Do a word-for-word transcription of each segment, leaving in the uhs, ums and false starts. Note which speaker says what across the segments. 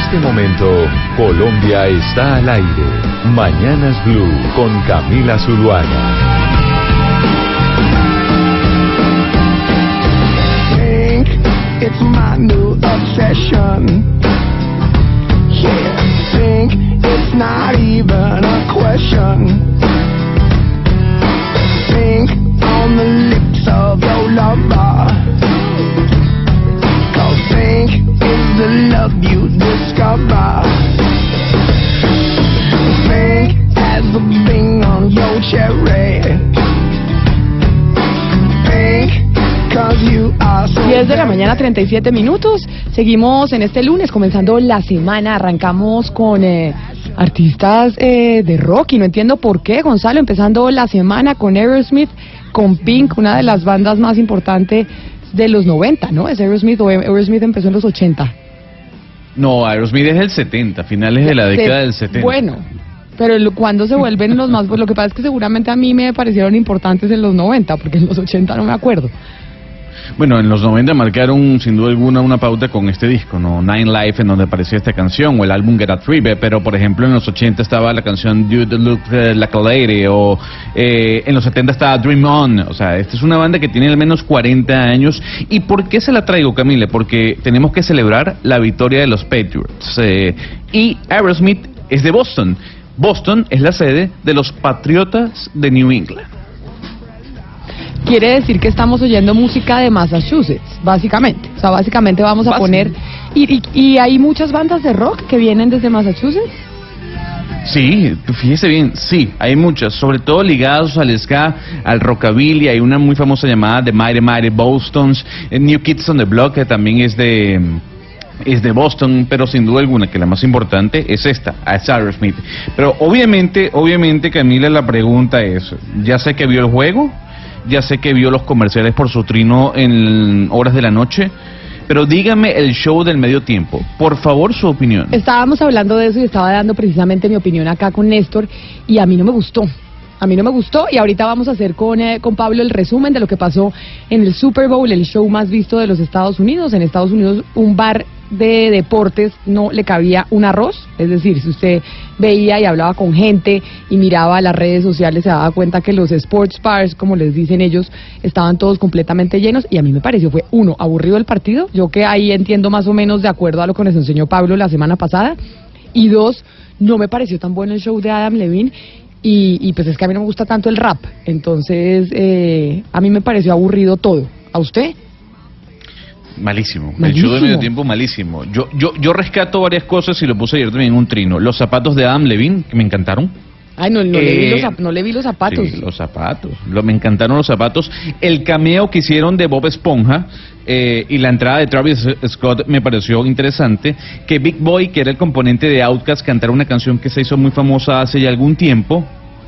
Speaker 1: este momento, Colombia está al aire. Mañanas Blue con Camila Zuluaga.
Speaker 2: Think it's my new obsession. Yeah, think it's not even a question. Think on the lips of your lover. Cause think is the love you discover. Think as the bing on your cherry. Think cause you are so
Speaker 3: diez de la mañana, treinta y siete minutos. Seguimos en este lunes, comenzando la semana. Arrancamos con eh, artistas eh, de rock y no entiendo por qué, Gonzalo, empezando la semana con Aerosmith, con Pink, una de las bandas más importantes de los noventa, ¿no? ¿Es Aerosmith o Aerosmith empezó en los ochenta?
Speaker 4: No, Aerosmith es del setenta, finales de la década del setenta.
Speaker 3: Bueno, pero cuando se vuelven los más... Pues lo que pasa es que seguramente a mí me parecieron importantes en los noventa, porque en los ochenta no me acuerdo.
Speaker 4: Bueno, en los noventa marcaron sin duda alguna una pauta con este disco, ¿no? Nine Life, en donde aparecía esta canción, o el álbum Get a Trip, pero por ejemplo en los ochenta estaba la canción Dude Look Like a Lady, o eh, en los setenta estaba Dream On. O sea, esta es una banda que tiene al menos cuarenta años. ¿Y por qué se la traigo, Camila? Porque tenemos que celebrar la victoria de los Patriots. Eh, y Aerosmith es de Boston. Boston es la sede de los Patriotas de New England.
Speaker 3: Quiere decir que estamos oyendo música de Massachusetts, básicamente. O sea, básicamente vamos a poner... Y, y, y hay muchas bandas de rock que vienen desde Massachusetts.
Speaker 4: Sí, fíjese bien, sí, hay muchas, sobre todo ligados al ska, al rockabilly. Hay una muy famosa llamada The Mighty Mighty Bostons, New Kids on the Block, que también es de... es de Boston, pero sin duda alguna que la más importante es esta, es Aerosmith. Pero obviamente, obviamente, Camila, la pregunta es, ya sé que vio el juego, ya sé que vio los comerciales por su trino en horas de la noche, pero dígame el show del medio tiempo, por favor, su opinión.
Speaker 3: Estábamos hablando de eso y estaba dando precisamente mi opinión acá con Néstor, y a mí no me gustó. A mí no me gustó, y ahorita vamos a hacer con, eh, con Pablo el resumen de lo que pasó en el Super Bowl, el show más visto de los Estados Unidos. En Estados Unidos, un bar de deportes no le cabía un arroz. Es decir, si usted veía y hablaba con gente y miraba las redes sociales, se daba cuenta que los sports bars, como les dicen ellos, estaban todos completamente llenos. Y a mí me pareció, fue uno, aburrido el partido, yo que ahí entiendo más o menos de acuerdo a lo que nos enseñó Pablo la semana pasada, y dos, no me pareció tan bueno el show de Adam Levine. Y, y pues es que a mí no me gusta tanto el rap, entonces eh, a mí me pareció aburrido todo. ¿A usted?
Speaker 4: Malísimo.
Speaker 3: Malísimo.
Speaker 4: El show de medio tiempo malísimo. Yo yo yo rescato varias cosas y lo puse ayer también en un trino. Los zapatos de Adam Levine, que me encantaron.
Speaker 3: Ay, no, no,
Speaker 4: eh,
Speaker 3: le, vi los, no le vi los zapatos.
Speaker 4: Sí, los zapatos. Lo, me encantaron los zapatos. El cameo que hicieron de Bob Esponja eh, y la entrada de Travis Scott me pareció interesante. Que Big Boy, que era el componente de Outkast, cantara una canción que se hizo muy famosa hace ya algún tiempo.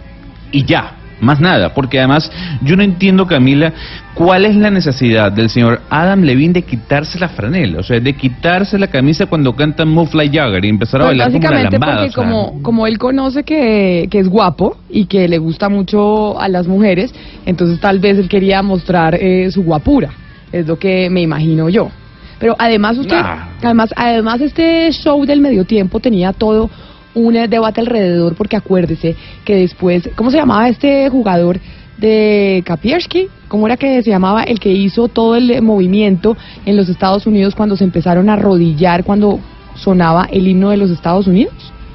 Speaker 4: Y ya, más nada. Porque además, yo no entiendo, Camila, cuál es la necesidad del señor Adam Levine de quitarse la franela, o sea, de quitarse la camisa cuando canta Move Like Jagger y empezar a
Speaker 3: pues
Speaker 4: bailar como una
Speaker 3: básicamente
Speaker 4: lambada.
Speaker 3: porque
Speaker 4: O sea,
Speaker 3: como, como él conoce que, que es guapo y que le gusta mucho a las mujeres, entonces tal vez él quería mostrar eh, su guapura, es lo que me imagino yo. Pero además usted,
Speaker 4: Nah.
Speaker 3: además, además este show del medio tiempo tenía todo un eh, debate alrededor, porque acuérdese que después, ¿cómo se llamaba este jugador de Kapierski? ¿Cómo era que se llamaba el que hizo todo el eh, movimiento en los Estados Unidos cuando se empezaron a arrodillar cuando sonaba el himno de los Estados Unidos?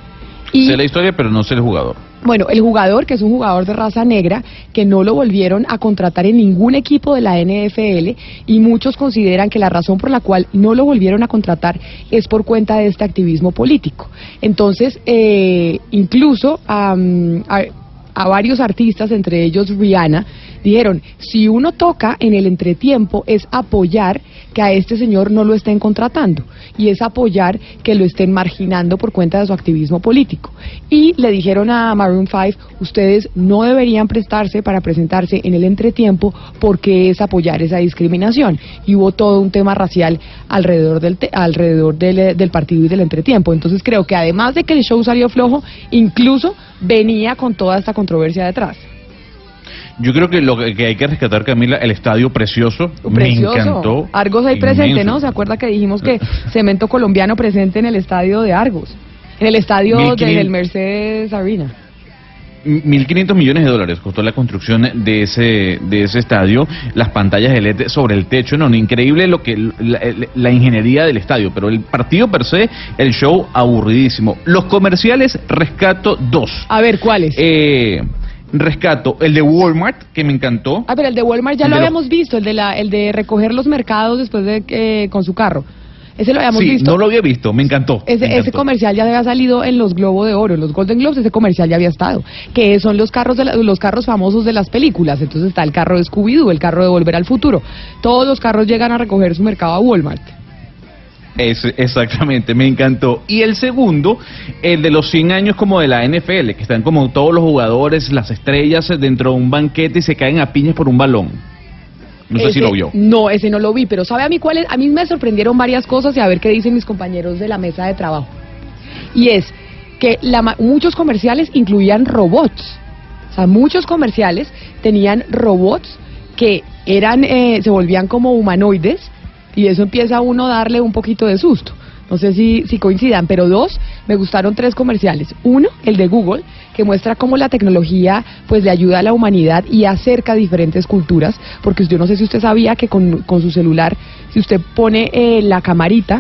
Speaker 3: Y
Speaker 4: sé la historia, pero no sé el jugador.
Speaker 3: bueno, el jugador, que es un jugador de raza negra, que no lo volvieron a contratar en ningún equipo de la N F L, y muchos consideran que la razón por la cual no lo volvieron a contratar es por cuenta de este activismo político. Entonces, eh, incluso um, a, a varios artistas, entre ellos Rihanna, dijeron, si uno toca en el entretiempo es apoyar que a este señor no lo estén contratando, y es apoyar que lo estén marginando por cuenta de su activismo político. Y le dijeron a Maroon cinco, ustedes no deberían prestarse para presentarse en el entretiempo porque es apoyar esa discriminación. Y hubo todo un tema racial alrededor del te alrededor del, del partido y del entretiempo. Entonces creo que además de que el show salió flojo, incluso venía con toda esta controversia detrás.
Speaker 4: Yo creo que lo que hay que rescatar, Camila, el estadio precioso,
Speaker 3: Precioso.
Speaker 4: me encantó.
Speaker 3: Argos ahí
Speaker 4: inmenso.
Speaker 3: presente, ¿no? ¿Se acuerda que dijimos que Cemento Colombiano presente en el estadio de Argos? En el estadio
Speaker 4: mil quinientos
Speaker 3: del Mercedes Arena.
Speaker 4: mil quinientos millones de dólares costó la construcción de ese de ese estadio, las pantallas de L E D sobre el techo, no, no, increíble lo que la, la ingeniería del estadio, pero el partido per se, el show aburridísimo. Los comerciales rescato dos.
Speaker 3: A ver, ¿cuáles?
Speaker 4: Eh, rescato el de Walmart, que me encantó.
Speaker 3: Ah, pero el de Walmart ya
Speaker 4: el
Speaker 3: lo
Speaker 4: de
Speaker 3: habíamos
Speaker 4: los...
Speaker 3: visto, el de la el de recoger los mercados después de eh, con su carro. Ese lo habíamos
Speaker 4: sí,
Speaker 3: visto.
Speaker 4: no lo había visto, me encantó.
Speaker 3: Ese,
Speaker 4: me encantó.
Speaker 3: ese comercial ya había salido en los Globo de Oro, en los Golden Globes, ese comercial ya había estado. Que son los carros de la, los carros famosos de las películas. Entonces está el carro de Scooby-Doo, el carro de Volver al Futuro. Todos los carros llegan a recoger su mercado a Walmart.
Speaker 4: Es, exactamente, me encantó. Y el segundo, el de los cien años como de la N F L, que están como todos los jugadores, las estrellas, dentro de un banquete y se caen a piñas por un balón. No sé
Speaker 3: Ese,
Speaker 4: si lo vio.
Speaker 3: No, ese no lo vi, pero ¿sabe a mí cuál es? A mí me sorprendieron varias cosas y a ver qué dicen mis compañeros de la mesa de trabajo. Y es que la, muchos comerciales incluían robots. O sea, muchos comerciales tenían robots que eran, eh, se volvían como humanoides y eso empieza a uno a darle un poquito de susto. No sé si, si coincidan, pero dos, me gustaron tres comerciales. Uno, el de Google, que muestra cómo la tecnología pues le ayuda a la humanidad y acerca diferentes culturas, porque yo no sé si usted sabía que con, con su celular, si usted pone eh, la camarita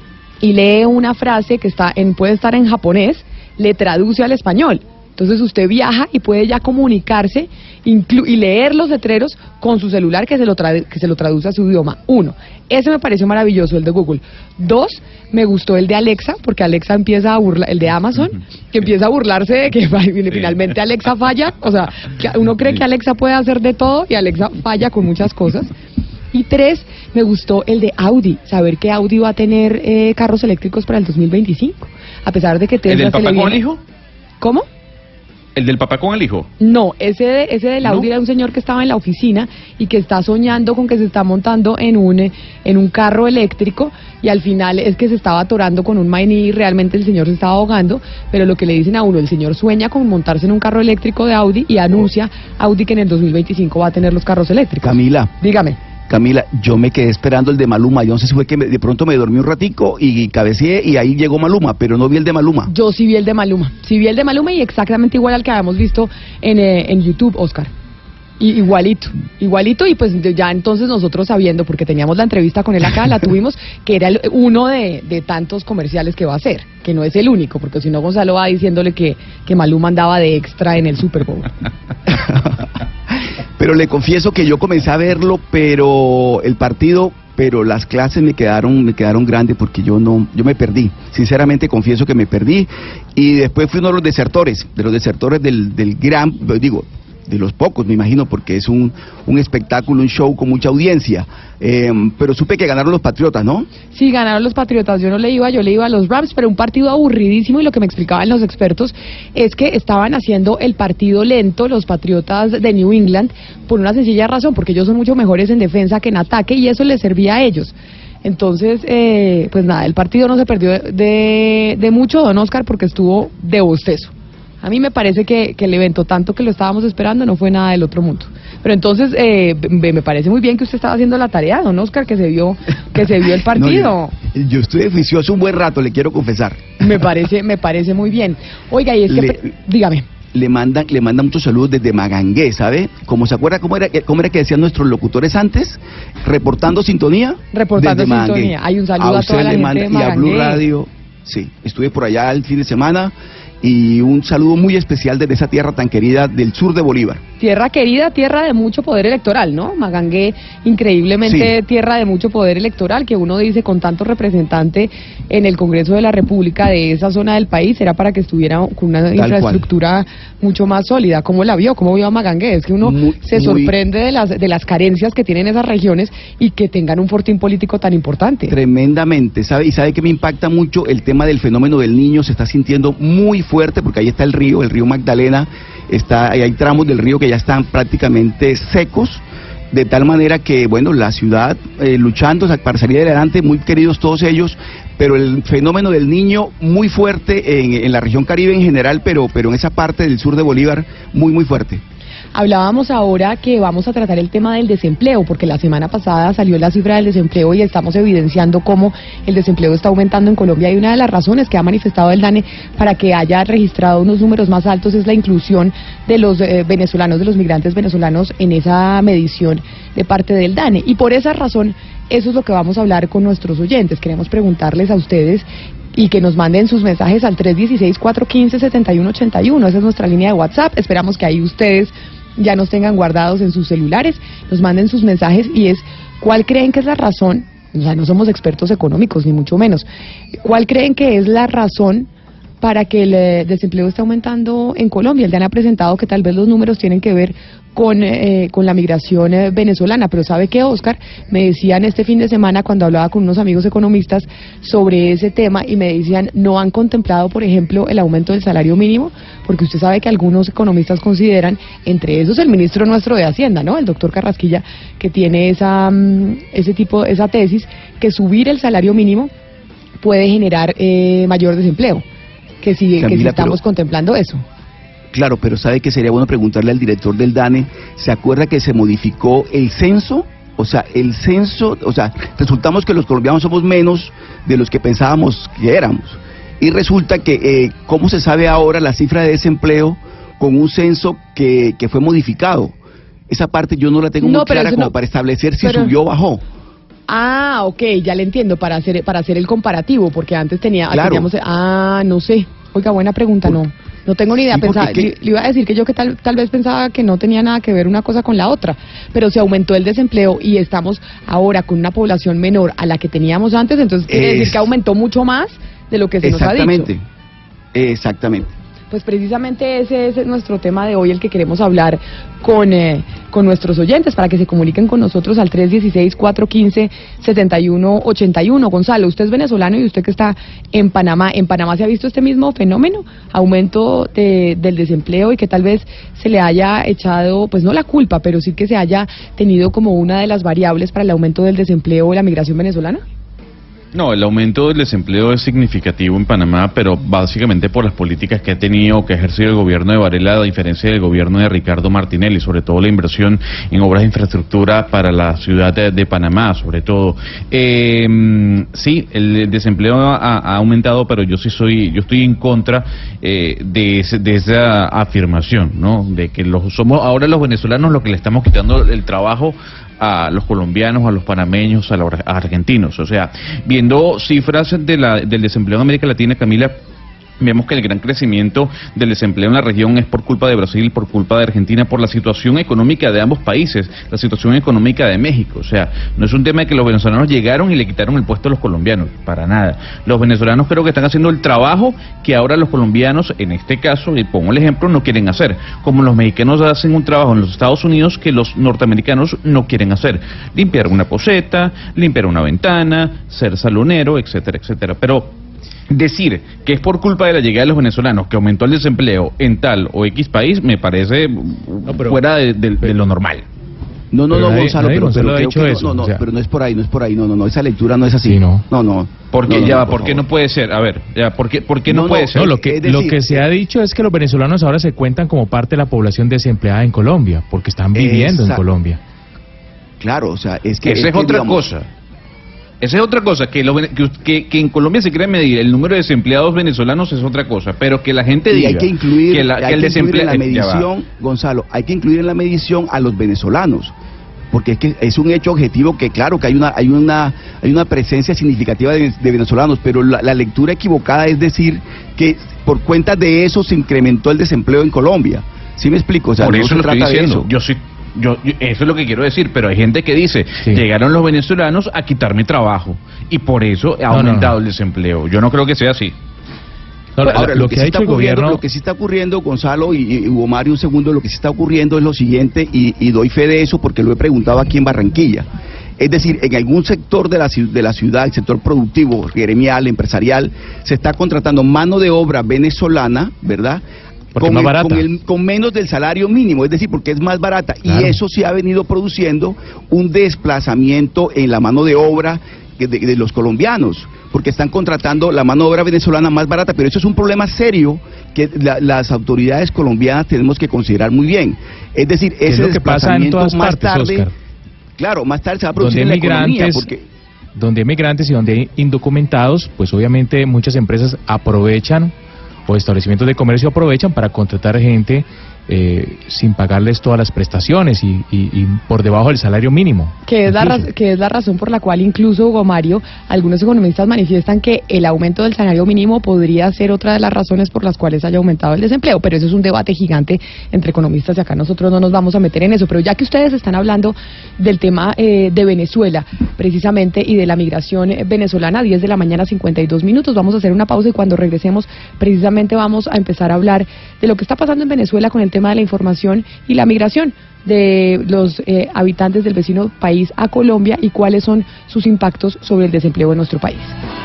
Speaker 3: y lee una frase que está en puede estar en japonés, le traduce al español. Entonces usted viaja y puede ya comunicarse inclu y leer los letreros con su celular que se lo tra que se lo traduce a su idioma. Uno, ese me pareció maravilloso, el de Google. Dos, me gustó el de Alexa, porque Alexa empieza a burlar, el de Amazon, que empieza a burlarse de que finalmente Alexa falla. O sea, que uno cree que Alexa puede hacer de todo y Alexa falla con muchas cosas. Y tres, me gustó el de Audi, saber que Audi va a tener eh, carros eléctricos para el dos mil veinticinco, a pesar de que Tesla
Speaker 4: ¿El del
Speaker 3: se le
Speaker 4: papá con
Speaker 3: viene...
Speaker 4: el hijo?
Speaker 3: ¿Cómo?
Speaker 4: ¿El del papá con el hijo?
Speaker 3: No, ese de, ese del Audi
Speaker 4: ¿No?
Speaker 3: era un señor que estaba en la oficina y que está soñando con que se está montando en un eh, en un carro eléctrico y al final es que se estaba atorando con un maní y realmente el señor se estaba ahogando, pero lo que le dicen a uno, el señor sueña con montarse en un carro eléctrico de Audi y anuncia Audi que en el dos mil veinticinco va a tener los carros eléctricos.
Speaker 5: Camila.
Speaker 3: Dígame.
Speaker 5: Camila, yo me quedé esperando el de Maluma. Yo no sé si fue que me, de pronto me dormí un ratico y cabeceé y ahí llegó Maluma, pero no vi el de Maluma.
Speaker 3: Yo sí vi el de Maluma. Sí vi el de Maluma y exactamente igual al que habíamos visto en, eh, en YouTube, Oscar. Y, igualito, igualito y pues ya entonces nosotros sabiendo, porque teníamos la entrevista con él acá, la tuvimos, que era el, uno de, de tantos comerciales que va a hacer, que no es el único, porque si no Gonzalo va diciéndole que, que Maluma andaba de extra en el Super Bowl.
Speaker 5: Pero le confieso que yo comencé a verlo, pero el partido, pero las clases me quedaron, me quedaron grandes porque yo no, yo me perdí. Sinceramente confieso que me perdí y después fui uno de los desertores, de los desertores del, del gran, digo, de los pocos, me imagino, porque es un, un espectáculo, un show con mucha audiencia. Eh, pero supe que ganaron los Patriotas, ¿no?
Speaker 3: Sí, ganaron los Patriotas. Yo no le iba, yo le iba a los Rams, pero un partido aburridísimo y lo que me explicaban los expertos es que estaban haciendo el partido lento, los Patriotas de New England, por una sencilla razón, porque ellos son mucho mejores en defensa que en ataque y eso les servía a ellos. Entonces, eh, pues nada, el partido no se perdió de, de mucho, don Oscar, porque estuvo de bostezo. A mí me parece que, que el evento, tanto que lo estábamos esperando, no fue nada del otro mundo. Pero entonces, eh, me, me parece muy bien que usted estaba haciendo la tarea, don Oscar, que se vio, que se vio el partido.
Speaker 5: No, yo, yo estuve juicioso un buen rato, le quiero confesar.
Speaker 3: Me parece, me parece muy bien. Oiga, y es que,
Speaker 5: Le-
Speaker 3: dígame.
Speaker 5: Le mandan, le mandan muchos saludos desde Magangué, ¿sabe? Como se acuerda cómo era, cómo era que decían nuestros locutores antes, reportando sintonía.
Speaker 3: Reportando
Speaker 5: desde Magangué.
Speaker 3: sintonía. Hay un saludo a,
Speaker 5: usted
Speaker 3: toda la
Speaker 5: le
Speaker 3: gente
Speaker 5: manda-
Speaker 3: de
Speaker 5: y a Blue
Speaker 3: Magangué.
Speaker 5: Radio. Sí, estuve por allá el fin de semana y un saludo muy especial desde esa tierra tan querida del sur de Bolívar.
Speaker 3: Tierra querida, tierra de mucho poder electoral, ¿no? Magangué, increíblemente
Speaker 5: Sí.
Speaker 3: tierra de mucho poder electoral, que uno dice con tanto representante en el Congreso de la República de esa zona del país, era para que estuviera con una
Speaker 5: Tal
Speaker 3: infraestructura mucho más sólida. ¿Cómo la vio? ¿Cómo vio a Magangué? Es que uno
Speaker 5: Muy-
Speaker 3: se
Speaker 5: muy-
Speaker 3: sorprende de las, de las carencias que tienen esas regiones y que tengan un fortín político tan importante.
Speaker 5: Tremendamente, ¿sabe? Y sabe que me impacta mucho el tema del fenómeno del niño, se está sintiendo muy fuerte porque ahí está el río, el río Magdalena, está, hay tramos del río que ya están prácticamente secos, de tal manera que, bueno, la ciudad eh, luchando para salir adelante, muy queridos todos ellos, pero el fenómeno del niño muy fuerte en, en la región Caribe en general, pero, pero en esa parte del sur de Bolívar, muy, muy fuerte.
Speaker 3: Hablábamos ahora que vamos a tratar el tema del desempleo, porque la semana pasada salió la cifra del desempleo y estamos evidenciando cómo el desempleo está aumentando en Colombia, y una de las razones que ha manifestado el DANE para que haya registrado unos números más altos es la inclusión de los eh, venezolanos, de los migrantes venezolanos en esa medición de parte del DANE. Y por esa razón, eso es lo que vamos a hablar con nuestros oyentes. Queremos preguntarles a ustedes y que nos manden sus mensajes al tres uno seis, cuatro uno cinco, siete uno ocho uno. Esa es nuestra línea de WhatsApp. Esperamos que ahí ustedes ya nos tengan guardados en sus celulares, nos manden sus mensajes, y es: ¿cuál creen que es la razón? O sea, no somos expertos económicos, ni mucho menos. ¿Cuál creen que es la razón para que el eh, desempleo esté aumentando en Colombia? El DANE ha presentado que tal vez los números tienen que ver con eh, con la migración eh, venezolana, pero ¿sabe qué, Oscar? Me decían este fin de semana, cuando hablaba con unos amigos economistas sobre ese tema, y me decían, no han contemplado, por ejemplo, el aumento del salario mínimo, porque usted sabe que algunos economistas consideran, entre esos el ministro nuestro de Hacienda, ¿no?, el doctor Carrasquilla, que tiene esa um, ese tipo, esa tesis, que subir el salario mínimo puede generar eh, mayor desempleo, que si, Camila, que si estamos pero... contemplando eso.
Speaker 5: Claro, pero sabe que sería bueno preguntarle al director del DANE. ¿Se acuerda que se modificó el censo? O sea, el censo, o sea, resultamos que los colombianos somos menos de los que pensábamos que éramos. Y resulta que, eh, ¿cómo se sabe ahora la cifra de desempleo con un censo que, que fue modificado? Esa parte yo no la tengo no, muy clara como no, para establecer si pero... subió o bajó.
Speaker 3: Ah, ok, ya le entiendo, para hacer para hacer el comparativo, porque antes tenía,
Speaker 5: claro.
Speaker 3: teníamos... Ah, no sé. Oiga, buena pregunta,
Speaker 5: Por...
Speaker 3: no. No tengo ni idea,
Speaker 5: sí,
Speaker 3: pensaba, le, le iba a decir que yo que tal, tal vez pensaba que no tenía nada que ver una cosa con la otra, pero se aumentó el desempleo y estamos ahora con una población menor a la que teníamos antes, entonces quiere es... decir que aumentó mucho más de lo que se nos ha dicho.
Speaker 5: Exactamente, exactamente.
Speaker 3: Pues precisamente ese es nuestro tema de hoy, el que queremos hablar con eh, con nuestros oyentes, para que se comuniquen con nosotros al tres uno seis, cuatro uno cinco, siete uno ocho uno. Gonzalo, usted es venezolano y usted que está en Panamá, ¿en Panamá se ha visto este mismo fenómeno? Aumento de, del desempleo, y que tal vez se le haya echado, pues no la culpa, pero sí que se haya tenido como una de las variables para el aumento del desempleo y la migración venezolana.
Speaker 4: No, el aumento del desempleo es significativo en Panamá, pero básicamente por las políticas que ha tenido, que ha ejercido el gobierno de Varela, a diferencia del gobierno de Ricardo Martinelli, sobre todo la inversión en obras de infraestructura para la ciudad de, de Panamá, sobre todo. Eh, sí, el desempleo ha, ha aumentado, pero yo sí soy, yo estoy en contra eh, de, ese, de esa afirmación, ¿no? De que los, somos ahora los venezolanos los que le estamos quitando el trabajo a los colombianos, a los panameños, a los argentinos. O sea, viendo cifras de la, del desempleo en América Latina, Camila, vemos que el gran crecimiento del desempleo en la región es por culpa de Brasil, por culpa de Argentina, por la situación económica de ambos países, la situación económica de México. O sea, no es un tema de que los venezolanos llegaron y le quitaron el puesto a los colombianos, para nada. Los venezolanos creo que están haciendo el trabajo que ahora los colombianos, en este caso, y pongo el ejemplo, no quieren hacer. Como los mexicanos hacen un trabajo en los Estados Unidos que los norteamericanos no quieren hacer. Limpiar una poceta, limpiar una ventana, ser salonero, etcétera, etcétera. Pero decir que es por culpa de la llegada de los venezolanos que aumentó el desempleo en tal o X país me parece no, pero, fuera de, de, de lo normal.
Speaker 5: No, no, no,
Speaker 6: nadie,
Speaker 5: Gonzalo,
Speaker 6: nadie
Speaker 5: pero, pero creo que
Speaker 6: eso,
Speaker 5: no, no,
Speaker 6: o sea,
Speaker 5: pero no es por ahí, no es por ahí, no, no, no, esa lectura no es así.
Speaker 6: Sí, no.
Speaker 5: No, no.
Speaker 4: ¿Por qué?
Speaker 5: No, no,
Speaker 4: ya
Speaker 5: no,
Speaker 4: va,
Speaker 5: por
Speaker 4: ¿por qué
Speaker 5: favor.
Speaker 4: no puede ser? A ver, ya, ¿por qué, por qué no,
Speaker 5: No,
Speaker 4: puede
Speaker 5: no,
Speaker 4: ser?
Speaker 6: No, lo que,
Speaker 5: Es decir,
Speaker 6: lo que se ha dicho es que los venezolanos ahora se cuentan como parte de la población desempleada en Colombia, porque están viviendo
Speaker 5: Exacto.
Speaker 6: en Colombia.
Speaker 5: Claro, o sea, es que...
Speaker 4: Esa es,
Speaker 5: es que,
Speaker 4: otra
Speaker 5: digamos,
Speaker 4: cosa. Esa es otra cosa, que, lo, que, que, que en Colombia se quiere medir el número de desempleados venezolanos es otra cosa, pero que la gente
Speaker 5: y
Speaker 4: diga
Speaker 5: hay que incluir,
Speaker 4: que, la,
Speaker 5: hay
Speaker 4: que el
Speaker 5: que incluir en la
Speaker 4: desempleo...
Speaker 5: medición, Gonzalo, hay que incluir en la medición a los venezolanos, porque es que es un hecho objetivo que claro que hay una hay una hay una presencia significativa de, de venezolanos, pero la, la lectura equivocada es decir que por cuenta de eso se incrementó el desempleo en Colombia. ¿Sí me explico? O sea,
Speaker 4: por
Speaker 5: no
Speaker 4: eso
Speaker 5: se
Speaker 4: lo
Speaker 5: trata
Speaker 4: estoy diciendo.
Speaker 5: de eso.
Speaker 4: Yo sí, yo, yo, eso es lo que quiero decir, pero hay gente que dice,
Speaker 6: sí.
Speaker 4: llegaron los venezolanos a quitarme trabajo y por eso ha
Speaker 6: no,
Speaker 4: aumentado
Speaker 6: no, no.
Speaker 4: el desempleo. Yo no creo que sea así.
Speaker 6: No,
Speaker 5: Ahora,
Speaker 6: lo,
Speaker 5: lo
Speaker 6: que,
Speaker 5: que,
Speaker 6: ha
Speaker 5: sí
Speaker 6: hecho
Speaker 5: está
Speaker 6: el
Speaker 5: ocurriendo,
Speaker 6: gobierno...
Speaker 5: lo que sí está ocurriendo, Gonzalo y, y Hugo Mario, un segundo, lo que sí está ocurriendo es lo siguiente, y, y doy fe de eso porque lo he preguntado aquí en Barranquilla. Es decir, en algún sector de la, de la ciudad, el sector productivo, gremial, empresarial, se está contratando mano de obra venezolana, ¿verdad?
Speaker 6: Porque
Speaker 5: Con,
Speaker 6: es más
Speaker 5: el,
Speaker 6: barata.
Speaker 5: con, el, con menos del salario mínimo, es decir, porque es más barata.
Speaker 6: Claro.
Speaker 5: Y eso sí ha venido produciendo un desplazamiento en la mano de obra de, de los colombianos. porque están contratando la mano de obra venezolana más barata, pero eso es un problema serio que la, las autoridades colombianas tenemos que considerar muy bien. Es decir, ese
Speaker 6: es lo que pasa en todas
Speaker 5: más
Speaker 6: partes,
Speaker 5: tarde,
Speaker 6: Oscar.
Speaker 5: Claro, más tarde se va a producir en la economía, porque
Speaker 6: donde hay migrantes y donde hay indocumentados, pues obviamente muchas empresas aprovechan, o establecimientos de comercio aprovechan para contratar gente eh, sin pagarles todas las prestaciones y, y, y por debajo del salario mínimo.
Speaker 3: Que es, la raz- que es la razón por la cual incluso, Hugo Mario, algunos economistas manifiestan que el aumento del salario mínimo podría ser otra de las razones por las cuales haya aumentado el desempleo, pero eso es un debate gigante entre economistas y acá nosotros no nos vamos a meter en eso. Pero ya que ustedes están hablando del tema eh, de Venezuela, precisamente, y de la migración venezolana, diez de la mañana, cincuenta y dos minutos, vamos a hacer una pausa y cuando regresemos, precisamente vamos a empezar a hablar de lo que está pasando en Venezuela con el tema de la información y la migración de los eh, habitantes del vecino país a Colombia y cuáles son sus impactos sobre el desempleo en nuestro país.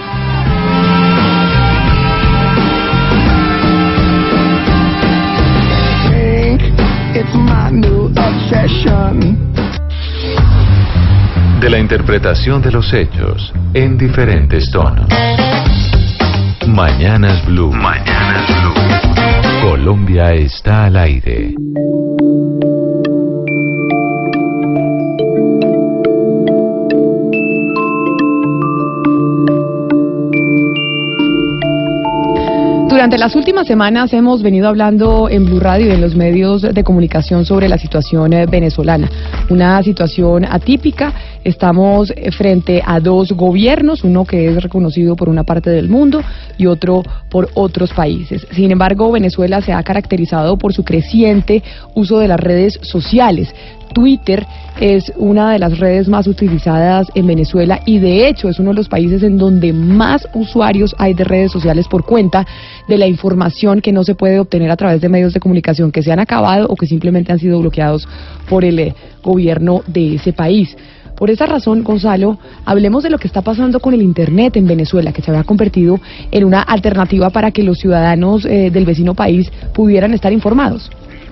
Speaker 1: De la interpretación de los hechos en diferentes tonos. Mañanas Blue. Mañanas Blue. Colombia está al aire.
Speaker 3: Durante las últimas semanas hemos venido hablando en Blue Radio y en los medios de comunicación sobre la situación eh, venezolana. Una situación atípica. Estamos frente a dos gobiernos, uno que es reconocido por una parte del mundo y otro por otros países. Sin embargo, Venezuela se ha caracterizado por su creciente uso de las redes sociales. Twitter es una de las redes más utilizadas en Venezuela y de hecho es uno de los países en donde más usuarios hay de redes sociales por cuenta de la información que no se puede obtener a través de medios de comunicación que se han acabado o que simplemente han sido bloqueados por el eh, gobierno de ese país. Por esa razón, Gonzalo, hablemos de lo que está pasando con el Internet en Venezuela, que se había convertido en una alternativa para que los ciudadanos eh, del vecino país pudieran estar informados.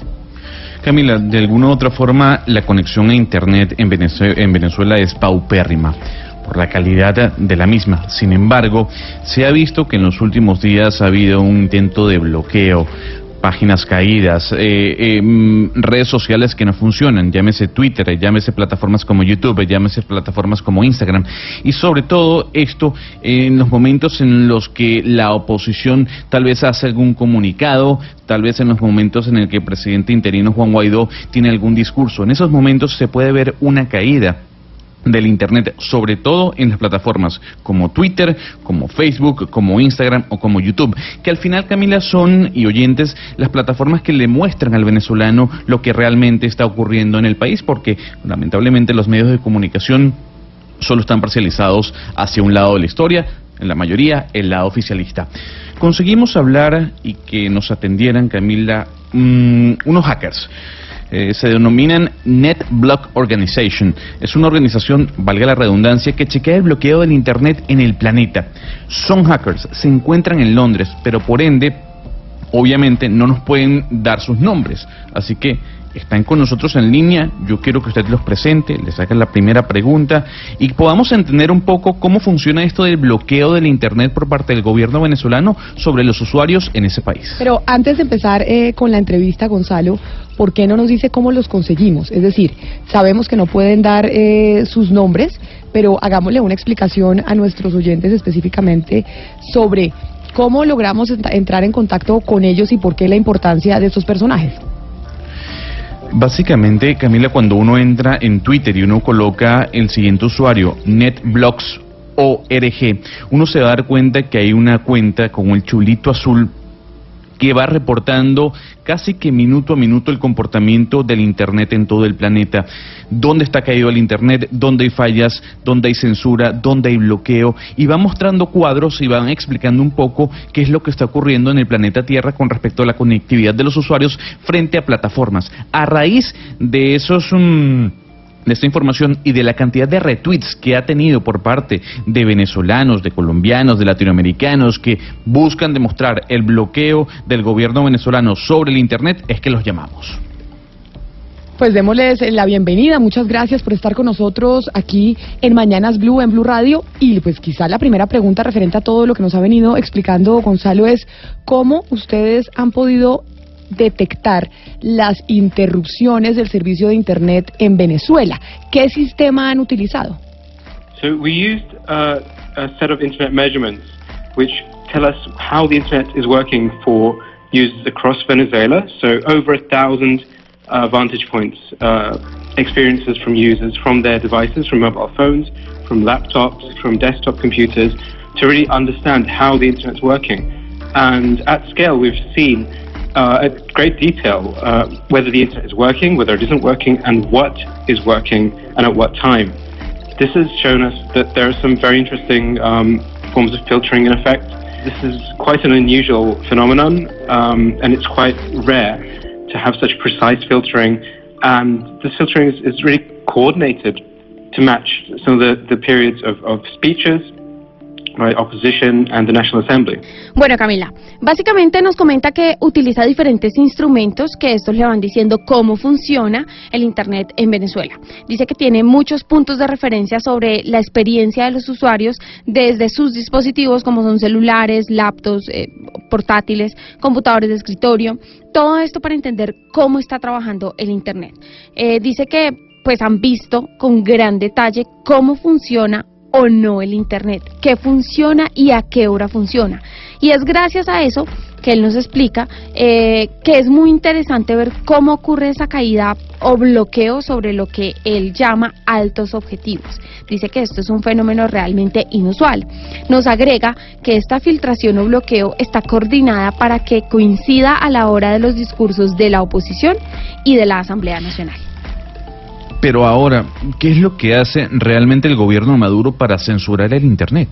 Speaker 4: Camila, de alguna u otra forma, la conexión a Internet en Venezuela, en Venezuela es paupérrima por la calidad de la misma. Sin embargo, se ha visto que en los últimos días ha habido un intento de bloqueo, páginas caídas, eh, eh, redes sociales que no funcionan, llámese Twitter, llámese plataformas como YouTube, llámese plataformas como Instagram, y sobre todo esto eh, en los momentos en los que la oposición tal vez hace algún comunicado, tal vez en los momentos en el que el presidente interino Juan Guaidó tiene algún discurso. En esos momentos se puede ver una caída del Internet, sobre todo en las plataformas como Twitter, como Facebook, como Instagram o como YouTube, que al final, Camila, son, y oyentes, las plataformas que le muestran al venezolano lo que realmente está ocurriendo en el país, porque lamentablemente los medios de comunicación solo están parcializados hacia un lado de la historia, en la mayoría el lado oficialista. Conseguimos hablar y que nos atendieran, Camila, mmm, unos hackers. Eh, se denominan NetBlock Organization. Es una organización, valga la redundancia, que chequea el bloqueo del Internet en el planeta. Son hackers, se encuentran en Londres, pero por ende, obviamente, no nos pueden dar sus nombres. Así que están con nosotros en línea. Yo quiero que usted los presente, les haga la primera pregunta y podamos entender un poco cómo funciona esto del bloqueo del Internet por parte del gobierno venezolano sobre los usuarios en ese país.
Speaker 3: Pero antes de empezar eh, con la entrevista, Gonzalo, ¿por qué no nos dice cómo los conseguimos? Es decir, sabemos que no pueden dar eh, sus nombres, pero hagámosle una explicación a nuestros oyentes específicamente sobre cómo logramos ent- entrar en contacto con ellos y por qué la importancia de estos personajes.
Speaker 4: Básicamente, Camila, cuando uno entra en Twitter y uno coloca el siguiente usuario, NetBlocks org, uno se va a dar cuenta que hay una cuenta con el chulito azul que va reportando casi que minuto a minuto el comportamiento del Internet en todo el planeta. Dónde está caído el Internet, dónde hay fallas, dónde hay censura, dónde hay bloqueo, y va mostrando cuadros y van explicando un poco qué es lo que está ocurriendo en el planeta Tierra con respecto a la conectividad de los usuarios frente a plataformas. A raíz de esos... Um, de esta información y de la cantidad de retweets que ha tenido por parte de venezolanos, de colombianos, de latinoamericanos que buscan demostrar el bloqueo del gobierno venezolano sobre el Internet, es que los llamamos.
Speaker 3: Pues démosles la bienvenida, muchas gracias por estar con nosotros aquí en Mañanas Blue, en Blue Radio, y pues quizá la primera pregunta referente a todo lo que nos ha venido explicando Gonzalo es ¿cómo ustedes han podido detectar las interrupciones del servicio de Internet en Venezuela? ¿Qué sistema han utilizado?
Speaker 7: So we used uh, a set of Internet measurements which tell us how the Internet is working for users across Venezuela, so over a thousand Uh, vantage points, uh, experiences from users, from their devices, from mobile phones, from laptops, from desktop computers, to really understand how the internet's working. And at scale, we've seen uh, at great detail uh, whether the internet is working, whether it isn't working, and what is working, and at what time. This has shown us that there are some very interesting um, forms of filtering in effect. This is quite an unusual phenomenon, um, and it's quite rare to have such precise filtering, and this filtering is, is really coordinated to match some of the, the periods of, of speeches by opposition and the National Assembly.
Speaker 8: Bueno, Camila, básicamente nos comenta que utiliza diferentes instrumentos que estos le van diciendo cómo funciona el Internet en Venezuela. Dice que tiene muchos puntos de referencia sobre la experiencia de los usuarios desde sus dispositivos como son celulares, laptops, eh, portátiles, computadores de escritorio, todo esto para entender cómo está trabajando el Internet. Eh, dice que pues han visto con gran detalle cómo funciona o no el Internet, qué funciona y a qué hora funciona. Y es gracias a eso que él nos explica eh, que es muy interesante ver cómo ocurre esa caída o bloqueo sobre lo que él llama altos objetivos. Dice que esto es un fenómeno realmente inusual. Nos agrega que esta filtración o bloqueo está coordinada para que coincida a la hora de los discursos de la oposición y de la Asamblea Nacional.
Speaker 4: Pero ahora, ¿qué es lo que hace realmente el gobierno de Maduro para censurar el Internet?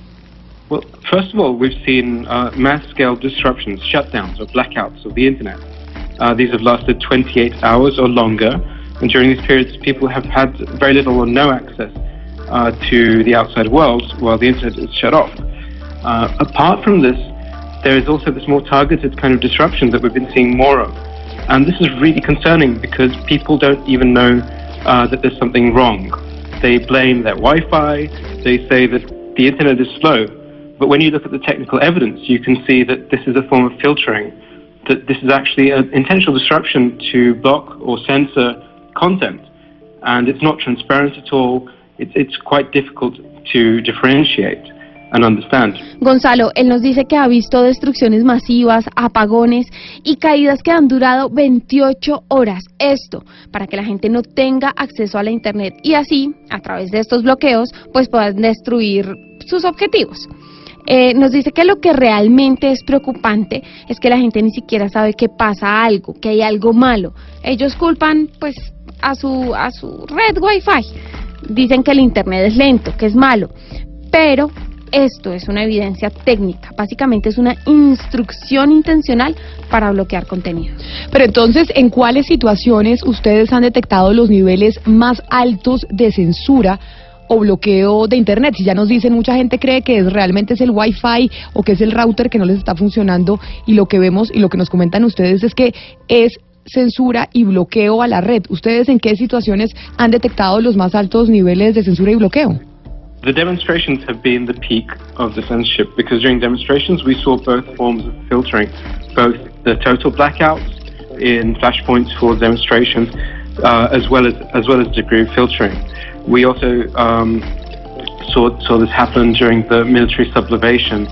Speaker 7: Well, first of all, we've seen uh, mass-scale disruptions, shutdowns or blackouts of the Internet. Uh, these have lasted twenty-eight hours or longer, and during these periods people have had very little or no access uh, to the outside world while the Internet is shut off. Uh, apart from this, there is also this more targeted kind of disruption that we've been seeing more of. And this is really concerning because people don't even know Uh, that there's something wrong. They blame their Wi-Fi, they say that the internet is slow, but when you look at the technical evidence, you can see that this is a form of filtering, that this is actually an intentional disruption to block or censor content, and it's not transparent at all. It's, it's quite difficult to differentiate and understand.
Speaker 8: Gonzalo, él nos dice que ha visto destrucciones masivas, apagones y caídas que han durado veintiocho horas. Esto para que la gente no tenga acceso a la internet y así, a través de estos bloqueos, pues puedan destruir sus objetivos. Eh, nos dice que lo que realmente es preocupante es que la gente ni siquiera sabe que pasa algo, que hay algo malo. Ellos culpan pues a su, a su red Wi-Fi. Dicen que el internet es lento, que es malo, pero esto es una evidencia técnica, básicamente es una instrucción intencional para bloquear contenido.
Speaker 3: Pero entonces, ¿en cuáles situaciones ustedes han detectado los niveles más altos de censura o bloqueo de internet? Si ya nos dicen, mucha gente cree que es, realmente es el Wi-Fi o que es el router que no les está funcionando, y lo que vemos y lo que nos comentan ustedes es que es censura y bloqueo a la red. ¿Ustedes en qué situaciones han detectado los más altos niveles de censura y bloqueo?
Speaker 7: The demonstrations have been the peak of the censorship because during demonstrations we saw both forms of filtering, both the total blackouts in flashpoints for demonstrations uh, as well as as well as degree of filtering. We also um, saw saw this happen during the military sublevation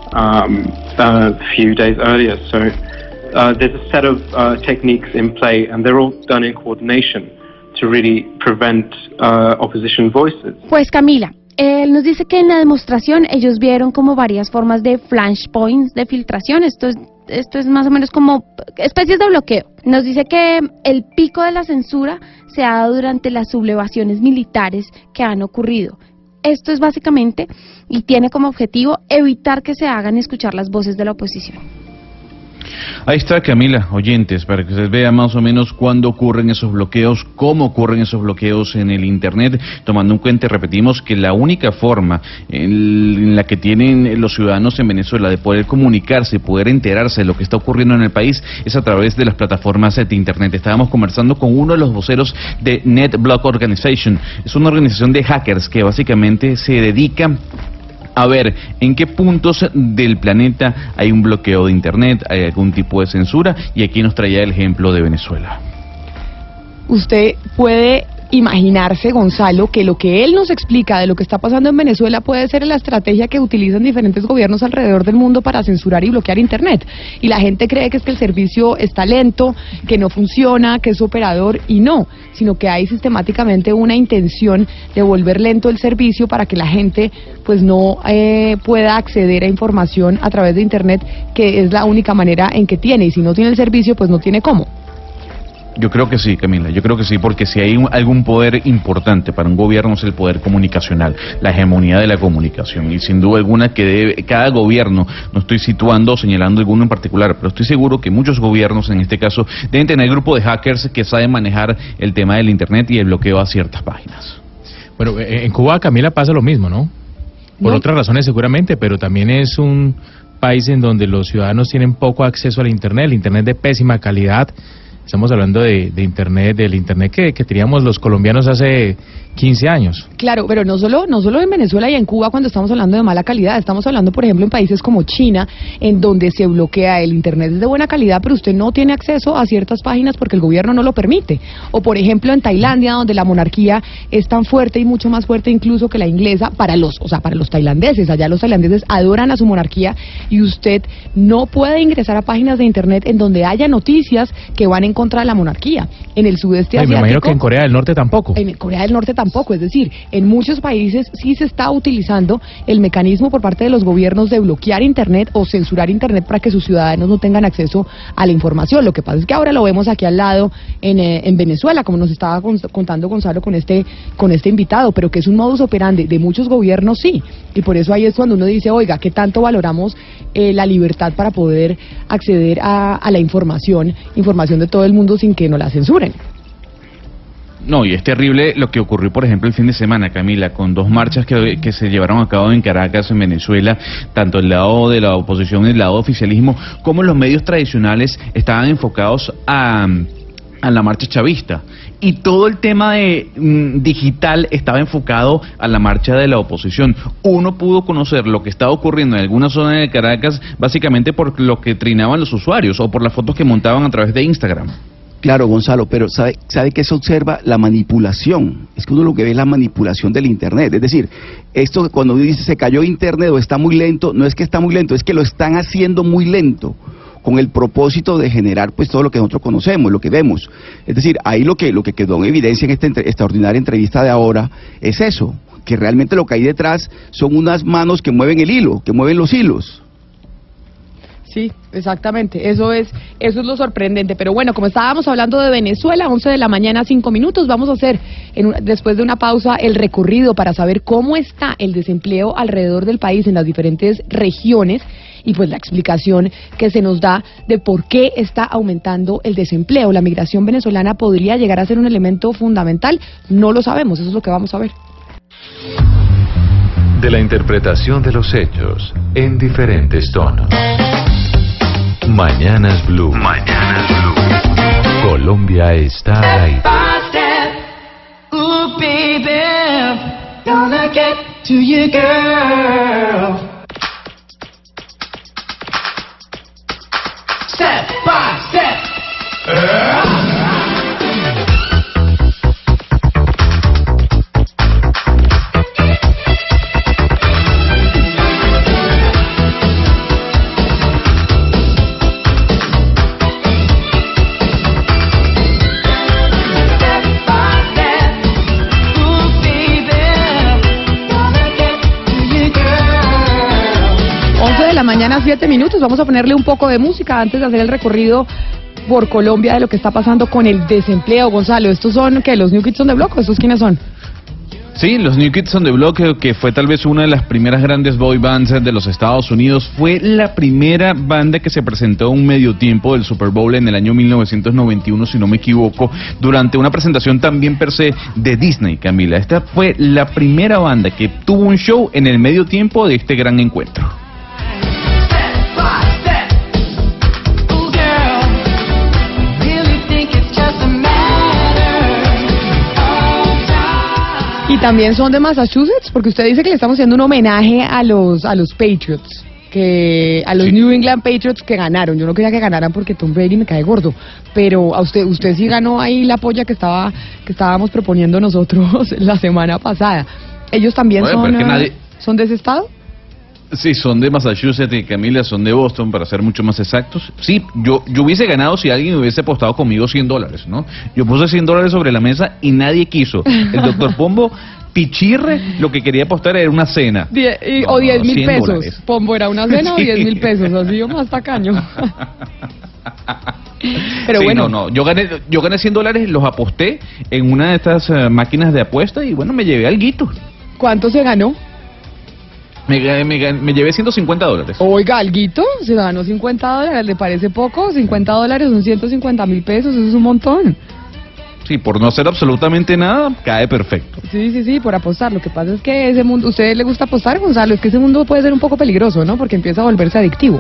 Speaker 7: um, a few days earlier. So uh, there's a set of uh, techniques in play, and they're all done in coordination to really prevent uh, opposition voices.
Speaker 8: Pues Camila, él nos dice que en la demostración ellos vieron como varias formas de flashpoints de filtración. Esto es, esto es más o menos como especies de bloqueo. Nos dice que el pico de la censura se ha dado durante las sublevaciones militares que han ocurrido. Esto es básicamente, y tiene como objetivo, evitar que se hagan escuchar las voces de la oposición.
Speaker 4: Ahí está, Camila, oyentes, para que ustedes vean más o menos cuándo ocurren esos bloqueos, cómo ocurren esos bloqueos en el Internet, tomando en cuenta, repetimos, que la única forma en la que tienen los ciudadanos en Venezuela de poder comunicarse, poder enterarse de lo que está ocurriendo en el país, es a través de las plataformas de Internet. Estábamos conversando con uno de los voceros de NetBlock Organization. Es una organización de hackers que básicamente se dedica a ver en qué puntos del planeta hay un bloqueo de Internet, hay algún tipo de censura, y aquí nos traía el ejemplo de Venezuela.
Speaker 3: Usted puede imaginarse, Gonzalo, que lo que él nos explica de lo que está pasando en Venezuela puede ser la estrategia que utilizan diferentes gobiernos alrededor del mundo para censurar y bloquear Internet. Y la gente cree que es que el servicio está lento, que no funciona, que es operador, y no, sino que hay sistemáticamente una intención de volver lento el servicio para que la gente pues no eh, pueda acceder a información a través de Internet, que es la única manera en que tiene, y si no tiene el servicio pues no tiene cómo.
Speaker 4: Yo creo que sí, Camila, yo creo que sí, porque si hay un, algún poder importante para un gobierno es el poder comunicacional, la hegemonía de la comunicación, y sin duda alguna que debe, cada gobierno, no estoy situando o señalando alguno en particular, pero estoy seguro que muchos gobiernos, en este caso, deben tener grupo de hackers que saben manejar el tema del Internet y el bloqueo a ciertas páginas.
Speaker 6: Bueno, en Cuba, Camila, pasa lo mismo, ¿no? Por
Speaker 3: ¿No?
Speaker 6: otras razones seguramente, pero también es un país en donde los ciudadanos tienen poco acceso al Internet, el Internet de pésima calidad. Estamos hablando de, de Internet, del Internet que, que teníamos los colombianos hace quince años.
Speaker 3: Claro, pero no solo, no solo en Venezuela y en Cuba cuando estamos hablando de mala calidad, estamos hablando, por ejemplo, en países como China, en donde se bloquea el Internet de buena calidad, pero usted no tiene acceso a ciertas páginas porque el gobierno no lo permite. O, por ejemplo, en Tailandia, donde la monarquía es tan fuerte y mucho más fuerte incluso que la inglesa para los, o sea, para los tailandeses. Allá los tailandeses adoran a su monarquía y usted no puede ingresar a páginas de Internet en donde haya noticias que van en contra de la monarquía. En el sudeste
Speaker 6: Ay,
Speaker 3: asiático...
Speaker 6: me imagino que en Corea del Norte tampoco.
Speaker 3: En Corea del Norte tampoco, es decir, en muchos países sí se está utilizando el mecanismo por parte de los gobiernos de bloquear Internet o censurar Internet para que sus ciudadanos no tengan acceso a la información. Lo que pasa es que ahora lo vemos aquí al lado en, eh, en Venezuela, como nos estaba contando Gonzalo con este, con este invitado, pero que es un modus operandi de muchos gobiernos, sí, y por eso ahí es cuando uno dice, oiga, ¿qué tanto valoramos eh, la libertad para poder acceder a, a la información, información de todo el mundo sin que nos la censuren?
Speaker 4: No, y es terrible lo que ocurrió, por ejemplo, el fin de semana, Camila, con dos marchas que, que se llevaron a cabo en Caracas, en Venezuela, tanto el lado de la oposición y el lado del oficialismo, como los medios tradicionales estaban enfocados a, a la marcha chavista. Y todo el tema de mm, digital estaba enfocado a la marcha de la oposición. Uno pudo conocer lo que estaba ocurriendo en alguna zona de Caracas, básicamente por lo que trinaban los usuarios o por las fotos que montaban a través de Instagram.
Speaker 5: Claro, Gonzalo, pero ¿sabe, sabe que se observa? La manipulación. Es que uno lo que ve es la manipulación del Internet. Es decir, esto que cuando uno dice se cayó Internet o está muy lento, no es que está muy lento, es que lo están haciendo muy lento, con el propósito de generar pues todo lo que nosotros conocemos, lo que vemos. Es decir, ahí lo que, lo que quedó en evidencia en esta entre, extraordinaria entrevista de ahora es eso, que realmente lo que hay detrás son unas manos que mueven el hilo, que mueven los hilos.
Speaker 3: Sí, exactamente, eso es eso es lo sorprendente, pero bueno, como estábamos hablando de Venezuela, once de la mañana, cinco minutos, vamos a hacer, en una, después de una pausa, el recorrido para saber cómo está el desempleo alrededor del país en las diferentes regiones y pues la explicación que se nos da de por qué está aumentando el desempleo. ¿La migración venezolana podría llegar a ser un elemento fundamental? No lo sabemos, eso es lo que vamos a ver.
Speaker 1: De la interpretación de los hechos en diferentes tonos. Mañanas Blue. Mañanas Blue. Colombia está al aire.
Speaker 2: Ooh, baby, gonna get to you, girl. Step by step. Uh.
Speaker 3: La mañana, siete minutos, vamos a ponerle un poco de música antes de hacer el recorrido por Colombia de lo que está pasando con el desempleo. Gonzalo, ¿estos son que los New Kids on the Block o estos quiénes son?
Speaker 4: Sí, los New Kids on the Block, que fue tal vez una de las primeras grandes boy bands de los Estados Unidos, fue la primera banda que se presentó a un medio tiempo del Super Bowl en el año mil novecientos noventa y uno, si no me equivoco, durante una presentación también per se de Disney, Camila. Esta fue la primera banda que tuvo un show en el medio tiempo de este gran encuentro.
Speaker 3: Y también son de Massachusetts, porque usted dice que le estamos haciendo un homenaje a los a los Patriots, que a los sí. New England Patriots que ganaron. Yo no quería que ganaran porque Tom Brady me cae gordo, pero a usted usted sí ganó ahí la polla que estaba que estábamos proponiendo nosotros la semana pasada. Ellos también bueno, son nadie... son de ese estado.
Speaker 4: Sí, son de Massachusetts y Camila son de Boston, para ser mucho más exactos. Sí, yo yo hubiese ganado si alguien hubiese apostado conmigo cien dólares, ¿no? Yo puse cien dólares sobre la mesa y nadie quiso. El doctor Pombo, Pichirre, lo que quería apostar era una cena.
Speaker 3: Die, y, no, o diez mil pesos. Dólares. Pombo era una cena sí. o diez mil pesos, así yo más tacaño. Pero
Speaker 4: sí,
Speaker 3: bueno.
Speaker 4: no, no, yo gané, yo gané cien dólares, los aposté en una de estas uh, máquinas de apuesta y bueno, me llevé alguito.
Speaker 3: ¿Cuánto se ganó?
Speaker 4: Me, me, me llevé ciento cincuenta dólares.
Speaker 3: Oiga, alguito, se ganó cincuenta dólares, ¿le parece poco? cincuenta dólares son ciento cincuenta mil pesos, eso es un montón.
Speaker 4: Sí, por no hacer absolutamente nada, cae perfecto.
Speaker 3: Sí, sí, sí, por apostar. Lo que pasa es que ese mundo, ¿a usted le gusta apostar, Gonzalo? Es que ese mundo puede ser un poco peligroso, ¿no? Porque empieza a volverse adictivo.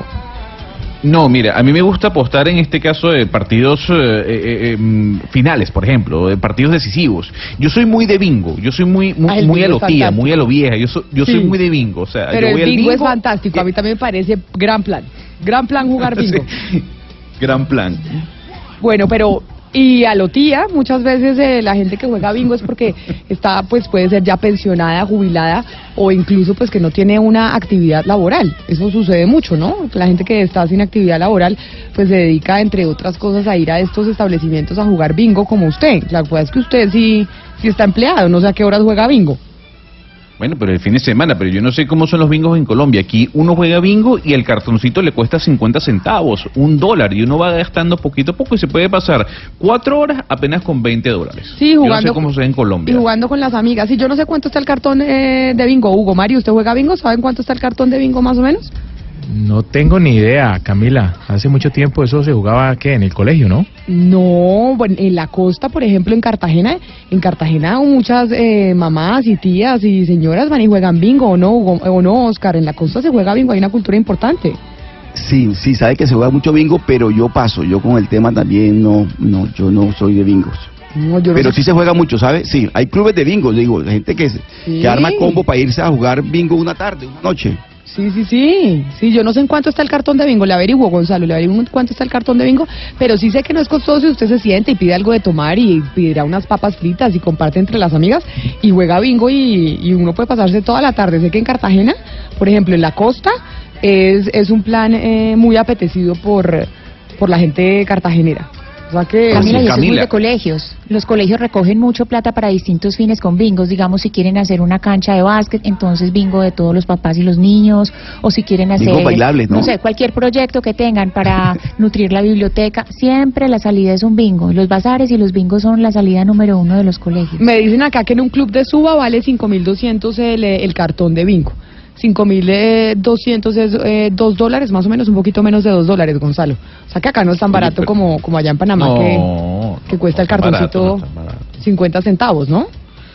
Speaker 4: No, mira, a mí me gusta apostar en este caso de partidos eh, eh, eh, finales, por ejemplo, de partidos decisivos. Yo soy muy de bingo, yo soy muy muy, ah, muy a lo tía, muy a lo vieja, yo, soy, yo sí. soy muy de bingo. O sea,
Speaker 3: pero
Speaker 4: yo voy
Speaker 3: el bingo,
Speaker 4: al bingo
Speaker 3: es fantástico, a mí también me parece gran plan, gran plan jugar bingo.
Speaker 4: Sí, gran plan.
Speaker 3: Bueno, pero... Y a lo tía, muchas veces eh, la gente que juega bingo es porque está, pues puede ser ya pensionada, jubilada o incluso pues que no tiene una actividad laboral. Eso sucede mucho, ¿no? La gente que está sin actividad laboral pues se dedica, entre otras cosas, a ir a estos establecimientos a jugar bingo como usted. La verdad es que usted sí, sí está empleado, no sé a qué horas juega bingo.
Speaker 4: Bueno, pero el fin de semana, pero yo no sé cómo son los bingos en Colombia. Aquí uno juega bingo y el cartoncito le cuesta cincuenta centavos, un dólar, y uno va gastando poquito a poco y se puede pasar cuatro horas apenas con veinte dólares.
Speaker 3: Sí, jugando.
Speaker 4: Yo no sé cómo se ve en Colombia.
Speaker 3: Y jugando con las amigas. Y yo no sé cuánto está el cartón eh, de bingo. Hugo Mario, ¿usted juega bingo? ¿Saben cuánto está el cartón de bingo más o menos?
Speaker 6: No tengo ni idea, Camila. Hace mucho tiempo eso se jugaba, ¿qué? En el colegio, ¿no?
Speaker 3: No, bueno, en la costa, por ejemplo, en Cartagena, en Cartagena muchas eh, mamás y tías y señoras van y juegan bingo, ¿o no, o no, Oscar? En la costa se juega bingo, hay una cultura importante.
Speaker 5: Sí, sí, sabe que se juega mucho bingo, pero yo paso, yo con el tema también no, no, yo no soy de bingos. No, yo pero no sí se juega mucho, ¿sabe? Sí, hay clubes de bingo, digo, gente que, sí. que arma combo para irse a jugar bingo una tarde, una noche.
Speaker 3: Sí, sí, sí, sí, yo no sé en cuánto está el cartón de bingo, le averiguo, Gonzalo, le averiguo en cuánto está el cartón de bingo, pero sí sé que no es costoso si usted se siente y pide algo de tomar y pedirá unas papas fritas y comparte entre las amigas y juega bingo y, y uno puede pasarse toda la tarde. Sé que en Cartagena, por ejemplo, en la costa, es, es un plan eh, muy apetecido por, por la gente cartagenera. O sea que...
Speaker 9: Camila, y eso es muy de colegios. Los colegios recogen mucho plata para distintos fines con bingos. Digamos, si quieren hacer una cancha de básquet, entonces bingo de todos los papás y los niños. O si quieren hacer,
Speaker 5: bingo bailable, ¿no?
Speaker 9: no sé, cualquier proyecto que tengan para nutrir la biblioteca. Siempre la salida es un bingo. Los bazares y los bingos son la salida número uno de los colegios.
Speaker 3: Me dicen acá que en un club de Suba vale cinco mil doscientos el, el cartón de bingo. cinco mil doscientos es eh, dos dólares, más o menos, un poquito menos de dos dólares, Gonzalo. O sea que acá no es tan barato como, como allá en Panamá, no, que, que cuesta no, el cartoncito barato, no cincuenta centavos, ¿no?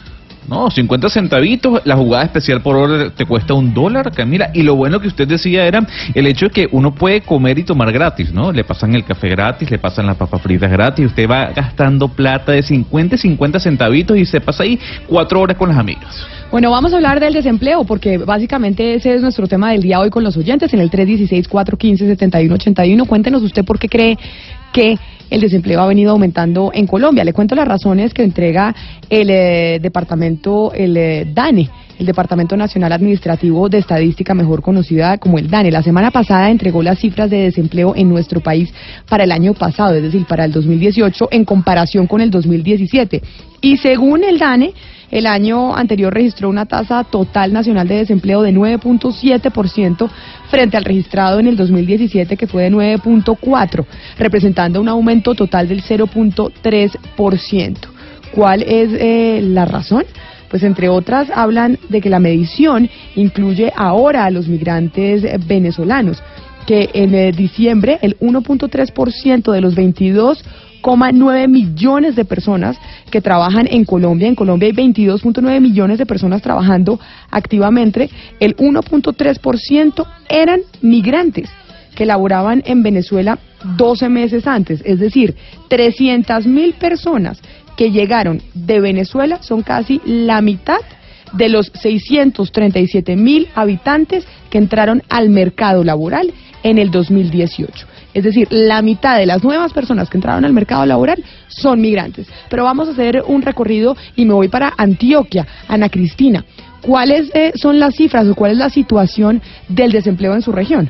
Speaker 4: No, cincuenta centavitos, la jugada especial por hora te cuesta un dólar, Camila, y lo bueno que usted decía era el hecho de que uno puede comer y tomar gratis, ¿no? Le pasan el café gratis, le pasan las papas fritas gratis, usted va gastando plata de cincuenta y cincuenta centavitos y se pasa ahí cuatro horas con las amigas.
Speaker 3: Bueno, vamos a hablar del desempleo, porque básicamente ese es nuestro tema del día hoy con los oyentes en el tres uno seis, cuatro uno cinco, siete uno ocho uno. Cuéntenos usted por qué cree que el desempleo ha venido aumentando en Colombia. Le cuento las razones que entrega el eh, departamento, el eh, DANE, el Departamento Nacional Administrativo de Estadística, mejor conocida como el DANE. La semana pasada entregó las cifras de desempleo en nuestro país para el año pasado, es decir, para el dos mil dieciocho, en comparación con el dos mil diecisiete. Y según el DANE, el año anterior registró una tasa total nacional de desempleo de nueve punto siete por ciento frente al registrado en el dos mil diecisiete, que fue de nueve punto cuatro por ciento, representando un aumento total del cero punto tres por ciento. ¿Cuál es eh, la razón? Pues entre otras hablan de que la medición incluye ahora a los migrantes venezolanos, que en eh, diciembre el uno punto tres por ciento de los veintidós coma nueve millones de personas que trabajan en Colombia, en Colombia hay veintidós punto nueve millones de personas trabajando activamente, el uno punto tres por ciento eran migrantes que laboraban en Venezuela doce meses antes, es decir, trescientas mil personas que llegaron de Venezuela son casi la mitad de los seiscientos treinta y siete mil habitantes que entraron al mercado laboral en el dos mil dieciocho. Es decir, la mitad de las nuevas personas que entraron al mercado laboral son migrantes. Pero vamos a hacer un recorrido y me voy para Antioquia. Ana Cristina, ¿cuáles eh, son las cifras o cuál es la situación del desempleo en su región?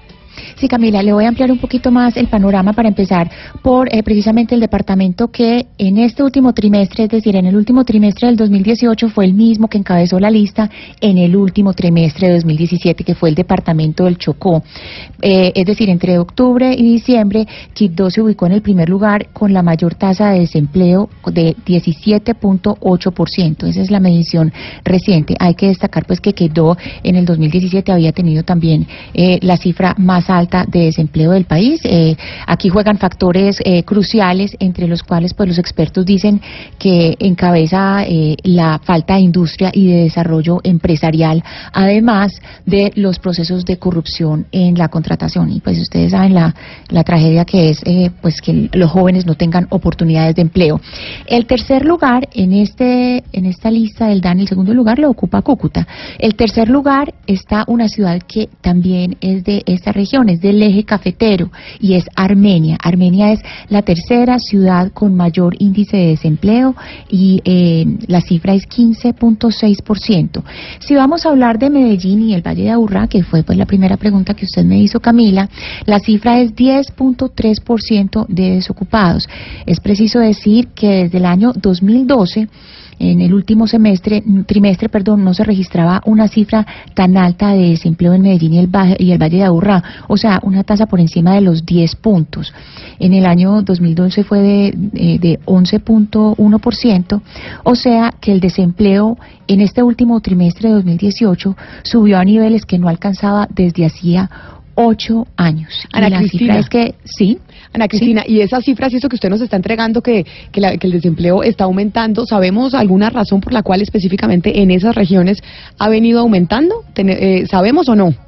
Speaker 9: Sí, Camila, le voy a ampliar un poquito más el panorama para empezar por eh, precisamente el departamento que en este último trimestre, es decir, en el último trimestre del dos mil dieciocho fue el mismo que encabezó la lista en el último trimestre de dos mil diecisiete, que fue el departamento del Chocó. Eh, es decir, entre octubre y diciembre, Quibdó se ubicó en el primer lugar con la mayor tasa de desempleo de diecisiete punto ocho por ciento. Esa es la medición reciente. Hay que destacar pues que Quibdó en el dos mil diecisiete había tenido también eh, la cifra más alta de desempleo del país. Eh, aquí juegan factores eh, cruciales, entre los cuales pues los expertos dicen que encabeza eh, la falta de industria y de desarrollo empresarial, además de los procesos de corrupción en la contratación. Y pues ustedes saben la, la tragedia que es eh, pues que los jóvenes no tengan oportunidades de empleo. El tercer lugar en este en esta lista del DANE, el segundo lugar lo ocupa Cúcuta. El tercer lugar está una ciudad que también es de esta región, es del eje cafetero, y es Armenia. Armenia es la tercera ciudad con mayor índice de desempleo y eh, la cifra es quince punto seis por ciento. Si vamos a hablar de Medellín y el Valle de Aburrá, que fue pues la primera pregunta que usted me hizo, Camila, la cifra es diez punto tres por ciento de desocupados. Es preciso decir que desde el año dos mil doce, en el último semestre, trimestre, perdón, no se registraba una cifra tan alta de desempleo en Medellín y el, Valle, y el Valle de Aburrá, o sea, una tasa por encima de los diez puntos. En el año dos mil doce fue de, de, de once punto uno por ciento, o sea que el desempleo en este último trimestre de dos mil dieciocho subió a niveles que no alcanzaba desde hacía ocho años.
Speaker 3: Ana
Speaker 9: y la
Speaker 3: Cristina,
Speaker 9: cifra es que sí.
Speaker 3: Ana Cristina,
Speaker 9: sí.
Speaker 3: y esas cifras y eso que usted nos está entregando, que, que, la, que el desempleo está aumentando, ¿sabemos alguna razón por la cual específicamente en esas regiones ha venido aumentando? Ten, eh, ¿Sabemos o no?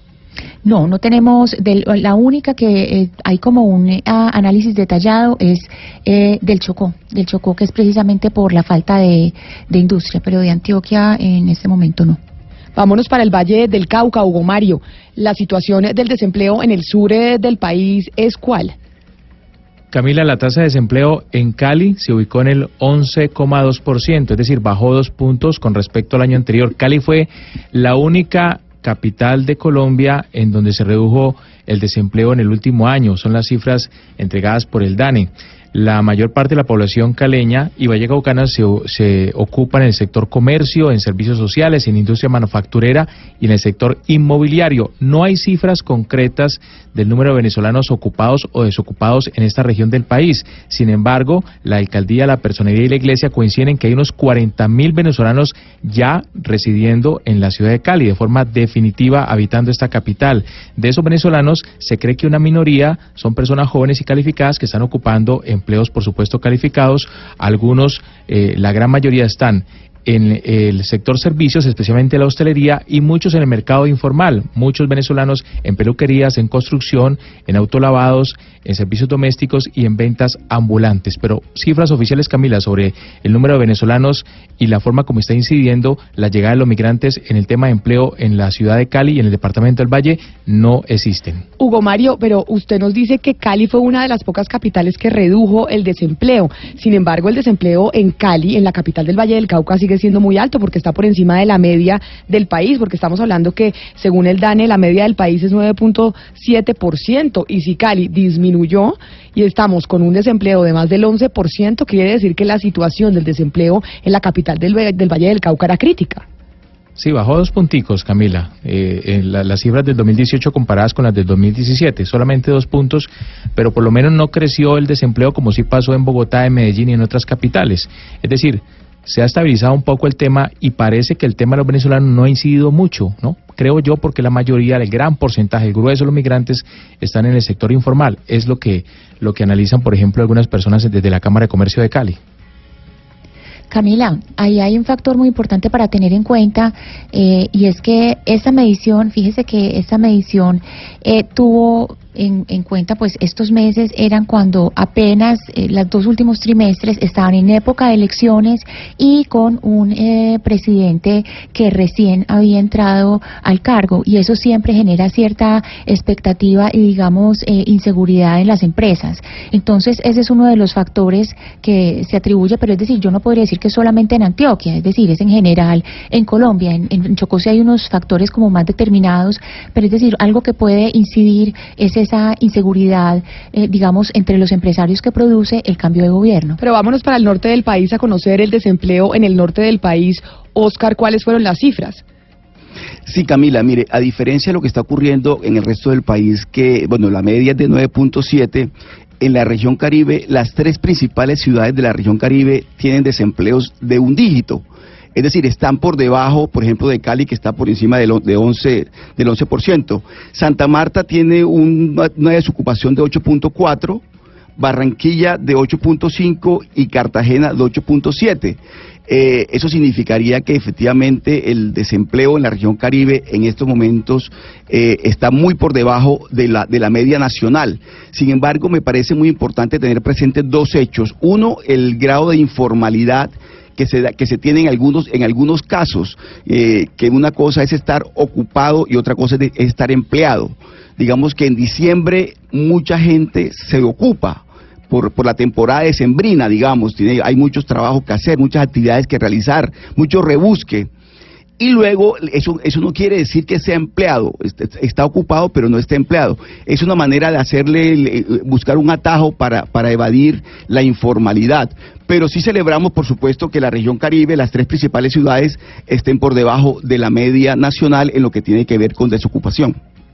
Speaker 9: No, no tenemos, de, la única que eh, hay como un eh, análisis detallado es eh, del Chocó, del Chocó, que es precisamente por la falta de, de industria, pero de Antioquia en este momento no.
Speaker 3: Vámonos para el Valle del Cauca, Hugo Mario. ¿La situación del desempleo en el sur eh, del país es cuál?
Speaker 6: Camila, la tasa de desempleo en Cali se ubicó en el once coma dos por ciento, es decir, bajó dos puntos con respecto al año anterior. Cali fue la única capital de Colombia en donde se redujo el desempleo en el último año. Son las cifras entregadas por el DANE. La mayor parte de la población caleña y vallecaucana se, se ocupa en el sector comercio, en servicios sociales, en industria manufacturera y en el sector inmobiliario. No hay cifras concretas del número de venezolanos ocupados o desocupados en esta región del país. Sin embargo, la alcaldía, la personería y la iglesia coinciden en que hay unos cuarenta mil venezolanos ya residiendo en la ciudad de Cali, de forma definitiva habitando esta capital. De esos venezolanos, se cree que una minoría son personas jóvenes y calificadas que están ocupando empleos, por supuesto, calificados. Algunos, eh, la gran mayoría están en el sector servicios, especialmente la hostelería, y muchos en el mercado informal, muchos venezolanos en peluquerías, en construcción, en autolavados, en servicios domésticos y en ventas ambulantes. Pero cifras oficiales, Camila, sobre el número de venezolanos y la forma como está incidiendo la llegada de los migrantes en el tema de empleo en la ciudad de Cali y en el departamento del Valle no existen.
Speaker 3: Hugo Mario, pero usted nos dice que Cali fue una de las pocas capitales que redujo el desempleo. Sin embargo, el desempleo en Cali, en la capital del Valle del Cauca, sigue siendo muy alto porque está por encima de la media del país, porque estamos hablando que según el DANE la media del país es nueve punto siete por ciento, y si Cali disminuyó y estamos con un desempleo de más del once por ciento, quiere decir que la situación del desempleo en la capital del, del Valle del Cauca era crítica.
Speaker 6: Sí, bajó dos punticos, Camila, eh, en la, las cifras del dos mil dieciocho comparadas con las del dos mil diecisiete, solamente dos puntos, pero por lo menos no creció el desempleo como sí pasó en Bogotá, en Medellín y en otras capitales. Es decir, se ha estabilizado un poco el tema y parece que el tema de los venezolanos no ha incidido mucho, ¿no? Creo yo, porque la mayoría, el gran porcentaje, el grueso de los migrantes están en el sector informal. Es lo que, lo que analizan, por ejemplo, algunas personas desde la Cámara de Comercio de Cali.
Speaker 9: Camila, ahí hay un factor muy importante para tener en cuenta eh, y es que esta medición, fíjese que esta medición eh, tuvo en, en cuenta, pues estos meses eran cuando apenas eh, los dos últimos trimestres estaban en época de elecciones y con un eh, presidente que recién había entrado al cargo, y eso siempre genera cierta expectativa y digamos eh, inseguridad en las empresas. Entonces ese es uno de los factores que se atribuye, pero es decir, yo no podría decir que solamente en Antioquia, es decir, es en general en Colombia. En, en Chocó sí hay unos factores como más determinados, pero es decir, algo que puede incidir es esa inseguridad, eh, digamos, entre los empresarios que produce el cambio de gobierno.
Speaker 3: Pero vámonos para el norte del país a conocer el desempleo en el norte del país. Oscar, ¿cuáles fueron las cifras?
Speaker 5: Sí, Camila, mire, a diferencia de lo que está ocurriendo en el resto del país, que, bueno, la media es de nueve punto siete, en la región Caribe, las tres principales ciudades de la región Caribe tienen desempleos de un dígito. Es decir, están por debajo, por ejemplo, de Cali, que está por encima del, de once, del once por ciento. Santa Marta tiene una, una desocupación de ocho punto cuatro, Barranquilla de ocho punto cinco y Cartagena de ocho punto siete. Eh, eso significaría que efectivamente el desempleo en la región Caribe en estos momentos eh, está muy por debajo de la, de la media nacional. Sin embargo, me parece muy importante tener presentes dos hechos. Uno, el grado de informalidad que se da, que se tiene en algunos en algunos casos, eh, que una cosa es estar ocupado y otra cosa es, de, es estar empleado. Digamos que en diciembre mucha gente se ocupa por por la temporada decembrina, digamos, tiene, hay muchos trabajos que hacer, muchas actividades que realizar, mucho rebusque. Y luego, eso eso no quiere decir que sea empleado, está ocupado pero no está empleado. Es una manera de hacerle, buscar un atajo para, para evadir la informalidad. Pero sí celebramos, por supuesto, que la región Caribe, las tres principales ciudades, estén por debajo de la media nacional en lo que tiene que ver con desocupación.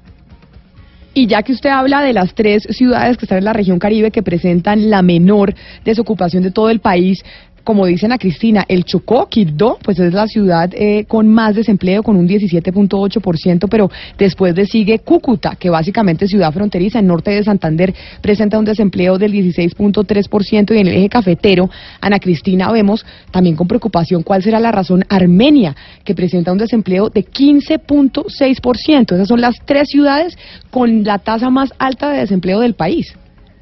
Speaker 3: Y ya que usted habla de las tres ciudades que están en la región Caribe que presentan la menor desocupación de todo el país, como dice Ana Cristina, el Chocó, Quibdó, pues es la ciudad eh, con más desempleo, con un diecisiete punto ocho por ciento, pero después le sigue Cúcuta, que básicamente es ciudad fronteriza, en norte de Santander, presenta un desempleo del dieciséis punto tres por ciento, y en el eje cafetero, Ana Cristina, vemos también con preocupación cuál será la razón. Armenia, que presenta un desempleo de quince punto seis por ciento. Esas son las tres ciudades con la tasa más alta de desempleo del país.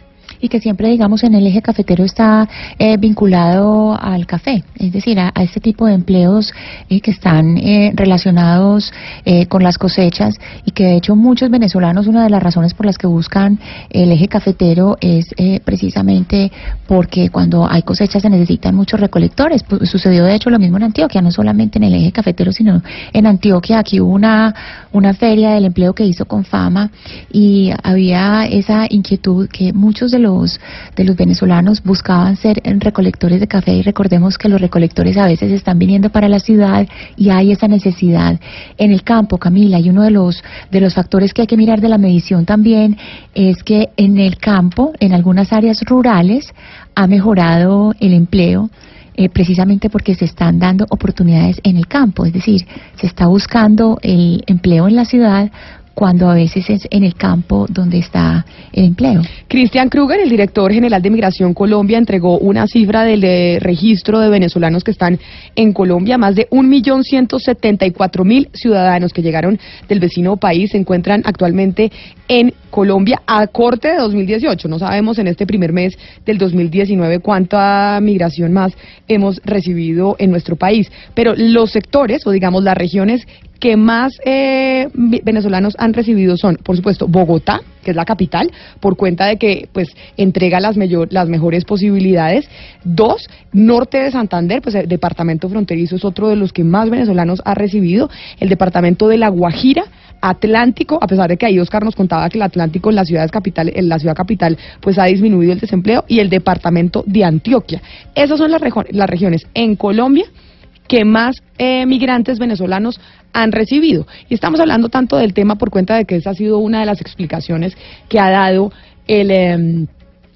Speaker 9: Y que siempre, digamos, en el eje cafetero está eh, vinculado al café, es decir, a, a este tipo de empleos eh, que están eh, relacionados eh, con las cosechas, y que de hecho muchos venezolanos, una de las razones por las que buscan el eje cafetero es eh, precisamente porque cuando hay cosechas se necesitan muchos recolectores. Pues, sucedió de hecho lo mismo en Antioquia, no solamente en el eje cafetero, sino en Antioquia. Aquí hubo una, una feria del empleo que hizo Confama, y había esa inquietud que muchos de los de los venezolanos buscaban ser recolectores de café, y recordemos que los recolectores a veces están viniendo para la ciudad y hay esa necesidad en el campo, Camila. Y uno de los de los factores que hay que mirar de la medición también es que en el campo, en algunas áreas rurales, ha mejorado el empleo, eh, precisamente porque se están dando oportunidades en el campo, es decir, se está buscando el empleo en la ciudad cuando a veces es en el campo donde está el empleo.
Speaker 3: Cristian Kruger, el director general de Migración Colombia, entregó una cifra del de registro de venezolanos que están en Colombia. Más de un millón ciento setenta y cuatro mil ciudadanos que llegaron del vecino país se encuentran actualmente en Colombia a corte de dos mil dieciocho. No sabemos en este primer mes del dos mil diecinueve cuánta migración más hemos recibido en nuestro país. Pero los sectores, o digamos las regiones que más eh, venezolanos han recibido son, por supuesto, Bogotá, que es la capital, por cuenta de que pues entrega las, mayor, las mejores posibilidades. Dos, norte de Santander, pues el departamento fronterizo es otro de los que más venezolanos ha recibido. El departamento de La Guajira, Atlántico, a pesar de que ahí Oscar nos contaba que el Atlántico en las ciudades capital, en la ciudad capital, pues ha disminuido el desempleo, y el departamento de Antioquia. Esas son las, rego- las regiones en Colombia que más eh, migrantes venezolanos han recibido. Y estamos hablando tanto del tema por cuenta de que esa ha sido una de las explicaciones que ha dado el... Eh,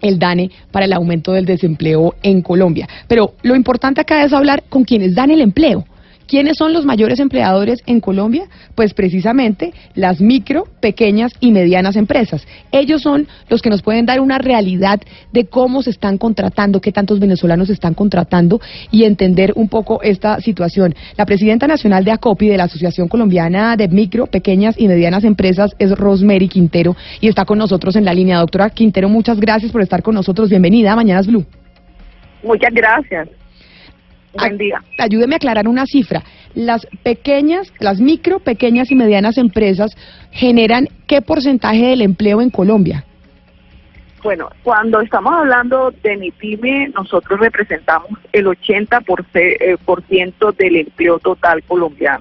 Speaker 3: el DANE para el aumento del desempleo en Colombia. Pero lo importante acá es hablar con quienes dan el empleo. ¿Quiénes son los mayores empleadores en Colombia? Pues precisamente las micro, pequeñas y medianas empresas. Ellos son los que nos pueden dar una realidad de cómo se están contratando, qué tantos venezolanos se están contratando y entender un poco esta situación. La presidenta nacional de ACOPI, de la Asociación Colombiana de Micro, Pequeñas y Medianas Empresas, es Rosemary Quintero y está con nosotros en la línea. Doctora Quintero, muchas gracias por estar con nosotros. Bienvenida a Mañanas Blue.
Speaker 10: Muchas gracias. Buen día.
Speaker 3: Ayúdeme a aclarar una cifra. Las pequeñas, las micro, pequeñas y medianas empresas generan ¿qué porcentaje del empleo en Colombia?
Speaker 10: Bueno, cuando estamos hablando de MIPYME, nosotros representamos el ochenta por ciento del empleo total colombiano,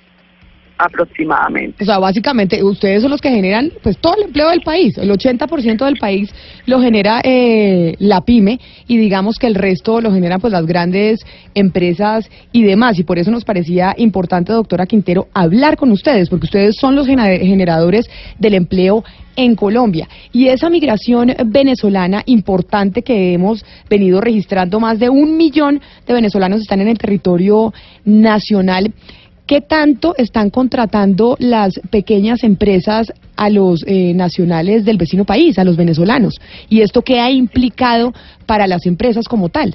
Speaker 10: aproximadamente.
Speaker 3: O sea, básicamente, ustedes son los que generan pues todo el empleo del país. El ochenta por ciento del país lo genera eh, la pyme y digamos que el resto lo generan pues las grandes empresas y demás. Y por eso nos parecía importante, doctora Quintero, hablar con ustedes, porque ustedes son los generadores del empleo en Colombia. Y esa migración venezolana importante que hemos venido registrando, más de un millón de venezolanos están en el territorio nacional. ¿Qué tanto están contratando las pequeñas empresas a los eh, nacionales del vecino país, a los venezolanos? ¿Y esto qué ha implicado para las empresas como tal?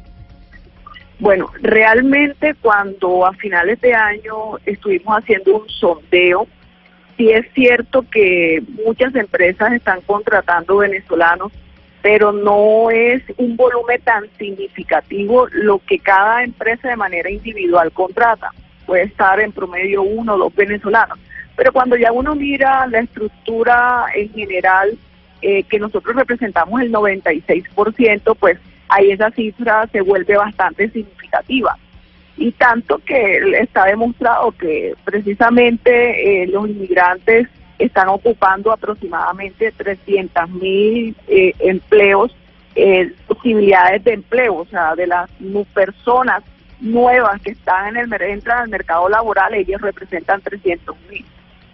Speaker 10: Bueno, realmente cuando a finales de año estuvimos haciendo un sondeo, sí es cierto que muchas empresas están contratando venezolanos, pero no es un volumen tan significativo lo que cada empresa de manera individual contrata. Puede estar en promedio uno o dos venezolanos. Pero cuando ya uno mira la estructura en general, eh, que nosotros representamos el noventa y seis por ciento, pues ahí esa cifra se vuelve bastante significativa. Y tanto que está demostrado que precisamente eh, los inmigrantes están ocupando aproximadamente trescientos mil eh, empleos, eh, posibilidades de empleo, o sea, de las personas nuevas que están en el entran al mercado laboral, ellos representan trescientos mil.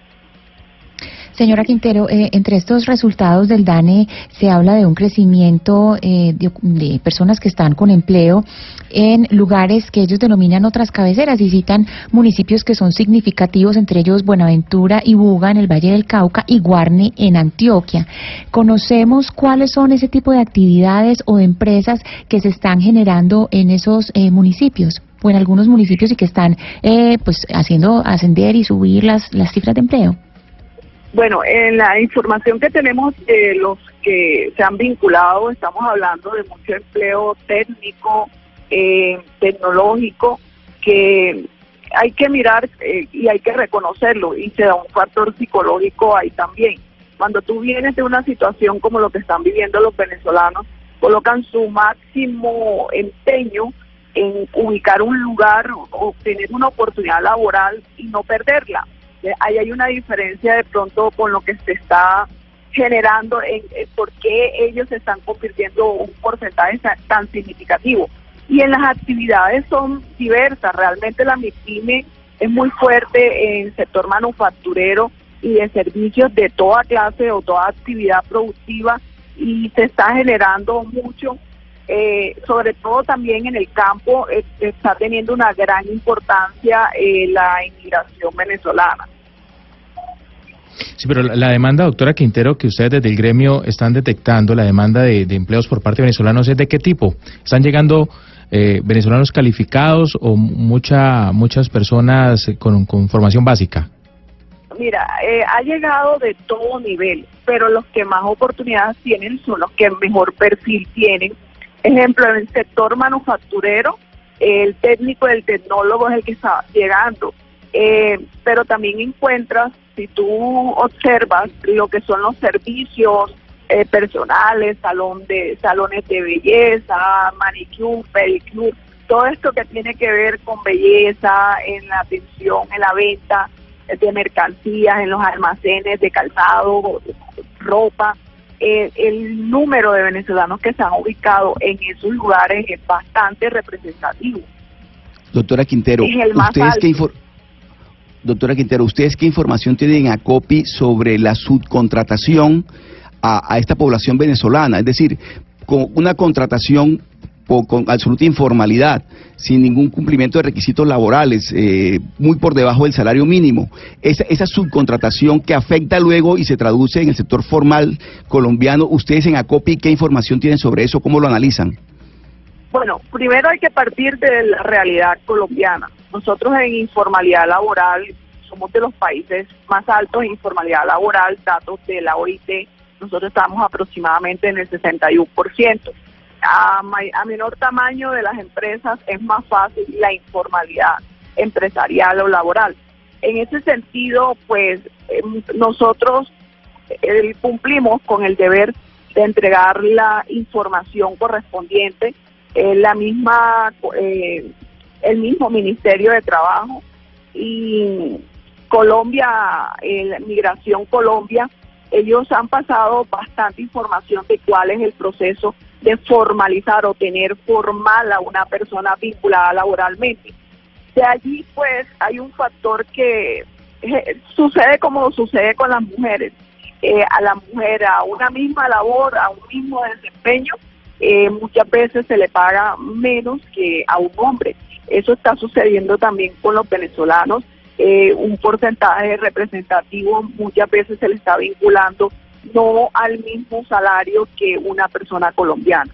Speaker 9: Señora Quintero, eh, entre estos resultados del DANE se habla de un crecimiento eh, de, de personas que están con empleo en lugares que ellos denominan otras cabeceras y citan municipios que son significativos, entre ellos Buenaventura y Buga en el Valle del Cauca y Guarne en Antioquia. ¿Conocemos cuáles son ese tipo de actividades o de empresas que se están generando en esos eh, municipios o en algunos municipios y que están eh, pues haciendo ascender y subir las, las cifras de empleo?
Speaker 10: Bueno, en la información que tenemos de los que se han vinculado, estamos hablando de mucho empleo técnico, eh, tecnológico, que hay que mirar eh, y hay que reconocerlo, y se da un factor psicológico ahí también. Cuando tú vienes de una situación como lo que están viviendo los venezolanos, colocan su máximo empeño en ubicar un lugar o obtener una oportunidad laboral y no perderla. Ahí hay una diferencia de pronto con lo que se está generando en, en por qué ellos se están convirtiendo un porcentaje tan significativo. Y en las actividades son diversas, realmente la MIPYME es muy fuerte en el sector manufacturero y de servicios de toda clase o toda actividad productiva, y se está generando mucho. Eh, sobre todo también en el campo eh, está teniendo una gran importancia eh, la inmigración venezolana.
Speaker 6: Sí, pero la, la demanda, doctora Quintero, que ustedes desde el gremio están detectando, la demanda de, de empleos por parte de venezolanos, ¿es de qué tipo? ¿Están llegando eh, venezolanos calificados o mucha, muchas personas con, con formación básica?
Speaker 10: Mira, eh, ha llegado de todo nivel, pero los que más oportunidades tienen son los que mejor perfil tienen. Ejemplo, en el sector manufacturero, el técnico, el tecnólogo es el que está llegando, eh, pero también encuentras, si tú observas lo que son los servicios eh, personales, salón de salones de belleza, manicure, pedicure, todo esto que tiene que ver con belleza, en la atención, en la venta de mercancías, en los almacenes de calzado, ropa. Eh, el número de venezolanos que se han ubicado en esos lugares es bastante representativo.
Speaker 5: Doctora Quintero,
Speaker 10: es el más
Speaker 5: ¿ustedes
Speaker 10: alto.
Speaker 5: qué infor- Doctora Quintero, ¿ustedes qué información tienen en ACOPI sobre la subcontratación a, a esta población venezolana? Es decir, con una contratación o con absoluta informalidad, sin ningún cumplimiento de requisitos laborales, eh, muy por debajo del salario mínimo. Esa, esa subcontratación que afecta luego y se traduce en el sector formal colombiano. Ustedes en ACOPI, ¿qué información tienen sobre eso? ¿Cómo lo analizan?
Speaker 10: Bueno, primero hay que partir de la realidad colombiana. Nosotros en informalidad laboral somos de los países más altos en informalidad laboral, datos de la O I T, nosotros estamos aproximadamente en el sesenta y uno por ciento. A, a menor tamaño de las empresas es más fácil la informalidad empresarial o laboral. En ese sentido, pues eh, nosotros eh, cumplimos con el deber de entregar la información correspondiente, eh, la misma, eh, el mismo Ministerio de Trabajo y Colombia, eh, Migración Colombia, ellos han pasado bastante información de cuál es el proceso de formalizar o tener formal a una persona vinculada laboralmente. De allí, pues, hay un factor que eh, sucede como sucede con las mujeres. Eh, a la mujer, a una misma labor, a un mismo desempeño, eh, muchas veces se le paga menos que a un hombre. Eso está sucediendo también con los venezolanos. Eh, un porcentaje representativo muchas veces se le está vinculando no al mismo salario que una persona colombiana.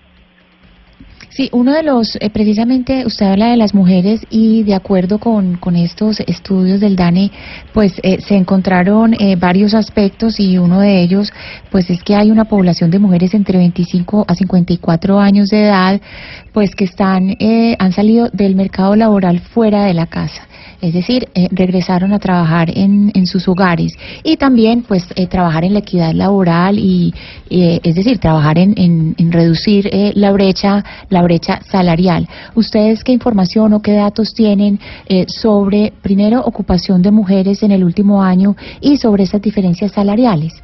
Speaker 9: Sí, uno de los, eh, precisamente usted habla de las mujeres y de acuerdo con, con estos estudios del DANE, pues eh, se encontraron eh, varios aspectos y uno de ellos pues es que hay una población de mujeres entre veinticinco a cincuenta y cuatro años de edad pues que están, eh, han salido del mercado laboral fuera de la casa. Es decir, eh, regresaron a trabajar en, en sus hogares y también pues eh, trabajar en la equidad laboral y eh, es decir, trabajar en, en, en reducir eh, la brecha la brecha salarial. ¿Ustedes qué información o qué datos tienen eh, sobre, primero, ocupación de mujeres en el último año y sobre esas diferencias salariales?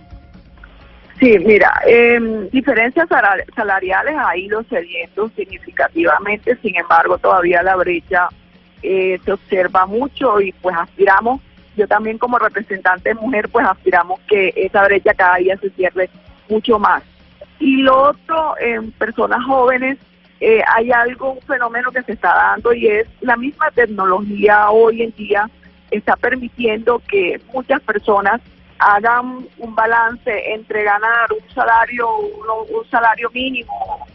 Speaker 10: Sí, mira, eh, diferencias salariales ha ido cediendo significativamente, sin embargo todavía la brecha Eh, se observa mucho y pues aspiramos, yo también como representante de mujer, pues aspiramos que esa brecha cada día se cierre mucho más. Y lo otro, en personas jóvenes, eh, hay algo, un fenómeno que se está dando y es la misma tecnología hoy en día está permitiendo que muchas personas hagan un balance entre ganar un salario, uno, un salario mínimo,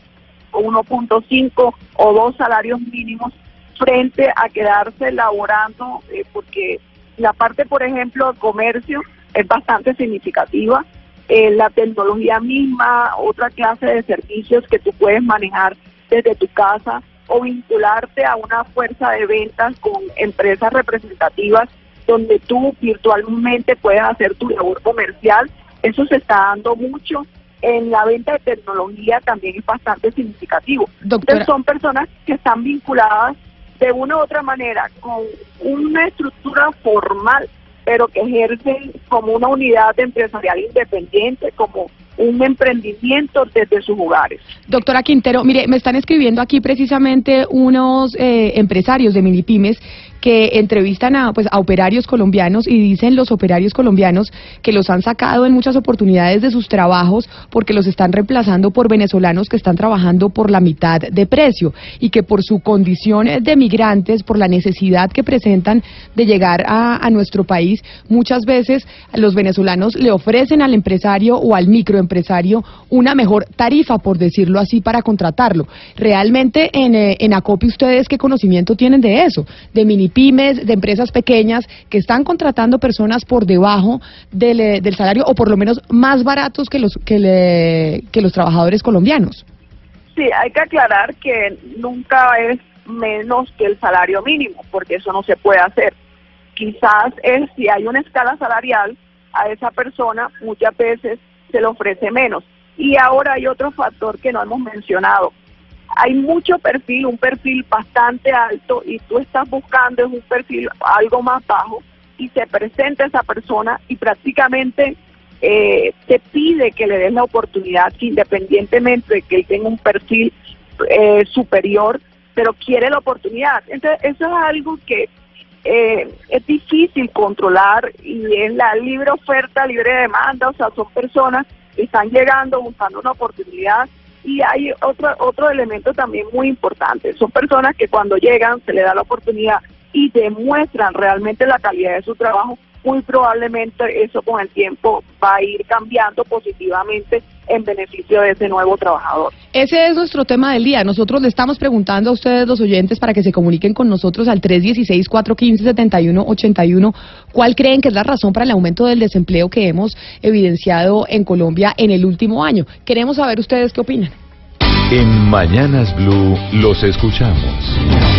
Speaker 10: o uno punto cinco o dos salarios mínimos, frente a quedarse laborando, eh, porque la parte, por ejemplo, de comercio es bastante significativa, eh, la tecnología misma, otra clase de servicios que tú puedes manejar desde tu casa o vincularte a una fuerza de ventas con empresas representativas donde tú virtualmente puedes hacer tu labor comercial. Eso se está dando mucho. En la venta de tecnología también es bastante significativo.
Speaker 3: Doctora.
Speaker 10: Entonces son personas que están vinculadas de una u otra manera con una estructura formal, pero que ejercen como una unidad empresarial independiente, como un emprendimiento desde sus hogares.
Speaker 3: Doctora Quintero, mire, me están escribiendo aquí precisamente unos eh, empresarios de minipymes que entrevistan a, pues, a operarios colombianos y dicen los operarios colombianos que los han sacado en muchas oportunidades de sus trabajos porque los están reemplazando por venezolanos que están trabajando por la mitad de precio y que por su condición de migrantes, por la necesidad que presentan de llegar a, a nuestro país, muchas veces los venezolanos le ofrecen al empresario o al microempresario una mejor tarifa, por decirlo así, para contratarlo. Realmente en, eh, en ACOPI, ¿ustedes qué conocimiento tienen de eso? De mini pymes, de empresas pequeñas que están contratando personas por debajo del, eh, del salario o por lo menos más baratos que los que, le, que los trabajadores colombianos.
Speaker 10: Sí, hay que aclarar que nunca es menos que el salario mínimo, porque eso no se puede hacer. Quizás es, si hay una escala salarial, a esa persona muchas veces se le ofrece menos. Y ahora hay otro factor que no hemos mencionado. Hay mucho perfil, un perfil bastante alto y tú estás buscando un perfil algo más bajo y se presenta esa persona y prácticamente eh, te pide que le des la oportunidad, que independientemente de que él tenga un perfil eh, superior, pero quiere la oportunidad. Entonces eso es algo que eh, es difícil controlar y es la libre oferta, libre demanda, o sea, son personas que están llegando buscando una oportunidad Y hay otro, otro elemento también muy importante, son personas que cuando llegan se les da la oportunidad y demuestran realmente la calidad de su trabajo, muy probablemente eso con el tiempo va a ir cambiando positivamente en beneficio de ese nuevo trabajador.
Speaker 3: Ese es nuestro tema del día. Nosotros le estamos preguntando a ustedes, los oyentes, para que se comuniquen con nosotros al tres uno seis, cuatro uno cinco, siete uno ocho uno, ¿cuál creen que es la razón para el aumento del desempleo que hemos evidenciado en Colombia en el último año? Queremos saber ustedes qué opinan.
Speaker 1: En Mañanas Blue los escuchamos.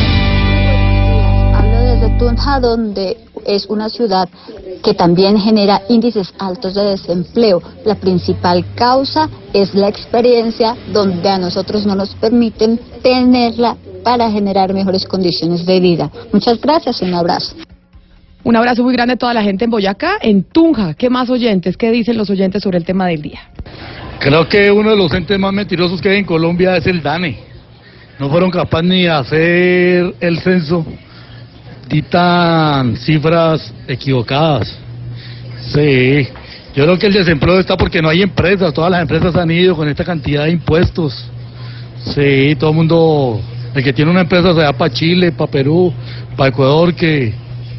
Speaker 11: Hablo desde Tunja, donde es una ciudad que también genera índices altos de desempleo. La principal causa es la experiencia, donde a nosotros no nos permiten tenerla para generar mejores condiciones de vida. Muchas gracias y un abrazo.
Speaker 3: Un abrazo muy grande a toda la gente en Boyacá, en Tunja. ¿Qué más oyentes? ¿Qué dicen los oyentes sobre el tema del día?
Speaker 12: Creo que uno de los entes más mentirosos que hay en Colombia es el DANE. No fueron capaces ni de hacer el censo. Ditan cifras equivocadas. Sí, yo creo que el desempleo está porque no hay empresas. Todas las empresas han ido con esta cantidad de impuestos. Sí, todo el mundo, el que tiene una empresa se va para Chile, para Perú, para Ecuador, que,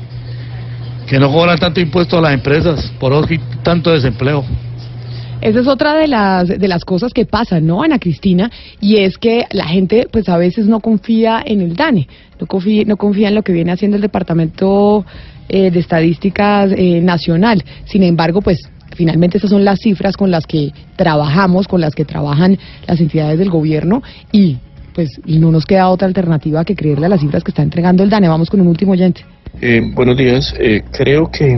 Speaker 12: que no cobran tanto impuesto a las empresas, por eso hay tanto desempleo.
Speaker 3: Esa es otra de las de las cosas que pasan, ¿no, Ana Cristina? Y es que la gente, pues a veces no confía en el DANE, no confía, no confía en lo que viene haciendo el Departamento eh, de Estadísticas eh, Nacional. Sin embargo, pues finalmente esas son las cifras con las que trabajamos, con las que trabajan las entidades del gobierno y pues no nos queda otra alternativa que creerle a las cifras que está entregando el DANE. Vamos con un último oyente.
Speaker 13: Eh, buenos días, eh, creo que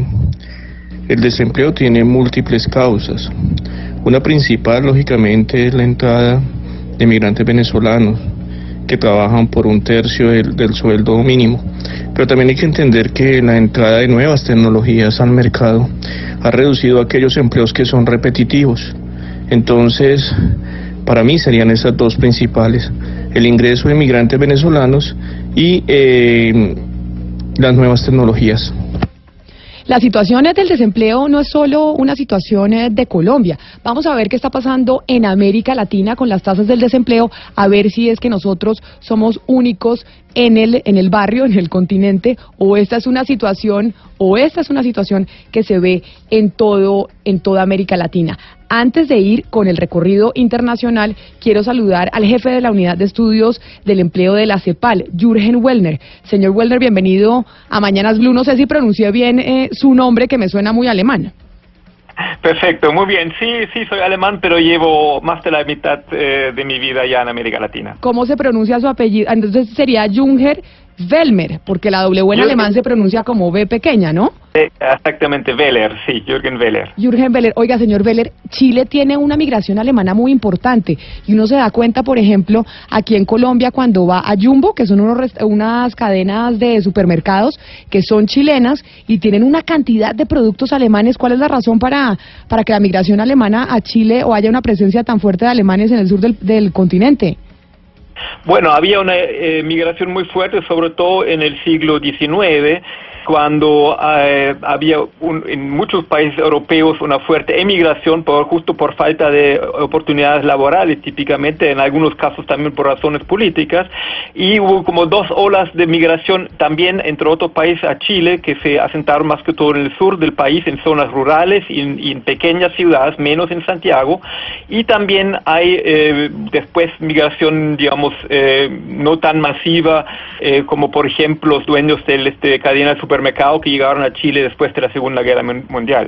Speaker 13: el desempleo tiene múltiples causas. Una principal, lógicamente, es la entrada de migrantes venezolanos que trabajan por un tercio del, del sueldo mínimo. Pero también hay que entender que la entrada de nuevas tecnologías al mercado ha reducido aquellos empleos que son repetitivos. Entonces, para mí serían esas dos principales: el ingreso de migrantes venezolanos y eh, las nuevas tecnologías.
Speaker 3: La situación del desempleo no es solo una situación de Colombia. Vamos a ver qué está pasando en América Latina con las tasas del desempleo, a ver si es que nosotros somos únicos en el en el barrio, en el continente, o esta es una situación o esta es una situación que se ve en todo en toda América Latina. Antes de ir con el recorrido internacional, quiero saludar al jefe de la Unidad de Estudios del Empleo de la CEPAL, Jürgen Wellner. Señor Wellner, bienvenido a Mañanas Blue. No sé si pronuncié bien eh, su nombre, que me suena muy alemán.
Speaker 14: Perfecto, muy bien. Sí, sí, soy alemán, pero llevo más de la mitad eh, de mi vida ya en América Latina.
Speaker 3: ¿Cómo se pronuncia su apellido? Entonces sería Jürgen Wellner, porque la W en Jürgen... alemán se pronuncia como B pequeña, ¿no?
Speaker 14: Eh, exactamente, Weller, sí, Jürgen Weller.
Speaker 3: Jürgen Weller. Oiga, señor Weller, Chile tiene una migración alemana muy importante y uno se da cuenta, por ejemplo, aquí en Colombia cuando va a Jumbo, que son unos unas cadenas de supermercados que son chilenas y tienen una cantidad de productos alemanes. ¿Cuál es la razón para, para que la migración alemana a Chile o haya una presencia tan fuerte de alemanes en el sur del, del continente?
Speaker 14: Bueno, había una eh, migración muy fuerte, sobre todo en el siglo diecinueve, cuando eh, había un, en muchos países europeos una fuerte emigración por, justo por falta de oportunidades laborales, típicamente en algunos casos también por razones políticas, y hubo como dos olas de migración también entre otros países a Chile, que se asentaron más que todo en el sur del país, en zonas rurales y en, y en pequeñas ciudades, menos en Santiago, y también hay eh, después migración, digamos, eh, no tan masiva, eh, como por ejemplo los dueños de este, cadena de supermercados mercado que llegaron a Chile después de la Segunda Guerra Mundial.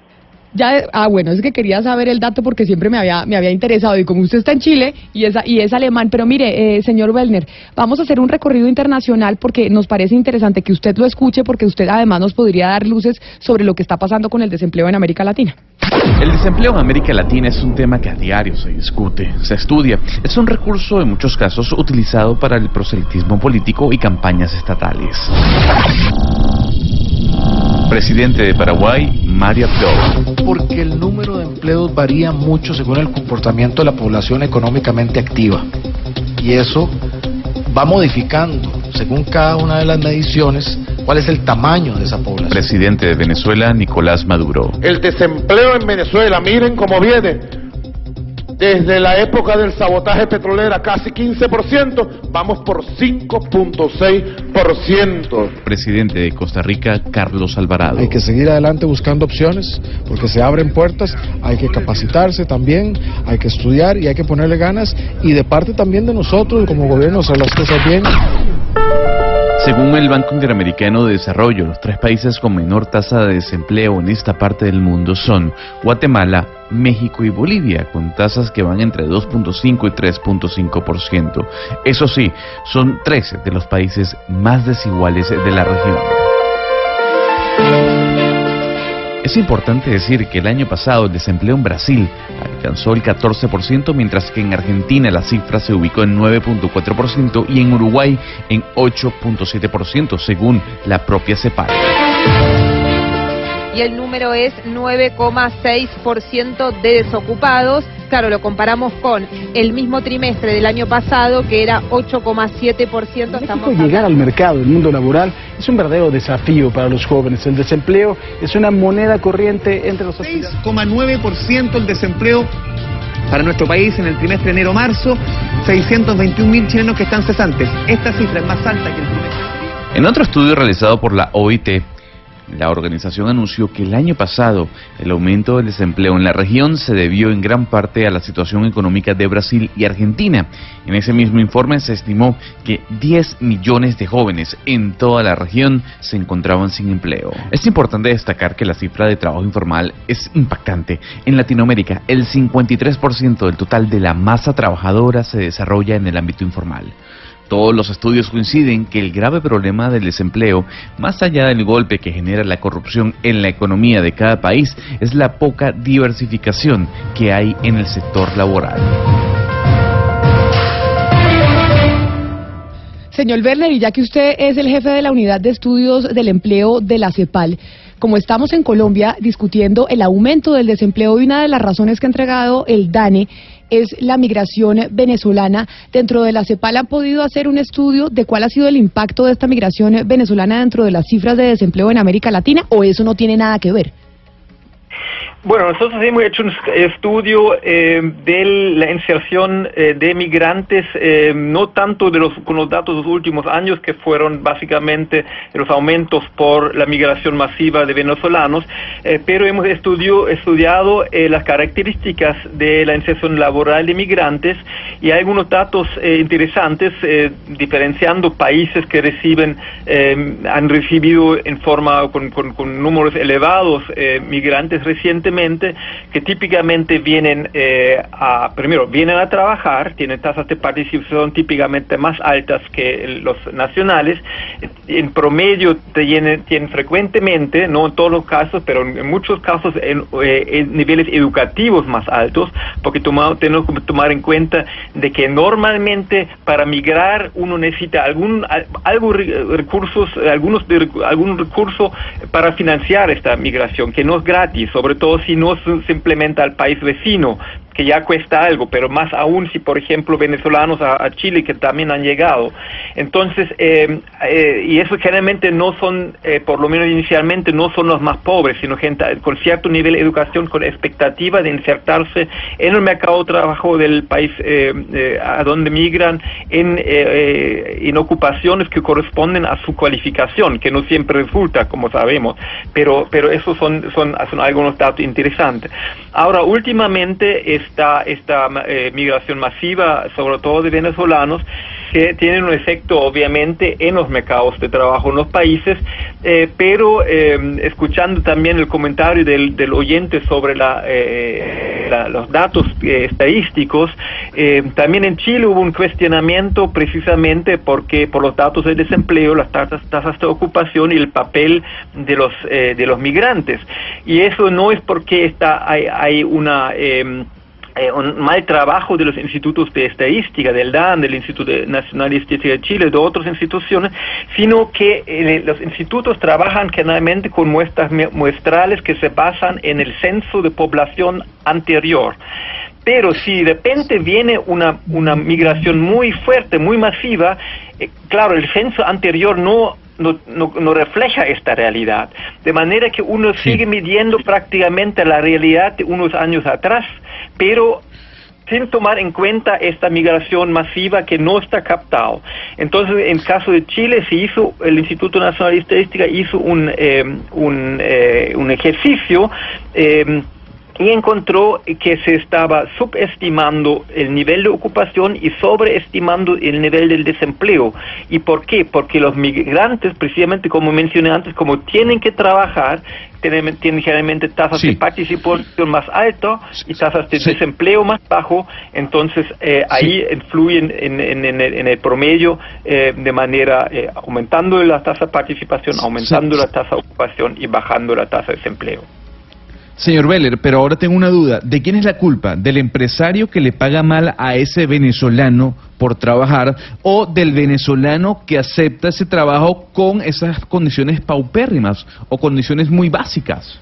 Speaker 3: Ya, ah, bueno, es que quería saber el dato porque siempre me había me había interesado, y como usted está en Chile y es, y es alemán, pero mire, eh, señor Wellner, vamos a hacer un recorrido internacional porque nos parece interesante que usted lo escuche, porque usted además nos podría dar luces sobre lo que está pasando con el desempleo en América Latina.
Speaker 4: El desempleo en América Latina es un tema que a diario se discute, se estudia. Es un recurso en muchos casos utilizado para el proselitismo político y campañas estatales. Presidente de Paraguay, Mario Abdo.
Speaker 15: Porque el número de empleos varía mucho según el comportamiento de la población económicamente activa. Y eso va modificando, según cada una de las mediciones, cuál es el tamaño de esa población.
Speaker 4: Presidente de Venezuela, Nicolás Maduro.
Speaker 16: El desempleo en Venezuela, miren cómo viene. Desde la época del sabotaje petrolero, casi quince por ciento, vamos por cinco punto seis por ciento.
Speaker 4: Presidente de Costa Rica, Carlos Alvarado.
Speaker 15: Hay que seguir adelante buscando opciones, porque se abren puertas, hay que capacitarse también, hay que estudiar y hay que ponerle ganas, y de parte también de nosotros como gobierno hacer las cosas bien.
Speaker 4: Según el Banco Interamericano de Desarrollo, los tres países con menor tasa de desempleo en esta parte del mundo son Guatemala, México y Bolivia, con tasas que van entre dos punto cinco y tres punto cinco por ciento. Eso sí, son tres de los países más desiguales de la región. Es importante decir que el año pasado el desempleo en Brasil alcanzó el catorce por ciento, mientras que en Argentina la cifra se ubicó en nueve punto cuatro por ciento y en Uruguay en ocho punto siete por ciento, según la propia CEPAL.
Speaker 17: Y el número es nueve coma seis por ciento de desocupados. Claro, lo comparamos con el mismo trimestre del año pasado, que era ocho coma siete por ciento.
Speaker 18: Estamos llegar al mercado, el mundo laboral, es un verdadero desafío para los jóvenes. El desempleo es una moneda corriente entre los
Speaker 19: seis coma nueve por ciento el desempleo para nuestro país en el trimestre de enero-marzo, seiscientos veintiún mil chilenos que están cesantes. Esta cifra es más alta que el trimestre.
Speaker 4: En otro estudio realizado por la O I T, la organización anunció que el año pasado el aumento del desempleo en la región se debió en gran parte a la situación económica de Brasil y Argentina. En ese mismo informe se estimó que diez millones de jóvenes en toda la región se encontraban sin empleo. Es importante destacar que la cifra de trabajo informal es impactante. En Latinoamérica, el cincuenta y tres por ciento del total de la masa trabajadora se desarrolla en el ámbito informal. Todos los estudios coinciden que el grave problema del desempleo, más allá del golpe que genera la corrupción en la economía de cada país, es la poca diversificación que hay en el sector laboral.
Speaker 3: Señor Werner, y ya que usted es el jefe de la Unidad de Estudios del Empleo de la CEPAL, como estamos en Colombia discutiendo el aumento del desempleo y una de las razones que ha entregado el DANE es la migración venezolana, dentro de la CEPAL han podido hacer un estudio de cuál ha sido el impacto de esta migración venezolana dentro de las cifras de desempleo en América Latina, o eso no tiene nada que ver.
Speaker 14: Bueno, nosotros hemos hecho un estudio eh, de la inserción eh, de migrantes, eh, no tanto de los, con los datos de los últimos años, que fueron básicamente los aumentos por la migración masiva de venezolanos, eh, pero hemos estudio, estudiado eh, las características de la inserción laboral de migrantes, y hay algunos datos eh, interesantes, eh, diferenciando países que reciben, eh, han recibido en forma, con, con, con números elevados, eh, migrantes recientemente, que típicamente vienen eh, a, primero, vienen a trabajar, tienen tasas de participación típicamente más altas que los nacionales, en promedio tienen, tienen frecuentemente, no en todos los casos, pero en muchos casos en, eh, en niveles educativos más altos, porque toma, tenemos que tomar en cuenta de que normalmente para migrar uno necesita algún algo recursos, algunos algún recurso para financiar esta migración, que no es gratis, sobre todo si no se implementa al país vecino, que ya cuesta algo, pero más aún si, por ejemplo, venezolanos a, a Chile que también han llegado. Entonces, eh, eh, y eso generalmente no son, eh, por lo menos inicialmente, no son los más pobres, sino gente con cierto nivel de educación, con expectativa de insertarse en el mercado de trabajo del país eh, eh, a donde migran, en, eh, eh, en ocupaciones que corresponden a su cualificación, que no siempre resulta, como sabemos, pero, pero esos son, son, son algunos datos interesantes. Ahora, últimamente, esta, esta eh, migración masiva, sobre todo de venezolanos, que tienen un efecto obviamente en los mercados de trabajo en los países, eh, pero eh, escuchando también el comentario del, del oyente sobre la, eh, la, los datos eh, estadísticos, eh, también en Chile hubo un cuestionamiento precisamente porque por los datos de desempleo, las tasas, tasas de ocupación y el papel de los eh, de los migrantes, y eso no es porque está hay, hay una eh, Eh, un mal trabajo de los institutos de estadística, del D A N, del Instituto Nacional de Estadística de Chile, de otras instituciones, sino que eh, los institutos trabajan generalmente con muestras muestrales que se basan en el censo de población anterior. Pero si de repente viene una, una migración muy fuerte, muy masiva, eh, claro, el censo anterior no No, no, no refleja esta realidad, de manera que uno sí. sigue midiendo prácticamente la realidad de unos años atrás, pero sin tomar en cuenta esta migración masiva que no está captado. Entonces, en el caso de Chile, se hizo, el Instituto Nacional de Estadística hizo un, eh, un, eh, un ejercicio eh, y encontró que se estaba subestimando el nivel de ocupación y sobreestimando el nivel del desempleo. ¿Y por qué? Porque los migrantes, precisamente como mencioné antes, como tienen que trabajar, tienen, tienen generalmente tasas sí. de participación más altas y tasas de sí. desempleo más bajo, entonces eh, ahí sí. influyen en, en, en, el, en el promedio eh, de manera eh, aumentando la tasa de participación, aumentando sí. la tasa de ocupación y bajando la tasa de desempleo.
Speaker 4: Señor Beller, pero ahora tengo una duda. ¿De quién es la culpa? ¿Del empresario que le paga mal a ese venezolano por trabajar o del venezolano que acepta ese trabajo con esas condiciones paupérrimas o condiciones muy básicas?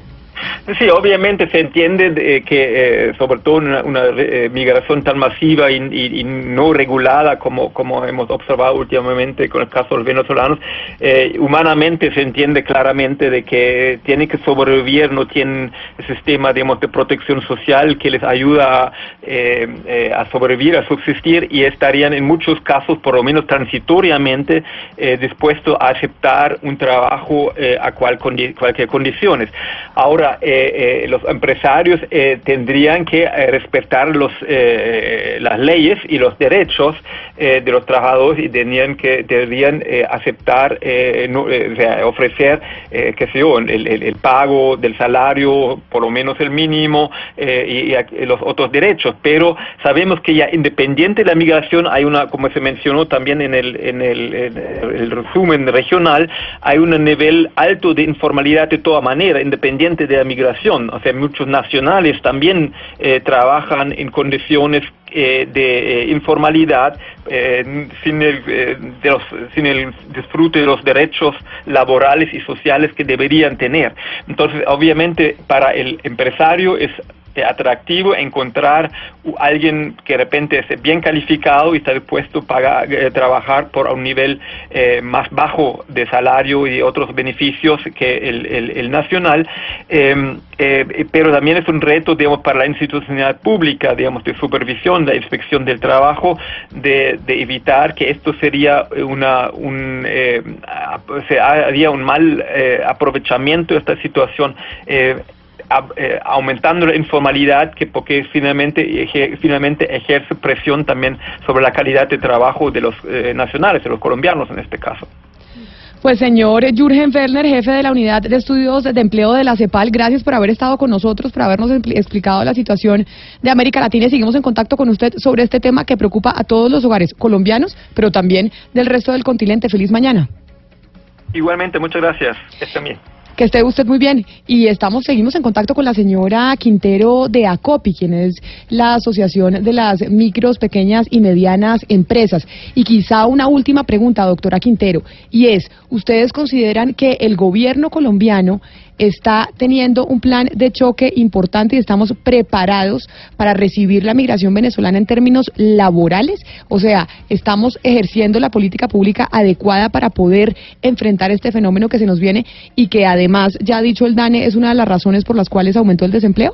Speaker 14: Sí, obviamente se entiende de que, eh, sobre todo una, una eh, migración tan masiva y, y, y no regulada como, como hemos observado últimamente con el caso de los venezolanos, eh, humanamente se entiende claramente de que tienen que sobrevivir, no tienen el sistema, digamos, de protección social que les ayuda a, eh, eh, a sobrevivir, a subsistir, y estarían en muchos casos, por lo menos transitoriamente, eh, dispuestos a aceptar un trabajo eh, a cual condi cualquier condiciones. Ahora, Eh, eh, los empresarios eh, tendrían que eh, respetar los, eh, las leyes y los derechos eh, de los trabajadores y tendrían que deberían eh, aceptar, eh, no, eh, o sea, ofrecer, eh, qué sé yo, el, el, el pago del salario, por lo menos el mínimo, eh, y, y los otros derechos. Pero sabemos que ya independiente de la migración hay una, como se mencionó también en el, en el, en el resumen regional, hay un nivel alto de informalidad de toda manera, independiente de la migración. O sea, muchos nacionales también eh, trabajan en condiciones eh, de eh, informalidad eh, sin, el, eh, de los, sin el disfrute de los derechos laborales y sociales que deberían tener. Entonces, obviamente, para el empresario es atractivo encontrar a alguien que de repente es bien calificado y está dispuesto a pagar, eh, trabajar por un nivel eh, más bajo de salario y otros beneficios que el, el, el nacional, eh, eh, pero también es un reto, digamos, para la institucionalidad pública, digamos, de supervisión, de inspección del trabajo, de, de evitar que esto sería una un eh, o sea, haría un mal eh, aprovechamiento de esta situación, eh, A, eh, aumentando la informalidad, que porque finalmente eje, finalmente ejerce presión también sobre la calidad de trabajo de los eh, nacionales, de los colombianos en este caso.
Speaker 3: Pues señor Jürgen Fellner, jefe de la Unidad de Estudios de Empleo de la CEPAL, gracias por haber estado con nosotros, por habernos explicado la situación de América Latina, y seguimos en contacto con usted sobre este tema que preocupa a todos los hogares colombianos, pero también del resto del continente. Feliz mañana.
Speaker 14: Igualmente, muchas gracias. Estén bien.
Speaker 3: Que esté usted muy bien. Y estamos, seguimos en contacto con la señora Quintero de ACOPI, quien es la Asociación de las Micros, Pequeñas y Medianas Empresas. Y quizá una última pregunta, doctora Quintero, y es, ¿ustedes consideran que el gobierno colombiano está teniendo un plan de choque importante y estamos preparados para recibir la migración venezolana en términos laborales? O sea, ¿estamos ejerciendo la política pública adecuada para poder enfrentar este fenómeno que se nos viene y que además, ya ha dicho el DANE, es una de las razones por las cuales aumentó el desempleo?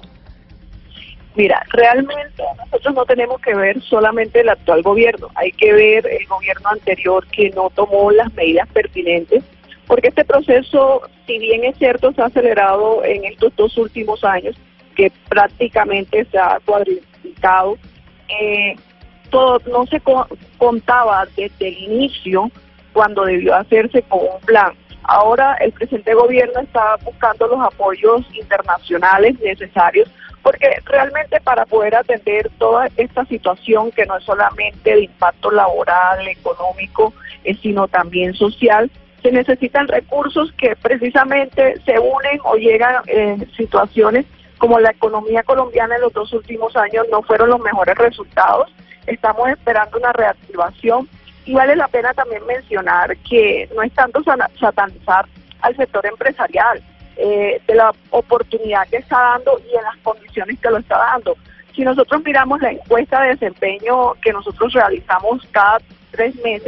Speaker 10: Mira, realmente nosotros no tenemos que ver solamente el actual gobierno, hay que ver el gobierno anterior que no tomó las medidas pertinentes, porque este proceso, si bien es cierto, se ha acelerado en estos dos últimos años, que prácticamente se ha cuadriplicado, eh, todo no se co contaba desde el inicio cuando debió hacerse con un plan. Ahora el presente gobierno está buscando los apoyos internacionales necesarios, porque realmente para poder atender toda esta situación, que no es solamente de impacto laboral, económico, eh, sino también social, se necesitan recursos que precisamente se unen o llegan en situaciones como la economía colombiana en los dos últimos años no fueron los mejores resultados. Estamos esperando una reactivación y vale la pena también mencionar que no es tanto satanizar al sector empresarial eh, de la oportunidad que está dando y en las condiciones que lo está dando. Si nosotros miramos la encuesta de desempeño que nosotros realizamos cada tres meses,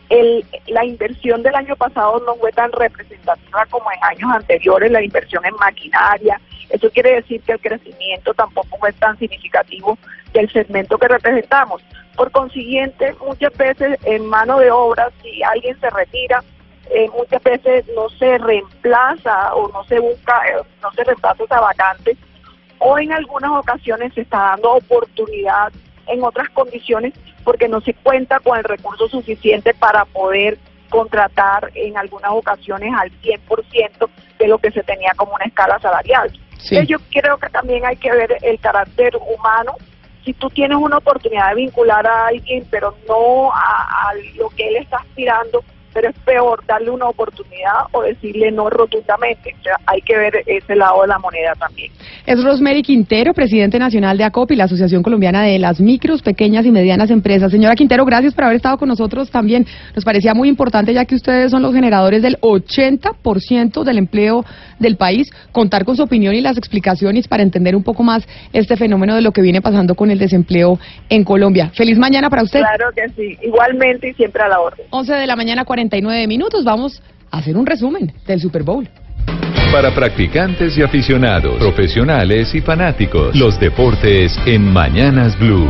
Speaker 10: el, la inversión del año pasado no fue tan representativa como en años anteriores, la inversión en maquinaria. Eso quiere decir que el crecimiento tampoco fue tan significativo del segmento que representamos. Por consiguiente, muchas veces en mano de obra, si alguien se retira, eh, muchas veces no se reemplaza o no se busca, eh, no se reemplaza esa vacante, o en algunas ocasiones se está dando oportunidad en otras condiciones porque no se cuenta con el recurso suficiente para poder contratar en algunas ocasiones al cien por ciento de lo que se tenía como una escala salarial.
Speaker 3: Sí.
Speaker 10: Entonces yo creo que también hay que ver el carácter humano. Si tú tienes una oportunidad de vincular a alguien, pero no a, a lo que él está aspirando, pero es peor darle una oportunidad o decirle no rotundamente. O sea, hay que ver ese lado de la moneda también.
Speaker 3: Es Rosemary Quintero, presidente nacional de ACOPI, la Asociación Colombiana de las Micros, Pequeñas y Medianas Empresas. Señora Quintero, gracias por haber estado con nosotros también. Nos parecía muy importante, ya que ustedes son los generadores del ochenta por ciento del empleo del país, contar con su opinión y las explicaciones para entender un poco más este fenómeno de lo que viene pasando con el desempleo en Colombia. Feliz mañana para usted.
Speaker 10: Claro que sí, igualmente y siempre a la orden.
Speaker 3: once de la mañana, cuarenta y nueve minutos. Vamos a hacer un resumen del Super Bowl.
Speaker 1: Para practicantes y aficionados, profesionales y fanáticos, los deportes en Mañanas Blue.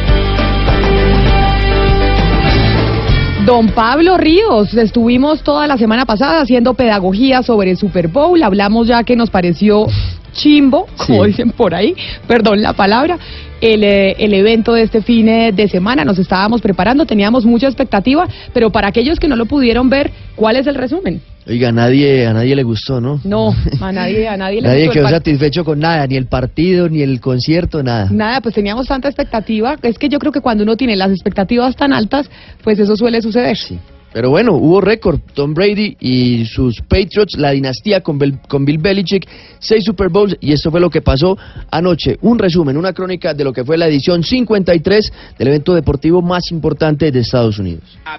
Speaker 3: Don Pablo Ríos, estuvimos toda la semana pasada haciendo pedagogía sobre el Super Bowl, hablamos ya que nos pareció chimbo, como sí. dicen por ahí, perdón la palabra, el, eh, el evento de este fin de semana, nos estábamos preparando, teníamos mucha expectativa, pero para aquellos que no lo pudieron ver, ¿cuál es el resumen?
Speaker 20: Oiga, a nadie, a nadie le gustó, ¿no?
Speaker 3: No, a nadie, a nadie le
Speaker 20: nadie
Speaker 3: gustó.
Speaker 20: Nadie quedó satisfecho con nada, ni el partido, ni el concierto, nada.
Speaker 3: Nada, pues teníamos tanta expectativa, es que yo creo que cuando uno tiene las expectativas tan altas, pues eso suele suceder.
Speaker 20: Sí. Pero bueno, hubo récord. Tom Brady y sus Patriots, la dinastía con, Bel, con Bill Belichick, seis Super Bowls, y esto fue lo que pasó anoche. Un resumen, una crónica de lo que fue la edición cincuenta y tres del evento deportivo más importante de Estados Unidos.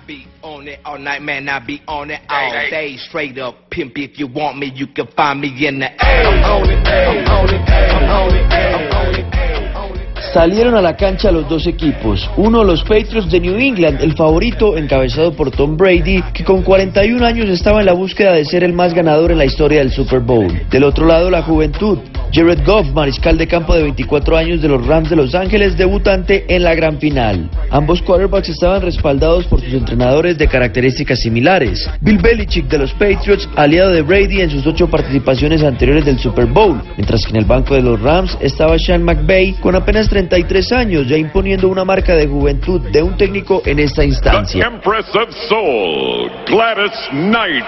Speaker 20: Salieron a la cancha los dos equipos, uno los Patriots de New England, el favorito encabezado por Tom Brady, que con cuarenta y un años estaba en la búsqueda de ser el más ganador en la historia del Super Bowl. Del otro lado, la juventud, Jared Goff, mariscal de campo de veinticuatro años de los Rams de Los Ángeles, debutante en la gran final. Ambos quarterbacks estaban respaldados por sus entrenadores de características similares. Bill Belichick de los Patriots, aliado de Brady en sus ocho participaciones anteriores del Super Bowl, mientras que en el banco de los Rams estaba Sean McVay con apenas treinta y tres años, ya imponiendo una marca de juventud de un técnico en esta instancia.
Speaker 21: The Empress of Soul, Gladys Knight.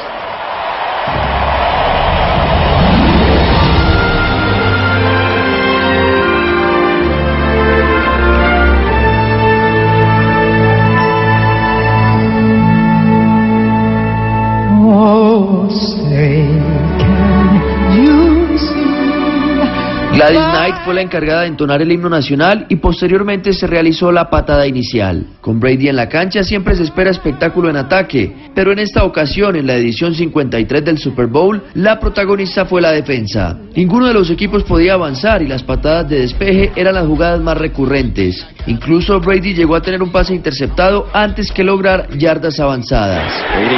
Speaker 2: Oh, say, can you see?
Speaker 20: Gladys Knight fue la encargada de entonar el himno nacional y posteriormente se realizó la patada inicial. Con Brady en la cancha siempre se espera espectáculo en ataque, pero en esta ocasión, en la edición cincuenta y tres del Super Bowl, la protagonista fue la defensa. Ninguno de los equipos podía avanzar y las patadas de despeje eran las jugadas más recurrentes. Incluso Brady llegó a tener un pase interceptado antes que lograr yardas avanzadas.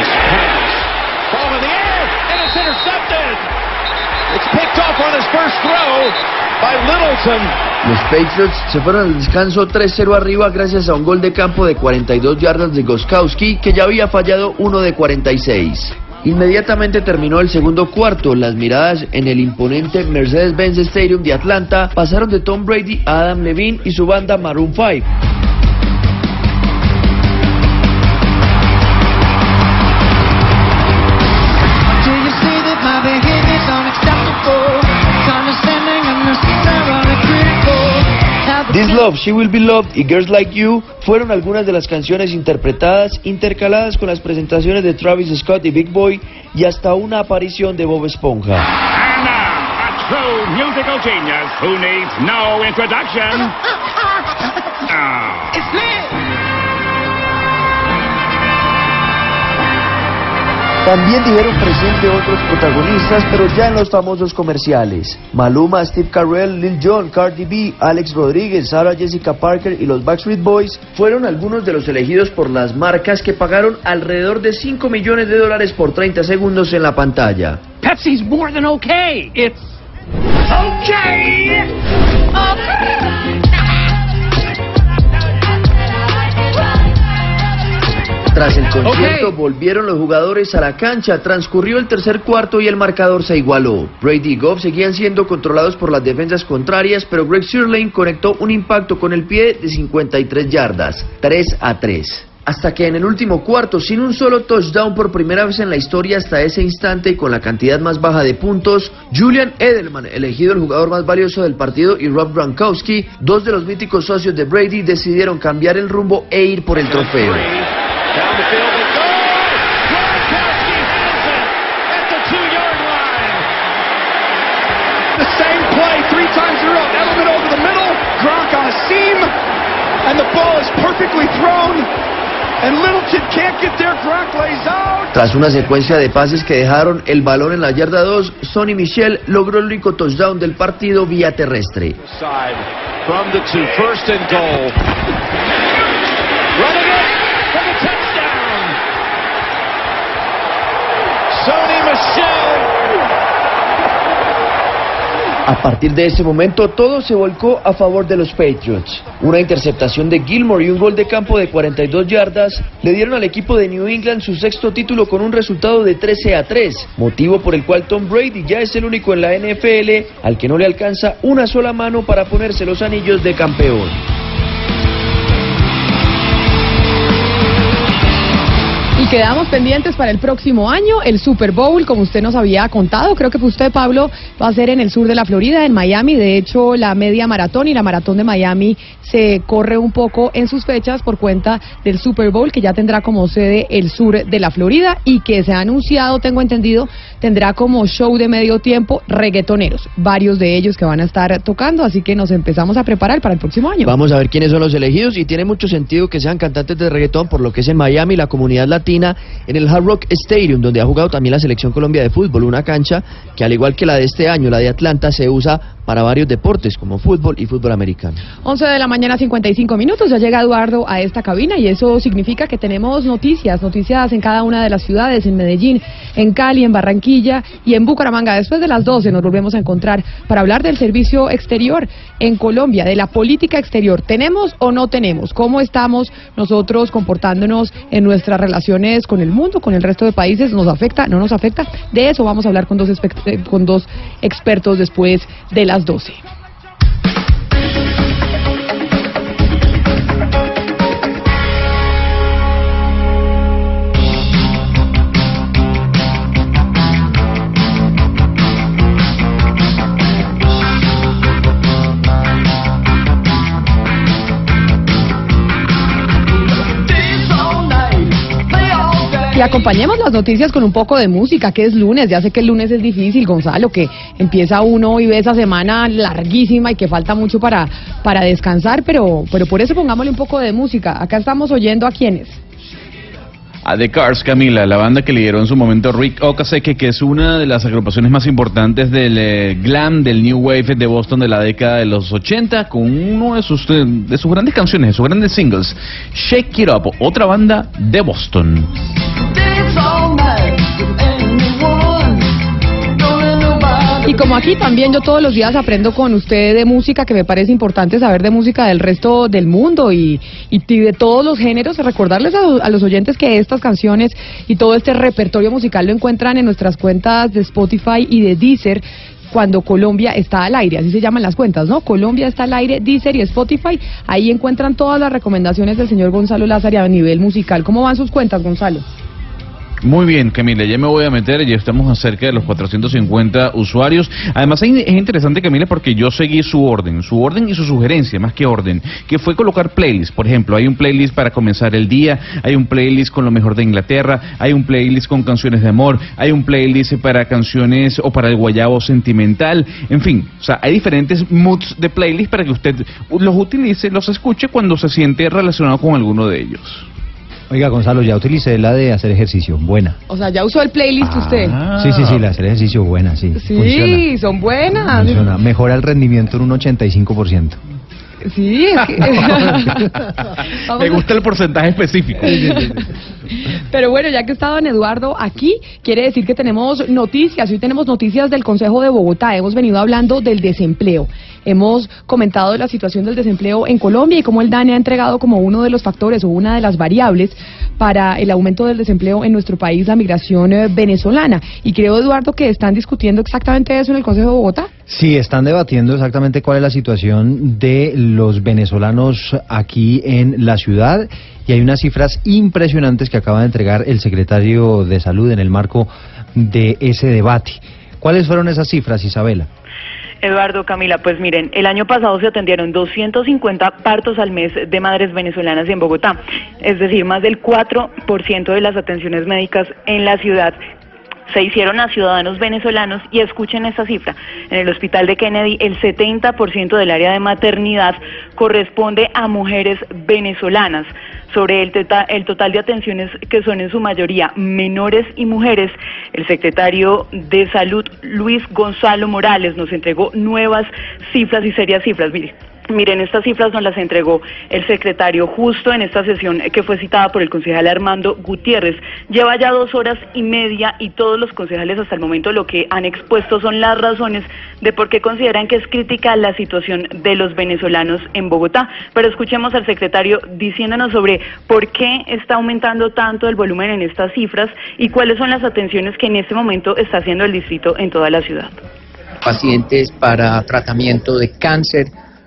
Speaker 20: Los Patriots se fueron al descanso tres cero arriba gracias a un gol de campo de cuarenta y dos yardas de Gostkowski, que ya había fallado uno de cuarenta y seis. Inmediatamente terminó el segundo cuarto. Las miradas en el imponente Mercedes-Benz Stadium de Atlanta pasaron de Tom Brady a Adam Levine y su banda Maroon cinco. This Love, She Will Be Loved y Girls Like You fueron algunas de las canciones interpretadas, intercaladas con las presentaciones de Travis Scott y Big Boy y hasta una aparición de Bob Esponja.
Speaker 21: And now, a true musical genius who needs no introduction. Oh.
Speaker 2: It's me.
Speaker 20: También dijeron presente otros protagonistas, pero ya en los famosos comerciales. Maluma, Steve Carell, Lil Jon, Cardi B, Alex Rodríguez, Sarah Jessica Parker y los Backstreet Boys fueron algunos de los elegidos por las marcas que pagaron alrededor de cinco millones de dólares por treinta segundos en la pantalla.
Speaker 2: Pepsi's more than okay. It's okay.
Speaker 20: Tras el concierto, okay, volvieron los jugadores a la cancha, transcurrió el tercer cuarto y el marcador se igualó. Brady y Goff seguían siendo controlados por las defensas contrarias, pero Greg Sirlein conectó un impacto con el pie de cincuenta y tres yardas, tres a tres. Hasta que en el último cuarto, sin un solo touchdown por primera vez en la historia hasta ese instante y con la cantidad más baja de puntos, Julian Edelman, elegido el jugador más valioso del partido, y Rob Gronkowski, dos de los míticos socios de Brady, decidieron cambiar el rumbo e ir por el trofeo.
Speaker 2: Down the field they go! Gronkowski has it at the two-yard line. The same play three times in a row. Edelman over the middle, Gronk on a seam, and the ball is perfectly thrown. And Littleton can't get there, Gronk lays out.
Speaker 20: Tras una secuencia de pases que dejaron el balón en la yarda dos, Sonny Michel logró el único touchdown del partido vía terrestre.
Speaker 2: Side from the two, first and goal. Running it for the touchdown. Sonny Michel.
Speaker 20: A partir de ese momento, todo se volcó a favor de los Patriots. Una interceptación de Gilmore y un gol de campo de cuarenta y dos yardas le dieron al equipo de New England su sexto título con un resultado de trece a tres, motivo por el cual Tom Brady ya es el único en la N F L al que no le alcanza una sola mano para ponerse los anillos de campeón.
Speaker 3: Y quedamos pendientes para el próximo año, el Super Bowl, como usted nos había contado, creo que usted, Pablo, va a ser en el sur de la Florida, en Miami. De hecho, la media maratón y la maratón de Miami se corre un poco en sus fechas por cuenta del Super Bowl, que ya tendrá como sede el sur de la Florida y que se ha anunciado, tengo entendido, tendrá como show de medio tiempo reggaetoneros, varios de ellos que van a estar tocando, así que nos empezamos a preparar para el próximo año.
Speaker 20: Vamos a ver quiénes son los elegidos y tiene mucho sentido que sean cantantes de reggaetón, por lo que es en Miami la comunidad latina en el Hard Rock Stadium, donde ha jugado también la Selección Colombia de fútbol, una cancha que al igual que la de este año, la de Atlanta, se usa para varios deportes como fútbol y fútbol americano.
Speaker 3: once de la mañana, cincuenta y cinco minutos, ya llega Eduardo a esta cabina y eso significa que tenemos noticias, noticias en cada una de las ciudades, en Medellín, en Cali, en Barranquilla y en Bucaramanga. Después de las doce nos volvemos a encontrar para hablar del servicio exterior en Colombia, de la política exterior. ¿Tenemos o no tenemos? ¿Cómo estamos nosotros comportándonos en nuestras relaciones con el mundo, con el resto de países? ¿Nos afecta? ¿No nos afecta? De eso vamos a hablar con dos, con dos expertos después de las doce. Y acompañemos las noticias con un poco de música, que es lunes. Ya sé que el lunes es difícil, Gonzalo, que empieza uno y ve esa semana larguísima y que falta mucho para, para descansar, pero, pero por eso pongámosle un poco de música. Acá estamos oyendo a quiénes.
Speaker 4: A The Cars, Camila, la banda que lideró en su momento Rick Ocasek, que es una de las agrupaciones más importantes del eh, glam, del new wave de Boston de la década de los ochenta, con uno de sus, de sus grandes canciones, de sus grandes singles, Shake It Up, otra banda de Boston.
Speaker 3: Y como aquí también yo todos los días aprendo con usted de música, que me parece importante saber de música del resto del mundo y, y de todos los géneros, recordarles a, a los oyentes que estas canciones y todo este repertorio musical lo encuentran en nuestras cuentas de Spotify y de Deezer, cuando Colombia está al aire, así se llaman las cuentas, ¿no? Colombia está al aire, Deezer y Spotify, ahí encuentran todas las recomendaciones del señor Gonzalo Lázaro a nivel musical. ¿Cómo van sus cuentas, Gonzalo?
Speaker 4: Muy bien, Camila, ya me voy a meter, ya estamos acerca de los cuatrocientos cincuenta usuarios. Además es interesante, Camila, porque yo seguí su orden, su orden y su sugerencia, más que orden, que fue colocar playlists. Por ejemplo, hay un playlist para comenzar el día, hay un playlist con lo mejor de Inglaterra, hay un playlist con canciones de amor, hay un playlist para canciones o para el guayabo sentimental, en fin, o sea, hay diferentes moods de playlist para que usted los utilice, los escuche cuando se siente relacionado con alguno de ellos.
Speaker 7: Oiga, Gonzalo, ya utilicé la de hacer ejercicio, buena.
Speaker 3: O sea, ya usó el playlist usted.
Speaker 7: Sí, sí, sí, la de hacer ejercicio, buena, sí.
Speaker 3: Sí,
Speaker 7: funciona.
Speaker 3: son buenas.
Speaker 7: Funciona. Mejora el rendimiento en un ochenta y cinco por ciento.
Speaker 3: Sí, es que...
Speaker 4: Me gusta el porcentaje específico.
Speaker 3: Pero bueno, ya que está don Eduardo aquí, quiere decir que tenemos noticias. Hoy tenemos noticias del Consejo de Bogotá. Hemos venido hablando del desempleo. Hemos comentado la situación del desempleo en Colombia y cómo el DANE ha entregado como uno de los factores o una de las variables para el aumento del desempleo en nuestro país, la migración eh, venezolana. Y creo, Eduardo, que están discutiendo exactamente eso en el Consejo de Bogotá.
Speaker 7: Sí, están debatiendo exactamente cuál es la situación de los venezolanos aquí en la ciudad, y hay unas cifras impresionantes que acaba de entregar el secretario de Salud en el marco de ese debate. ¿Cuáles fueron esas cifras, Isabela?
Speaker 22: Eduardo, Camila, pues miren, el año pasado se atendieron doscientos cincuenta partos al mes de madres venezolanas en Bogotá, es decir, más del cuatro por ciento de las atenciones médicas en la ciudad se hicieron a ciudadanos venezolanos, y escuchen esta cifra: en el hospital de Kennedy el setenta por ciento del área de maternidad corresponde a mujeres venezolanas. Sobre el, teta, el total de atenciones, que son en su mayoría menores y mujeres, el secretario de Salud, Luis Gonzalo Morales, nos entregó nuevas cifras y serias cifras. Mire. Miren, estas cifras nos las entregó el secretario justo en esta sesión que fue citada por el concejal Armando Gutiérrez. Lleva ya dos horas y media y todos los concejales hasta el momento lo que han expuesto son las razones de por qué consideran que es crítica la situación de los venezolanos en Bogotá. Pero escuchemos al secretario diciéndonos sobre por qué está aumentando tanto el volumen en estas cifras y cuáles son las atenciones que en este momento está haciendo el distrito en toda la ciudad.
Speaker 23: Pacientes para tratamiento de cáncer,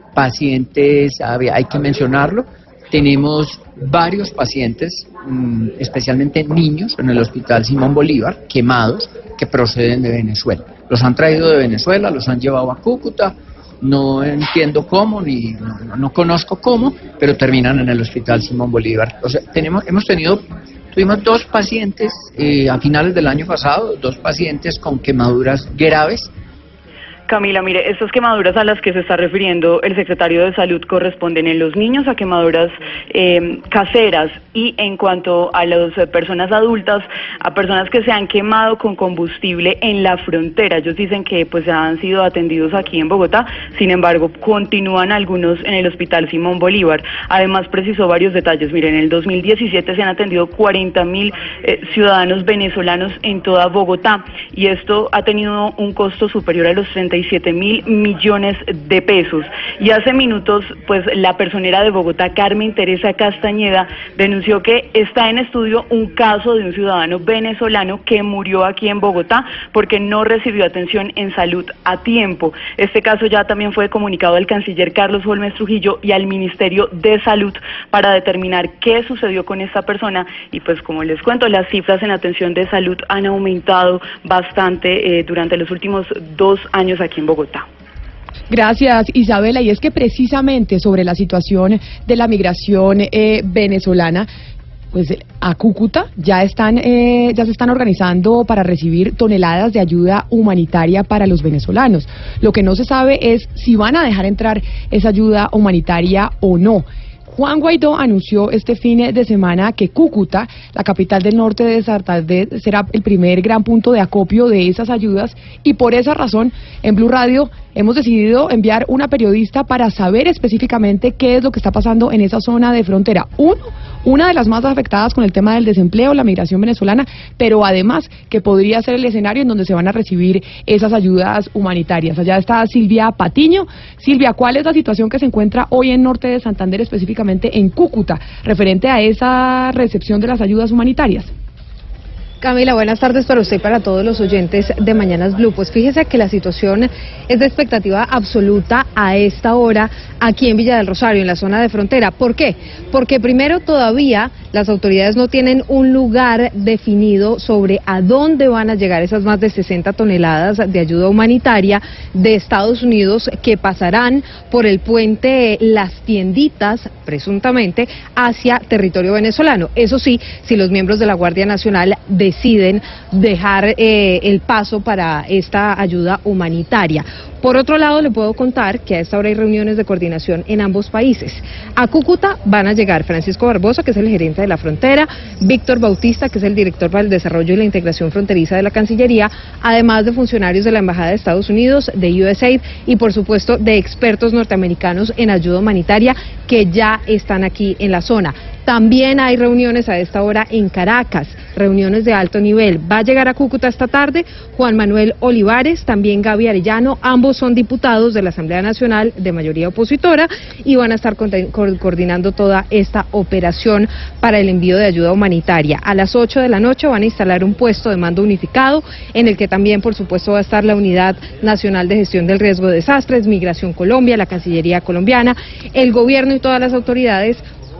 Speaker 23: pacientes, hay que mencionarlo, tenemos varios pacientes, especialmente niños, en el Hospital Simón Bolívar, quemados, que proceden de Venezuela. Los han traído de Venezuela, los han llevado a Cúcuta, no entiendo cómo, ni no, no conozco cómo, pero terminan en el Hospital Simón Bolívar. O sea, tenemos, hemos tenido, tuvimos dos pacientes eh, a finales del año pasado, dos pacientes con quemaduras graves.
Speaker 22: Camila, mire, estas quemaduras a las que se está refiriendo el secretario de Salud corresponden en los niños a quemaduras eh, caseras, y en cuanto a las personas adultas, a personas que se han quemado con combustible en la frontera. Ellos dicen que pues han sido atendidos aquí en Bogotá, sin embargo continúan algunos en el Hospital Simón Bolívar. Además precisó varios detalles. Mire, en el dos mil diecisiete se han atendido cuarenta mil eh, ciudadanos venezolanos en toda Bogotá, y esto ha tenido un costo superior a los treinta y siete mil millones de pesos. Y hace minutos, pues la personera de Bogotá, Carmen Teresa Castañeda, denunció que está en estudio un caso de un ciudadano venezolano que murió aquí en Bogotá porque no recibió atención en salud a tiempo. Este caso ya también fue comunicado al canciller Carlos Holmes Trujillo y al Ministerio de Salud para determinar qué sucedió con esta persona. Y pues como les cuento, las cifras en atención de salud han aumentado bastante eh, durante los últimos dos años aquí en Bogotá.
Speaker 3: Gracias, Isabela. Y es que precisamente sobre la situación de la migración eh, venezolana, pues a Cúcuta ya están eh, ya se están organizando para recibir toneladas de ayuda humanitaria para los venezolanos. Lo que no se sabe es si van a dejar entrar esa ayuda humanitaria o no. Juan Guaidó anunció este fin de semana que Cúcuta, la capital del norte de Santander, será el primer gran punto de acopio de esas ayudas, y por esa razón en Blue Radio hemos decidido enviar una periodista para saber específicamente qué es lo que está pasando en esa zona de frontera. Uno, una de las más afectadas con el tema del desempleo, la migración venezolana, pero además que podría ser el escenario en donde se van a recibir esas ayudas humanitarias. Allá está Silvia Patiño. Silvia, ¿cuál es la situación que se encuentra hoy en norte de Santander, específicamente en Cúcuta, referente a esa recepción de las ayudas humanitarias?
Speaker 17: Camila, buenas tardes para usted y para todos los oyentes de Mañanas Blue. Pues fíjese que la situación es de expectativa absoluta a esta hora aquí en Villa del Rosario, en la zona de frontera. ¿Por qué? Porque primero todavía las autoridades no tienen un lugar definido sobre a dónde van a llegar esas más de sesenta toneladas de ayuda humanitaria de Estados Unidos que pasarán por el puente Las Tienditas, presuntamente, hacia territorio venezolano. Eso sí, si los miembros de la Guardia Nacional deciden dejar eh, el paso para esta ayuda humanitaria. Por otro lado, le puedo contar que a esta hora hay reuniones de coordinación en ambos países. A Cúcuta van a llegar Francisco Barbosa, que es el gerente de la frontera, Víctor Bautista, que es el director para el desarrollo y la integración fronteriza de la Cancillería, además de funcionarios de la Embajada de Estados Unidos, de U S A I D y, por supuesto, de expertos norteamericanos en ayuda humanitaria que ya están aquí en la zona. También hay reuniones a esta hora en Caracas, reuniones de alto nivel. Va a llegar a Cúcuta esta tarde Juan Manuel Olivares, también Gaby Arellano, ambos son diputados de la Asamblea Nacional de mayoría opositora y van a estar coordinando toda esta operación para el envío de ayuda humanitaria. A las ocho de la noche van a instalar un puesto de mando unificado en el que también, por supuesto, va a estar la Unidad Nacional de Gestión del Riesgo de Desastres, Migración Colombia, la Cancillería colombiana, el gobierno y todas las autoridades.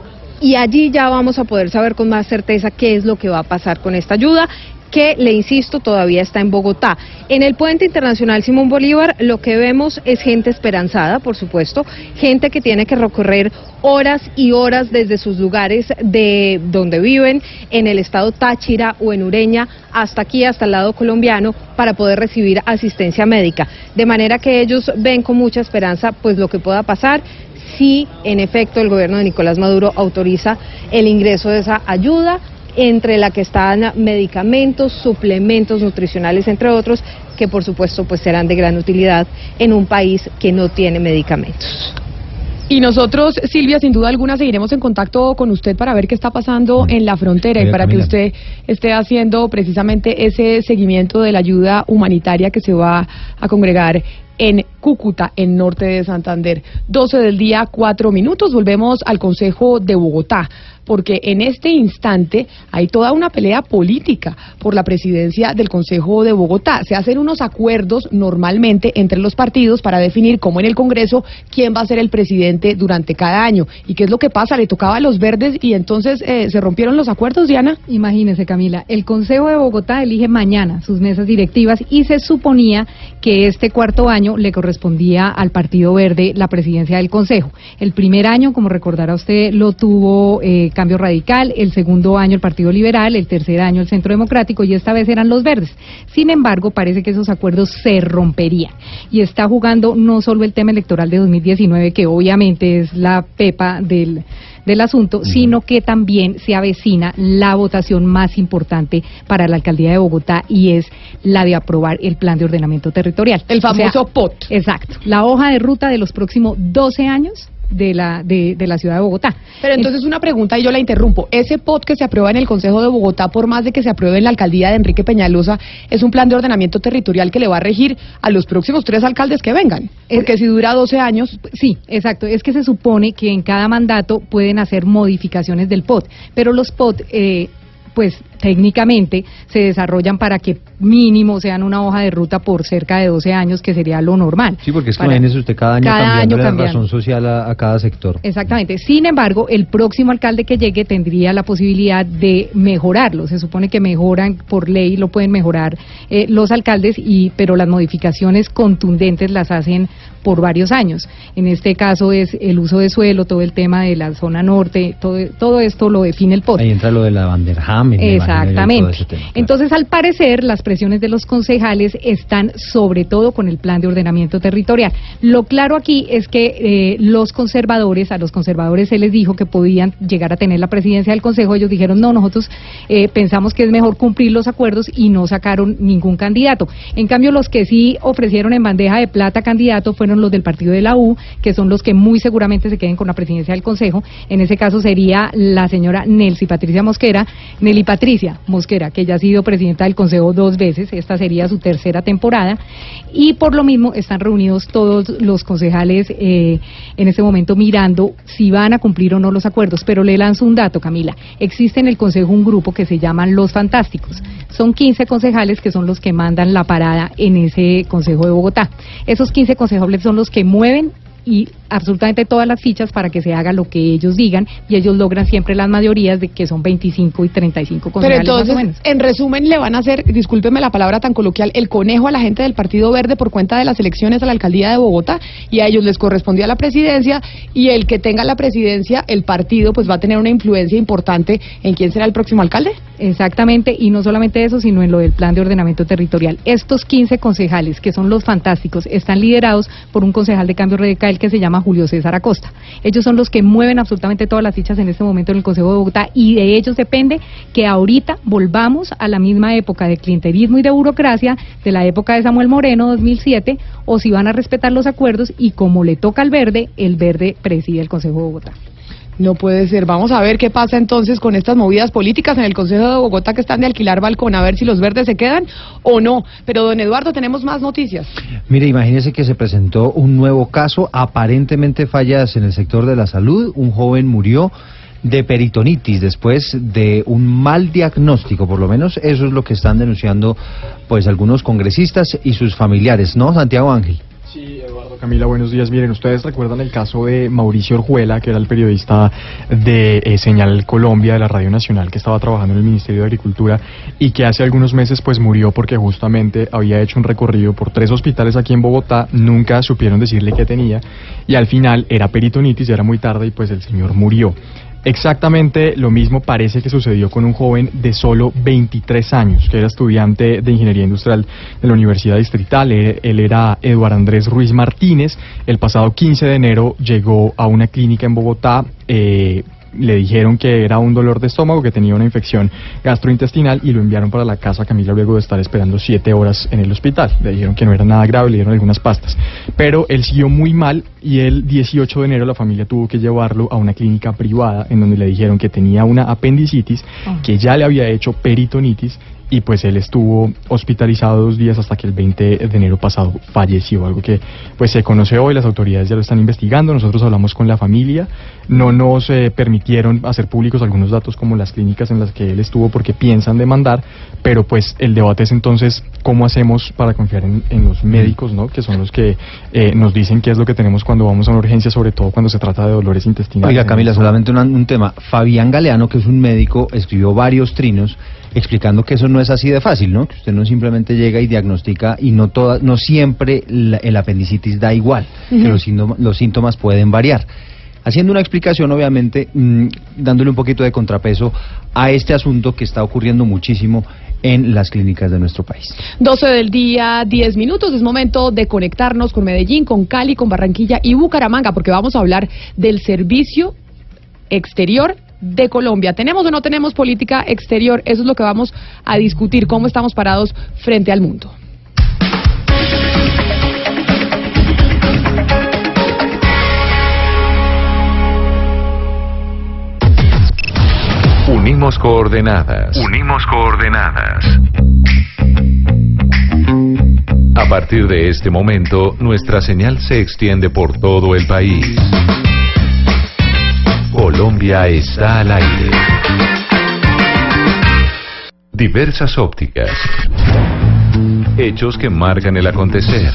Speaker 17: Y allí ya vamos a poder saber con más certeza qué es lo que va a pasar con esta ayuda, que, le insisto, todavía está en Bogotá. En el Puente Internacional Simón Bolívar lo que vemos es gente esperanzada, por supuesto, gente que tiene que recorrer horas y horas desde sus lugares de donde viven, en el estado Táchira o en Ureña, hasta aquí, hasta el lado colombiano, para poder recibir asistencia médica. De manera que ellos ven con mucha esperanza pues lo que pueda pasar, si en efecto el gobierno de Nicolás Maduro autoriza el ingreso de esa ayuda, entre la que están medicamentos, suplementos nutricionales, entre otros, que por supuesto pues serán de gran utilidad en un país que no tiene medicamentos.
Speaker 3: Y nosotros, Silvia, sin duda alguna seguiremos en contacto con usted para ver qué está pasando en la frontera y para que usted esté haciendo precisamente ese seguimiento de la ayuda humanitaria que se va a congregar en Cúcuta, en norte de Santander. doce del día, cuatro minutos. Volvemos al Consejo de Bogotá, porque en este instante hay toda una pelea política por la presidencia del Consejo de Bogotá. Se hacen unos acuerdos normalmente entre los partidos para definir, como en el Congreso, quién va a ser el presidente durante cada año. ¿Y qué es lo que pasa? Le tocaba a los verdes y entonces eh, se rompieron los acuerdos, Diana.
Speaker 17: Imagínese, Camila, el Consejo de Bogotá elige mañana sus mesas directivas y se suponía que este cuarto año le correspondía al Partido Verde la presidencia del Consejo. El primer año, como recordará usted, lo tuvo eh, Cambio Radical, el segundo año el Partido Liberal, el tercer año el Centro Democrático y esta vez eran los verdes. Sin embargo, parece que esos acuerdos se romperían y está jugando no solo el tema electoral de dos mil diecinueve, que obviamente es la pepa del del asunto, sino que también se avecina la votación más importante para la alcaldía de Bogotá y es la de aprobar el plan de ordenamiento territorial.
Speaker 3: El famoso
Speaker 17: o sea,
Speaker 3: P O T.
Speaker 17: Exacto, la hoja de ruta de los próximos doce años de la de, de la ciudad de Bogotá.
Speaker 3: Pero entonces una pregunta y yo la interrumpo. Ese P O T que se aprueba en el Consejo de Bogotá, por más de que se apruebe en la alcaldía de Enrique Peñalosa, es un plan de ordenamiento territorial que le va a regir a los próximos tres alcaldes que vengan. Porque es, si dura doce años...
Speaker 17: Sí, exacto. Es que se supone que en cada mandato pueden hacer modificaciones del P O T, pero los P O T... Eh, pues técnicamente se desarrollan para que mínimo sean una hoja de ruta por cerca de doce años, que sería lo normal.
Speaker 7: Sí, porque es que
Speaker 17: para,
Speaker 7: imagínese usted cada año
Speaker 17: cada
Speaker 7: cambiando
Speaker 17: año
Speaker 7: la
Speaker 17: cambiando.
Speaker 7: razón social a, a cada sector.
Speaker 17: Exactamente. Sin embargo, el próximo alcalde que llegue tendría la posibilidad de mejorarlo. Se supone que mejoran por ley, lo pueden mejorar eh, los alcaldes, y pero las modificaciones contundentes las hacen por varios años. En este caso es el uso de suelo, todo el tema de la zona norte, todo, todo esto lo define el P O T.
Speaker 7: Ahí entra lo de la Vanderhamen.
Speaker 17: Exactamente. Tema, claro. Entonces, al parecer, las presiones de los concejales están sobre todo con el plan de ordenamiento territorial. Lo claro aquí es que eh, los conservadores, a los conservadores se les dijo que podían llegar a tener la presidencia del Consejo. Ellos dijeron, no, nosotros eh, pensamos que es mejor cumplir los acuerdos, y no sacaron ningún candidato. En cambio, los que sí ofrecieron en bandeja de plata candidato fueron los del partido de la U, que son los que muy seguramente se queden con la presidencia del Consejo. En ese caso sería la señora Nelcy Patricia Mosquera, Nelly Patricia Mosquera, que ya ha sido presidenta del Consejo dos veces, esta sería su tercera temporada, y por lo mismo están reunidos todos los concejales eh, en este momento mirando si van a cumplir o no los acuerdos. Pero le lanzo un dato, Camila, existe en el Consejo un grupo que se llaman Los Fantásticos, son quince concejales que son los que mandan la parada en ese Consejo de Bogotá. Esos quince concejales son los que mueven
Speaker 5: y absolutamente todas las fichas para que se haga lo que ellos digan, y ellos logran siempre las mayorías de que son veinticinco y treinta y cinco concejales.
Speaker 3: Pero entonces,
Speaker 5: más o menos.
Speaker 3: en resumen, le van a hacer, discúlpeme la palabra tan coloquial, el conejo a la gente del Partido Verde por cuenta de las elecciones a la alcaldía de Bogotá, y a ellos les correspondía la presidencia, y el que tenga la presidencia, el partido, pues va a tener una influencia importante en quién será el próximo alcalde.
Speaker 5: Exactamente, y no solamente eso, sino en lo del plan de ordenamiento territorial. Estos quince concejales, que son los fantásticos, están liderados por un concejal de Cambio Radical que se llama Julio César Acosta. Ellos son los que mueven absolutamente todas las fichas en este momento en el Consejo de Bogotá, y de ellos depende que ahorita volvamos a la misma época de clientelismo y de burocracia de la época de Samuel Moreno, dos mil siete, o si van a respetar los acuerdos, y como le toca al Verde, el Verde preside el Consejo de Bogotá.
Speaker 3: No puede ser. Vamos a ver qué pasa entonces con estas movidas políticas en el Consejo de Bogotá, que están de alquilar balcón, a ver si los verdes se quedan o no. Pero, don Eduardo, tenemos más noticias.
Speaker 7: Mire, imagínese que se presentó un nuevo caso, aparentemente fallas en el sector de la salud. Un joven murió de peritonitis después de un mal diagnóstico, por lo menos eso es lo que están denunciando pues algunos congresistas y sus familiares, ¿no, Santiago Ángel?
Speaker 6: Sí, Eduardo, Camila, buenos días. Miren, ustedes recuerdan el caso de Mauricio Orjuela, que era el periodista de eh, Señal Colombia, de la Radio Nacional, que estaba trabajando en el Ministerio de Agricultura y que hace algunos meses pues murió porque justamente había hecho un recorrido por tres hospitales aquí en Bogotá, nunca supieron decirle qué tenía y al final era peritonitis, ya era muy tarde y pues el señor murió. Exactamente lo mismo parece que sucedió con un joven de solo veintitrés años, que era estudiante de Ingeniería Industrial de la Universidad Distrital. Él, él era Eduardo Andrés Ruiz Martínez. El pasado quince de enero llegó a una clínica en Bogotá, eh, le dijeron que era un dolor de estómago, que tenía una infección gastrointestinal y lo enviaron para la casa Camila luego de estar esperando siete horas en el hospital. Le dijeron que no era nada grave, le dieron algunas pastas. Pero él siguió muy mal y el dieciocho de enero la familia tuvo que llevarlo a una clínica privada en donde le dijeron que tenía una apendicitis, oh. que ya le había hecho peritonitis y pues él estuvo hospitalizado dos días hasta que el veinte de enero pasado falleció, algo que pues se conoce hoy, las autoridades ya lo están investigando. Nosotros hablamos con la familia, no nos eh, permitieron hacer públicos algunos datos como las clínicas en las que él estuvo porque piensan demandar, pero pues el debate es entonces cómo hacemos para confiar en, en los médicos, ¿no? Que son los que eh, nos dicen qué es lo que tenemos cuando vamos a una urgencia, sobre todo cuando se trata de dolores intestinales.
Speaker 7: Oiga, Camila, solamente una, un tema. Fabián Galeano, que es un médico, escribió varios trinos explicando que eso no es así de fácil, ¿no? Que usted no simplemente llega y diagnostica y no toda, no siempre la, el apendicitis da igual, uh-huh. que los síntomas, los síntomas pueden variar. Haciendo una explicación, obviamente, mmm, dándole un poquito de contrapeso a este asunto que está ocurriendo muchísimo en las clínicas de nuestro país.
Speaker 3: doce del día, diez minutos, es momento de conectarnos con Medellín, con Cali, con Barranquilla y Bucaramanga, porque vamos a hablar del servicio exterior de Colombia. ¿Tenemos o no tenemos política exterior? Eso es lo que vamos a discutir, cómo estamos parados frente al mundo.
Speaker 1: Unimos coordenadas. Unimos coordenadas. A partir de este momento, nuestra señal se extiende por todo el país. Colombia está al aire. Diversas ópticas. Hechos que marcan el acontecer.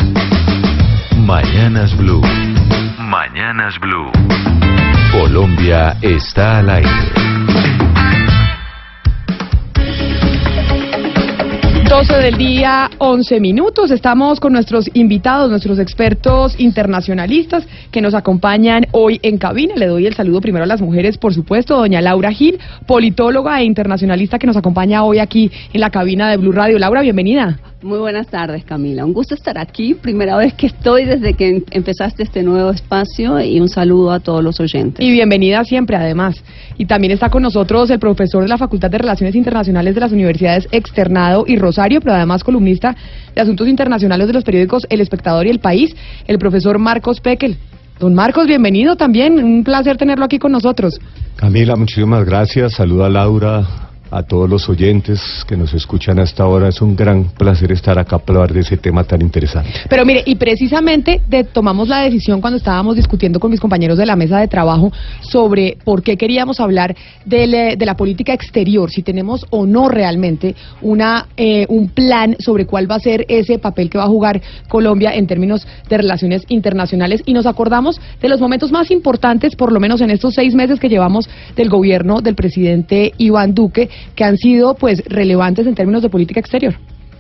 Speaker 1: Mañanas Blue. Mañanas Blue. Colombia está al aire.
Speaker 3: doce del día, once minutos. Estamos con nuestros invitados, nuestros expertos internacionalistas que nos acompañan hoy en cabina. Le doy el saludo primero a las mujeres, por supuesto, doña Laura Gil, politóloga e internacionalista que nos acompaña hoy aquí en la cabina de Blue Radio. Laura, bienvenida.
Speaker 8: Muy buenas tardes, Camila. Un gusto estar aquí. Primera vez que estoy desde que empezaste este nuevo espacio y un saludo a todos los oyentes.
Speaker 3: Y bienvenida siempre, además. Y también está con nosotros el profesor de la Facultad de Relaciones Internacionales de las Universidades Externado y Rosario, pero además columnista de Asuntos Internacionales de los periódicos El Espectador y El País, el profesor Marcos Pekel. Don Marcos, bienvenido también. Un placer tenerlo aquí con nosotros.
Speaker 24: Camila, muchísimas gracias. Saluda a Laura,
Speaker 9: a todos los oyentes que nos escuchan hasta ahora. Es un gran placer estar acá para hablar de ese tema tan interesante.
Speaker 3: Pero mire, y precisamente de, tomamos la decisión cuando estábamos discutiendo con mis compañeros de la mesa de trabajo sobre por qué queríamos hablar de, de la política exterior, si tenemos o no realmente una eh, un plan sobre cuál va a ser ese papel que va a jugar Colombia en términos de relaciones internacionales, y nos acordamos de los momentos más importantes, por lo menos en estos seis meses que llevamos del gobierno del presidente Iván Duque, que han sido pues relevantes en términos de política exterior.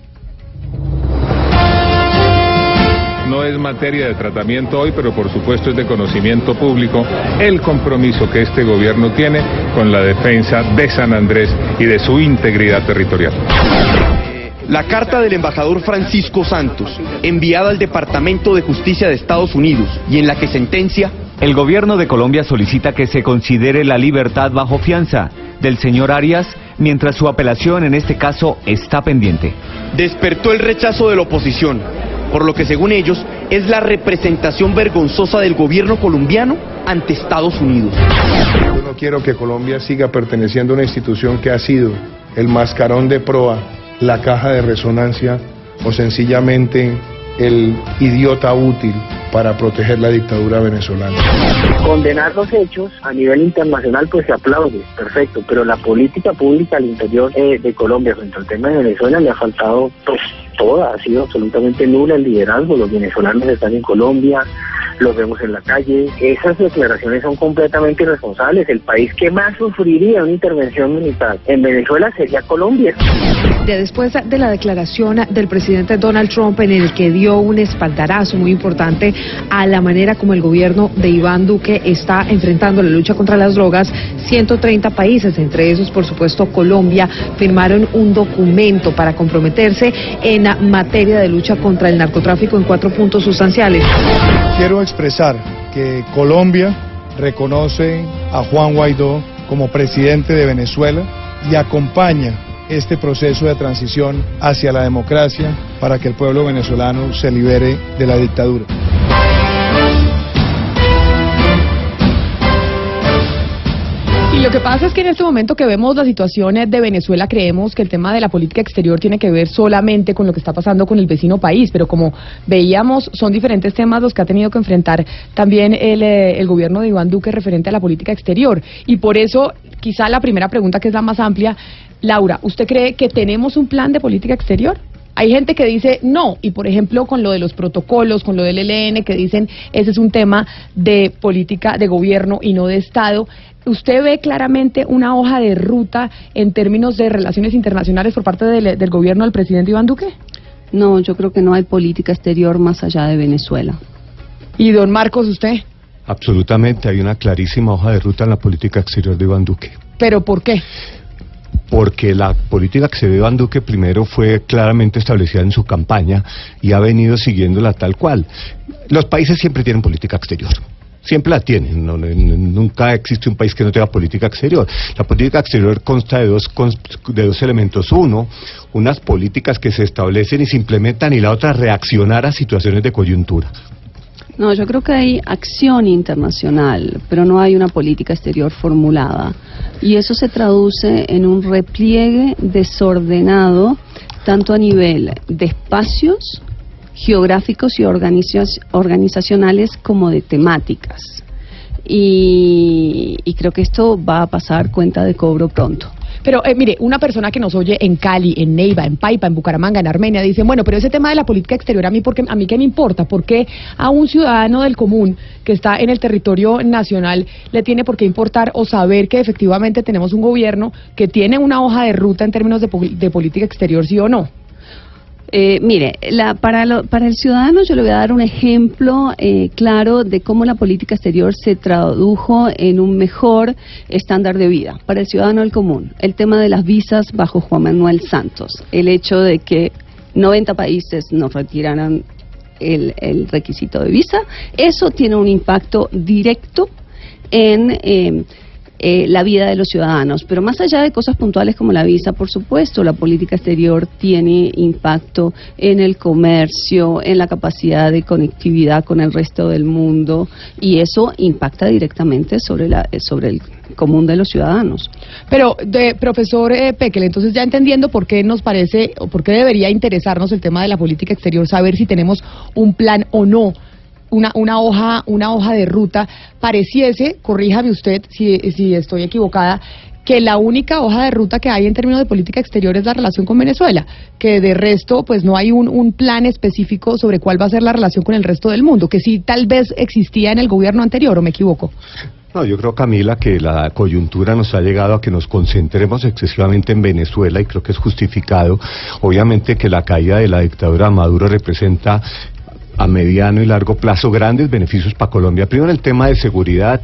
Speaker 11: No es materia de tratamiento hoy, pero por supuesto es de conocimiento público el compromiso que este gobierno tiene con la defensa de San Andrés y de su integridad territorial.
Speaker 12: La carta del embajador Francisco Santos, enviada al Departamento de Justicia de Estados Unidos, y en la que sentencia:
Speaker 24: el gobierno de Colombia solicita que se considere la libertad bajo fianza del señor Arias, mientras su apelación en este caso está pendiente.
Speaker 12: Despertó el rechazo de la oposición, por lo que según ellos es la representación vergonzosa del gobierno colombiano ante Estados Unidos.
Speaker 25: Yo no quiero que Colombia siga perteneciendo a una institución que ha sido el mascarón de proa, la caja de resonancia o sencillamente el idiota útil para proteger la dictadura venezolana.
Speaker 26: Condenar los hechos a nivel internacional pues se aplaude, perfecto, pero la política pública al interior eh, de Colombia frente al tema de Venezuela le ha faltado pues toda, ha sido absolutamente nula el liderazgo. Los venezolanos están en Colombia, los vemos en la calle, esas declaraciones son completamente irresponsables. El país que más sufriría una intervención militar en Venezuela sería Colombia.
Speaker 17: Ya después de la declaración del presidente Donald Trump, en el que dio un espaldarazo muy importante a la manera como el gobierno de Iván Duque está enfrentando la lucha contra las drogas, ciento treinta países, entre esos por supuesto Colombia, firmaron un documento para comprometerse en materia de lucha contra el narcotráfico en cuatro puntos sustanciales.
Speaker 25: Quiero expresar que Colombia reconoce a Juan Guaidó como presidente de Venezuela y acompaña este proceso de transición hacia la democracia para que el pueblo venezolano se libere de la dictadura.
Speaker 3: Y lo que pasa es que en este momento que vemos la situación de Venezuela, creemos que el tema de la política exterior tiene que ver solamente con lo que está pasando con el vecino país, pero como veíamos, son diferentes temas los que ha tenido que enfrentar también el, eh, el gobierno de Iván Duque referente a la política exterior. Y por eso, quizá la primera pregunta, que es la más amplia, Laura, ¿usted cree que tenemos un plan de política exterior? Hay gente que dice no, y por ejemplo con lo de los protocolos, con lo del E L N, que dicen ese es un tema de política de gobierno y no de Estado. ¿Usted ve claramente una hoja de ruta en términos de relaciones internacionales por parte del, del gobierno del presidente Iván Duque?
Speaker 8: No, yo creo que no hay política exterior más allá de Venezuela.
Speaker 3: ¿Y don Marcos, usted?
Speaker 9: Absolutamente, hay una clarísima hoja de ruta en la política exterior de Iván Duque.
Speaker 3: ¿Pero por qué?
Speaker 9: Porque la política que se ve Iván Duque primero fue claramente establecida en su campaña y ha venido siguiéndola tal cual. Los países siempre tienen política exterior. Siempre la tienen, no, nunca existe un país que no tenga política exterior. La política exterior consta de dos, de dos elementos. Uno, unas políticas que se establecen y se implementan, y la otra, reaccionar a situaciones de coyuntura.
Speaker 8: No, yo creo que hay acción internacional, pero no hay una política exterior formulada. Y eso se traduce en un repliegue desordenado, tanto a nivel de espacios geográficos y organizacionales como de temáticas. Y, y creo que esto va a pasar cuenta de cobro pronto.
Speaker 3: Pero eh, mire, una persona que nos oye en Cali, en Neiva, en Paipa, en Bucaramanga, en Armenia, dice, bueno, pero ese tema de la política exterior, a mí, porque, a mí qué me importa, ¿por qué a un ciudadano del común que está en el territorio nacional le tiene por qué importar o saber que efectivamente tenemos un gobierno que tiene una hoja de ruta en términos de, de política exterior, sí o no?
Speaker 8: Eh, mire, la, para, lo, para el ciudadano yo le voy a dar un ejemplo eh, claro de cómo la política exterior se tradujo en un mejor estándar de vida. Para el ciudadano del común, el tema de las visas bajo Juan Manuel Santos, el hecho de que noventa países nos retiraran el, el requisito de visa, eso tiene un impacto directo en... Eh, eh, la vida de los ciudadanos. Pero más allá de cosas puntuales como la visa, por supuesto, la política exterior tiene impacto en el comercio, en la capacidad de conectividad con el resto del mundo, y eso impacta directamente sobre, la, sobre el común de los ciudadanos.
Speaker 3: Pero, de, profesor eh, Pekel, entonces ya entendiendo por qué nos parece, o por qué debería interesarnos el tema de la política exterior, saber si tenemos un plan o no, una, una hoja, una hoja de ruta, pareciese, corríjame usted si, si estoy equivocada, que la única hoja de ruta que hay en términos de política exterior es la relación con Venezuela, que de resto pues no hay un, un plan específico sobre cuál va a ser la relación con el resto del mundo, que sí tal vez existía en el gobierno anterior, ¿o me equivoco?
Speaker 9: No, yo creo, Camila, que la coyuntura nos ha llegado a que nos concentremos excesivamente en Venezuela, y creo que es justificado. Obviamente que la caída de la dictadura de Maduro representa a mediano y largo plazo grandes beneficios para Colombia. Primero, el tema de seguridad.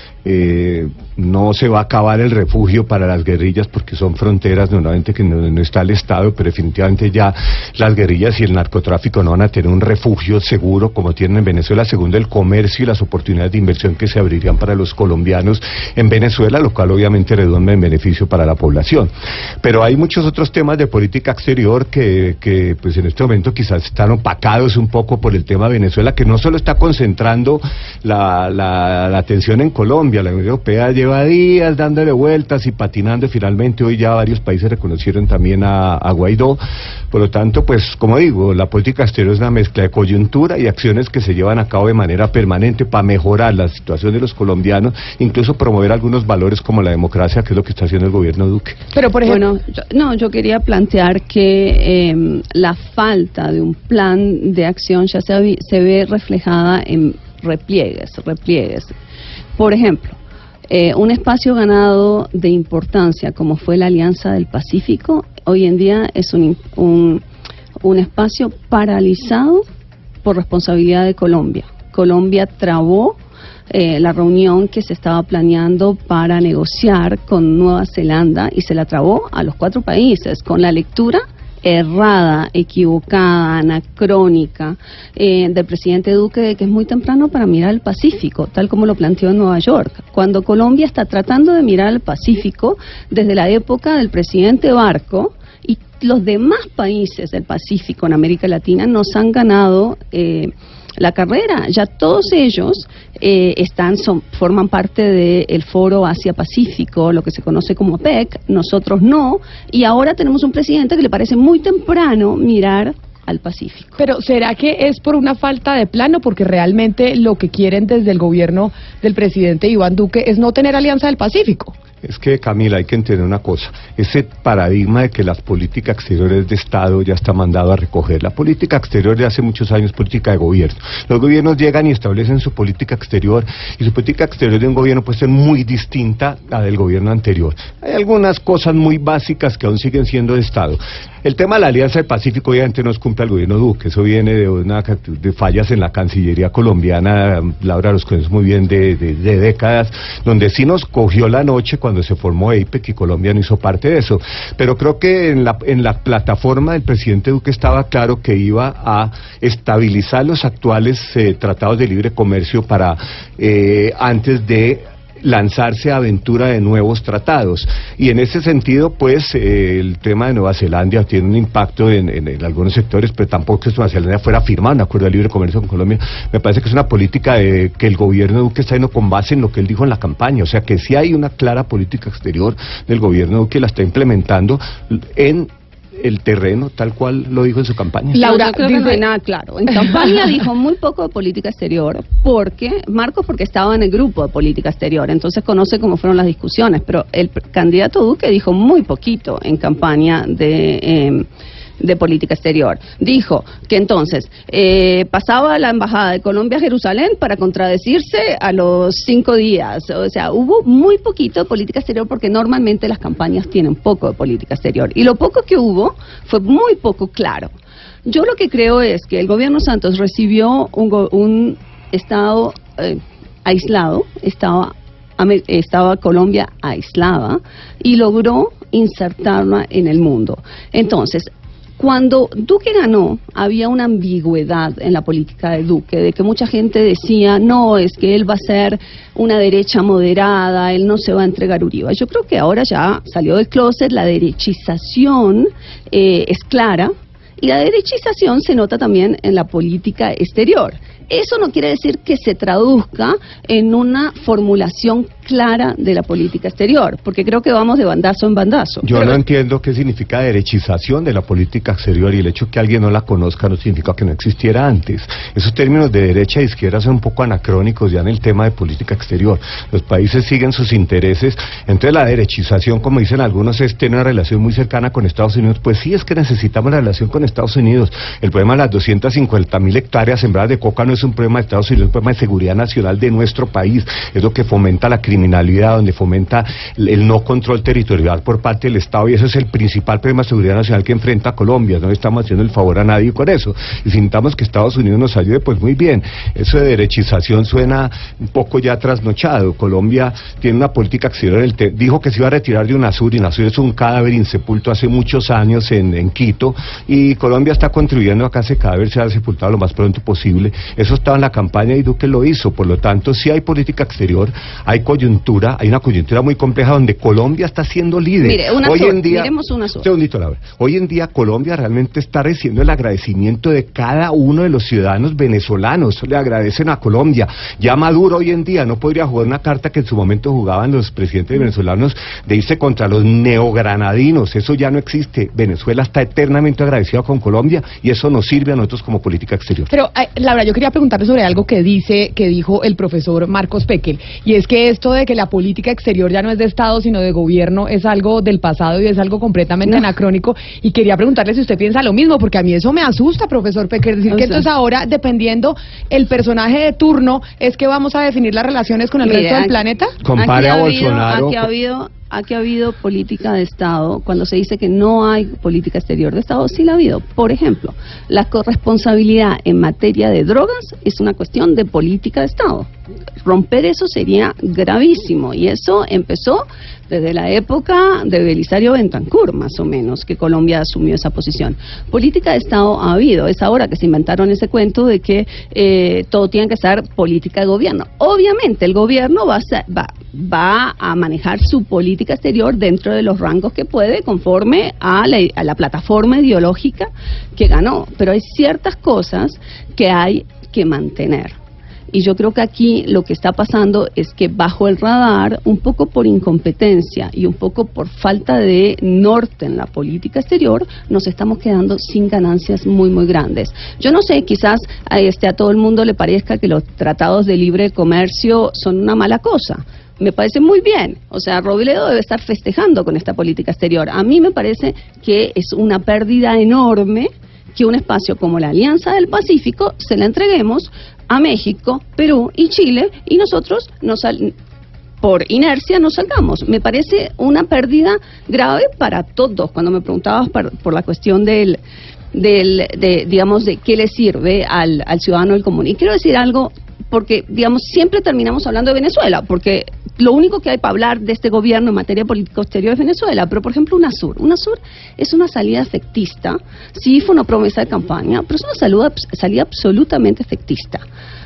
Speaker 9: Eh, no se va a acabar el refugio para las guerrillas porque son fronteras normalmente que no, no está el Estado, pero definitivamente ya las guerrillas y el narcotráfico no van a tener un refugio seguro como tienen en Venezuela. Segundo, el comercio y las oportunidades de inversión que se abrirían para los colombianos en Venezuela, lo cual obviamente redunda en beneficio para la población. Pero hay muchos otros temas de política exterior que, que pues en este momento quizás están opacados un poco por el tema de Venezuela, que no solo está concentrando la, la, la atención en Colombia. La Unión Europea lleva días dándole vueltas y patinando, y finalmente hoy ya varios países reconocieron también a, a Guaidó. Por lo tanto, pues como digo, la política exterior es una mezcla de coyuntura y acciones que se llevan a cabo de manera permanente para mejorar la situación de los colombianos, incluso promover algunos valores como la democracia, que es lo que está haciendo el gobierno Duque.
Speaker 8: Pero por ejemplo, bueno, yo, no, yo quería plantear que eh, la falta de un plan de acción ya se, se ve reflejada en repliegues, repliegues. Por ejemplo, eh, un espacio ganado de importancia como fue la Alianza del Pacífico, hoy en día es un, un, un espacio paralizado por responsabilidad de Colombia. Colombia trabó eh, la reunión que se estaba planeando para negociar con Nueva Zelanda y se la trabó a los cuatro países con la lectura errada, equivocada, anacrónica eh, del presidente Duque de que es muy temprano para mirar el Pacífico, tal como lo planteó en Nueva York, cuando Colombia está tratando de mirar el Pacífico desde la época del presidente Barco, y los demás países del Pacífico en América Latina nos han ganado eh, la carrera. Ya todos ellos eh, están son, forman parte del Foro Asia-Pacífico, lo que se conoce como A P E C, nosotros no, y ahora tenemos un presidente que le parece muy temprano mirar al Pacífico.
Speaker 3: Pero ¿será que es por una falta de plan o porque realmente lo que quieren desde el gobierno del presidente Iván Duque es no tener alianza del Pacífico?
Speaker 9: Es que, Camila, hay que entender una cosa. Ese paradigma de que las políticas exteriores de Estado ya está mandado a recoger. La política exterior de hace muchos años es política de gobierno. Los gobiernos llegan y establecen su política exterior, y su política exterior de un gobierno puede ser muy distinta a la del gobierno anterior. Hay algunas cosas muy básicas que aún siguen siendo de Estado. El tema de la Alianza del Pacífico obviamente no es culpa del gobierno Duque, eso viene de una de fallas en la Cancillería colombiana. Laura los conoce muy bien de, de, de décadas, donde sí nos cogió la noche cuando se formó A I P E C y Colombia no hizo parte de eso. Pero creo que en la, en la plataforma del presidente Duque estaba claro que iba a estabilizar los actuales eh, tratados de libre comercio para eh, antes de lanzarse a aventura de nuevos tratados, y en ese sentido pues eh, el tema de Nueva Zelanda tiene un impacto en, en, en algunos sectores, pero tampoco es que Nueva Zelanda fuera a firmar un acuerdo de libre comercio con Colombia. Me parece que es una política de, que el gobierno de Duque está yendo con base en lo que él dijo en la campaña, o sea que sí hay una clara política exterior del gobierno de Duque, la está implementando en el terreno, tal cual lo dijo en su campaña.
Speaker 8: Laura, no, yo creo dice... que no hay nada claro. En campaña dijo muy poco de política exterior, porque, Marcos, porque estaba en el grupo de política exterior, entonces conoce cómo fueron las discusiones, pero el candidato Duque dijo muy poquito en campaña de... Eh, de política exterior. Dijo que entonces eh, pasaba la embajada de Colombia a Jerusalén para contradecirse a los cinco días. O sea, hubo muy poquito de política exterior porque normalmente las campañas tienen poco de política exterior. Y lo poco que hubo fue muy poco claro. Yo lo que creo es que el gobierno Santos recibió un, un estado eh, aislado, estaba, estaba Colombia aislada y logró insertarla en el mundo. Entonces, Cuando Duque ganó, había una ambigüedad en la política de Duque, de que mucha gente decía, no, es que él va a ser una derecha moderada, él no se va a entregar a Uribe. Yo creo que ahora ya salió del closet, la derechización eh, es clara, y la derechización se nota también en la política exterior. Eso no quiere decir que se traduzca en una formulación clara de la política exterior, porque creo que vamos de bandazo en bandazo.
Speaker 9: Yo no entiendo qué significa derechización de la política exterior, y el hecho que alguien no la conozca no significa que no existiera antes. Esos términos de derecha e izquierda son un poco anacrónicos ya en el tema de política exterior. Los países siguen sus intereses, entonces la derechización, como dicen algunos, es tener una relación muy cercana con Estados Unidos. Pues sí, es que necesitamos la relación con Estados Unidos. El problema de las doscientas cincuenta mil hectáreas sembradas de coca no es un problema de Estados Unidos, es un problema de seguridad nacional de nuestro país. Es lo que fomenta la criminalidad, donde fomenta el no control territorial por parte del Estado, y ese es el principal problema de seguridad nacional que enfrenta Colombia. No le estamos haciendo el favor a nadie con eso, y si necesitamos que Estados Unidos nos ayude, pues muy bien. Eso de derechización suena un poco ya trasnochado. Colombia tiene una política exterior, el te dijo que se iba a retirar de UNASUR, y UNASUR es un cadáver insepulto hace muchos años en, en Quito, y Colombia está contribuyendo a que ese cadáver sea sepultado lo más pronto posible. Eso estaba en la campaña y Duque lo hizo. Por lo tanto, sí hay política exterior, hay coyuntura, hay una coyuntura muy compleja donde Colombia está siendo líder.
Speaker 8: Mire, una
Speaker 9: hoy
Speaker 8: sur,
Speaker 9: en día,
Speaker 8: miremos una sur.
Speaker 9: Segundito, Laura. Hoy en día Colombia realmente está recibiendo el agradecimiento de cada uno de los ciudadanos venezolanos. Le agradecen a Colombia. Ya Maduro hoy en día no podría jugar una carta que en su momento jugaban los presidentes venezolanos de irse contra los neogranadinos. Eso ya no existe. Venezuela está eternamente agradecida con Colombia, y eso nos sirve a nosotros como política exterior.
Speaker 3: Pero, eh, Laura, yo quería preguntarle sobre algo que dice, que dijo el profesor Marcos Pekel, y es que esto de que la política exterior ya no es de Estado sino de gobierno es algo del pasado y es algo completamente no. anacrónico, y quería preguntarle si usted piensa lo mismo, porque a mí eso me asusta, profesor Pekel, decir o que sea, entonces ahora, dependiendo el personaje de turno, es que vamos a definir las relaciones con el
Speaker 8: mire,
Speaker 3: resto del
Speaker 8: aquí,
Speaker 3: planeta.
Speaker 9: Compare a Bolsonaro.
Speaker 8: Aquí ha habido Aquí ha habido política de Estado. Cuando se dice que no hay política exterior de Estado, sí la ha habido. Por ejemplo, la corresponsabilidad en materia de drogas es una cuestión de política de Estado. Romper eso sería gravísimo, y eso empezó desde la época de Belisario Bentancur, más o menos, que Colombia asumió esa posición. Política de Estado ha habido, es ahora que se inventaron ese cuento de que eh, todo tiene que ser política de gobierno. Obviamente el gobierno va a, ser, va, va a manejar su política exterior dentro de los rangos que puede, conforme a la, a la plataforma ideológica que ganó, pero hay ciertas cosas que hay que mantener. Y yo creo que aquí lo que está pasando es que bajo el radar, un poco por incompetencia y un poco por falta de norte en la política exterior, nos estamos quedando sin ganancias muy, muy grandes. Yo no sé, quizás a, este, a todo el mundo le parezca que los tratados de libre comercio son una mala cosa. Me parece muy bien, o sea, Robledo debe estar festejando con esta política exterior. A mí me parece que es una pérdida enorme que un espacio como la Alianza del Pacífico se la entreguemos a México, Perú y Chile, y nosotros nos sal por inercia nos salgamos. Me parece una pérdida grave para todos. Cuando me preguntabas por, por la cuestión del, del de, digamos, de qué le sirve al, al ciudadano del común. Y quiero decir algo, porque, digamos, siempre terminamos hablando de Venezuela, porque lo único que hay para hablar de este gobierno en materia política exterior es Venezuela. Pero, por ejemplo, UNASUR. UNASUR es una salida efectista. Sí fue una promesa de campaña, pero es una salida, salida absolutamente efectista.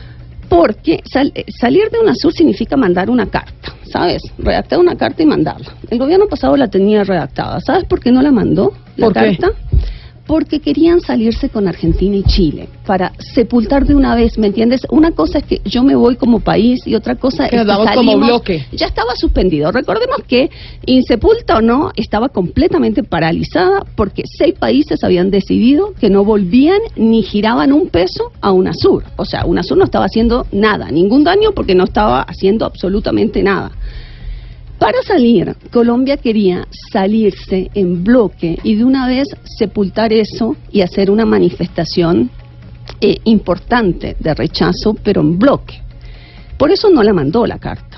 Speaker 8: Porque sal, salir de UNASUR significa mandar una carta, ¿sabes? Redactar una carta y mandarla. El gobierno pasado la tenía redactada. ¿Sabes por qué no la mandó, la
Speaker 3: ¿Por
Speaker 8: carta? Qué? Porque querían salirse con Argentina y Chile, para sepultar de una vez, ¿me entiendes? Una cosa es que yo me voy como país y otra cosa
Speaker 3: que
Speaker 8: es que salimos,
Speaker 3: como bloque.
Speaker 8: Ya estaba suspendido. Recordemos que, insepulta o no, estaba completamente paralizada porque seis países habían decidido que no volvían ni giraban un peso a UNASUR. O sea, UNASUR no estaba haciendo nada, ningún daño, porque no estaba haciendo absolutamente nada. Para salir, Colombia quería salirse en bloque y de una vez sepultar eso y hacer una manifestación eh, importante de rechazo, pero en bloque. Por eso no la mandó la carta.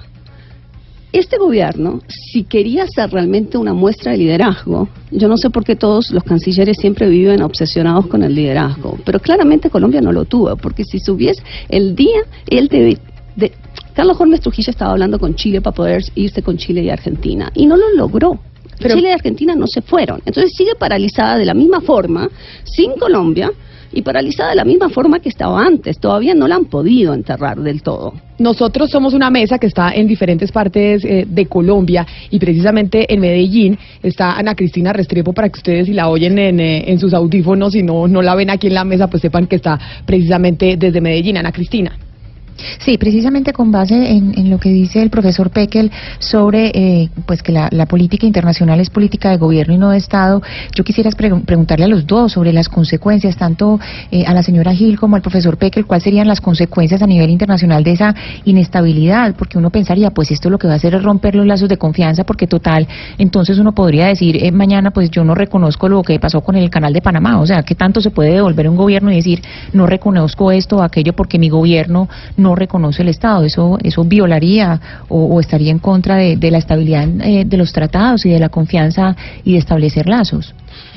Speaker 8: Este gobierno, si quería hacer realmente una muestra de liderazgo, yo no sé por qué todos los cancilleres siempre viven obsesionados con el liderazgo, pero claramente Colombia no lo tuvo, porque si subiese el día, él debe... De, Carlos Holmes Trujillo estaba hablando con Chile para poder irse con Chile y Argentina, y no lo logró. Pero Chile y Argentina no se fueron. Entonces sigue paralizada de la misma forma, sin Colombia, y paralizada de la misma forma que estaba antes. Todavía no la han podido enterrar del todo.
Speaker 3: Nosotros somos una mesa que está en diferentes partes eh, de Colombia y precisamente en Medellín está Ana Cristina Restrepo, para que ustedes, si la oyen en, eh, en sus audífonos y no, no la ven aquí en la mesa, pues sepan que está precisamente desde Medellín. Ana Cristina.
Speaker 13: Sí, precisamente con base en, en lo que dice el profesor Peckel sobre eh, pues que la, la política internacional es política de gobierno y no de Estado, yo quisiera pre preguntarle a los dos sobre las consecuencias, tanto eh, a la señora Gil como al profesor Peckel, cuáles serían las consecuencias a nivel internacional de esa inestabilidad, porque uno pensaría, pues esto lo que va a hacer es romper los lazos de confianza, porque total, entonces uno podría decir, eh, mañana pues yo no reconozco lo que pasó con el canal de Panamá, o sea, ¿qué tanto se puede devolver un gobierno y decir, no reconozco esto o aquello porque mi gobierno no reconoce el Estado? Eso eso violaría o, o estaría en contra de, de la estabilidad eh, de los tratados y de la confianza y de establecer lazos.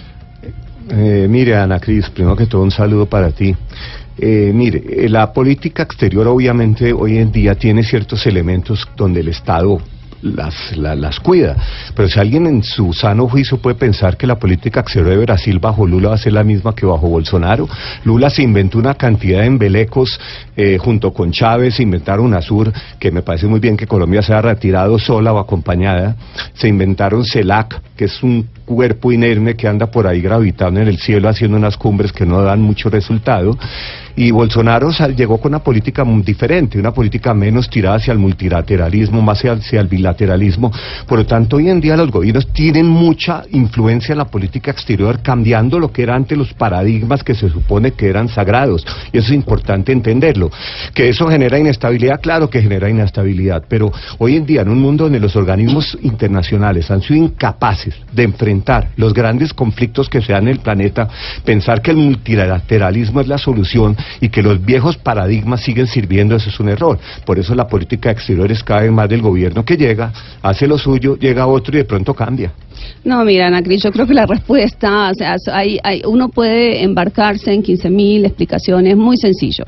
Speaker 9: Eh, mire, Ana Cris, primero que todo un saludo para ti. Eh, mire, eh, la política exterior obviamente hoy en día tiene ciertos elementos donde el Estado las, la, las cuida, pero si alguien en su sano juicio puede pensar que la política exterior de Brasil bajo Lula va a ser la misma que bajo Bolsonaro. Lula se inventó una cantidad de embelecos eh, junto con Chávez, se inventaron UNASUR, que me parece muy bien que Colombia se haya retirado sola o acompañada, se inventaron CELAC, que es un cuerpo inerme que anda por ahí gravitando en el cielo haciendo unas cumbres que no dan mucho resultado. Y Bolsonaro llegó con una política muy diferente, una política menos tirada hacia el multilateralismo, más hacia el bilateralismo. Por lo tanto, hoy en día los gobiernos tienen mucha influencia en la política exterior, cambiando lo que eran antes los paradigmas que se supone que eran sagrados. Y eso es importante entenderlo. Que eso genera inestabilidad, claro que genera inestabilidad, pero hoy en día en un mundo donde los organismos internacionales han sido incapaces de enfrentar los grandes conflictos que se dan en el planeta, pensar que el multilateralismo es la solución y que los viejos paradigmas siguen sirviendo, eso es un error. Por eso la política exterior es cada vez más del gobierno que llega, hace lo suyo, llega otro y de pronto cambia.
Speaker 8: No, mira, Ana Cris, yo creo que la respuesta, o sea, hay, hay, uno puede embarcarse en quince mil explicaciones, muy sencillo.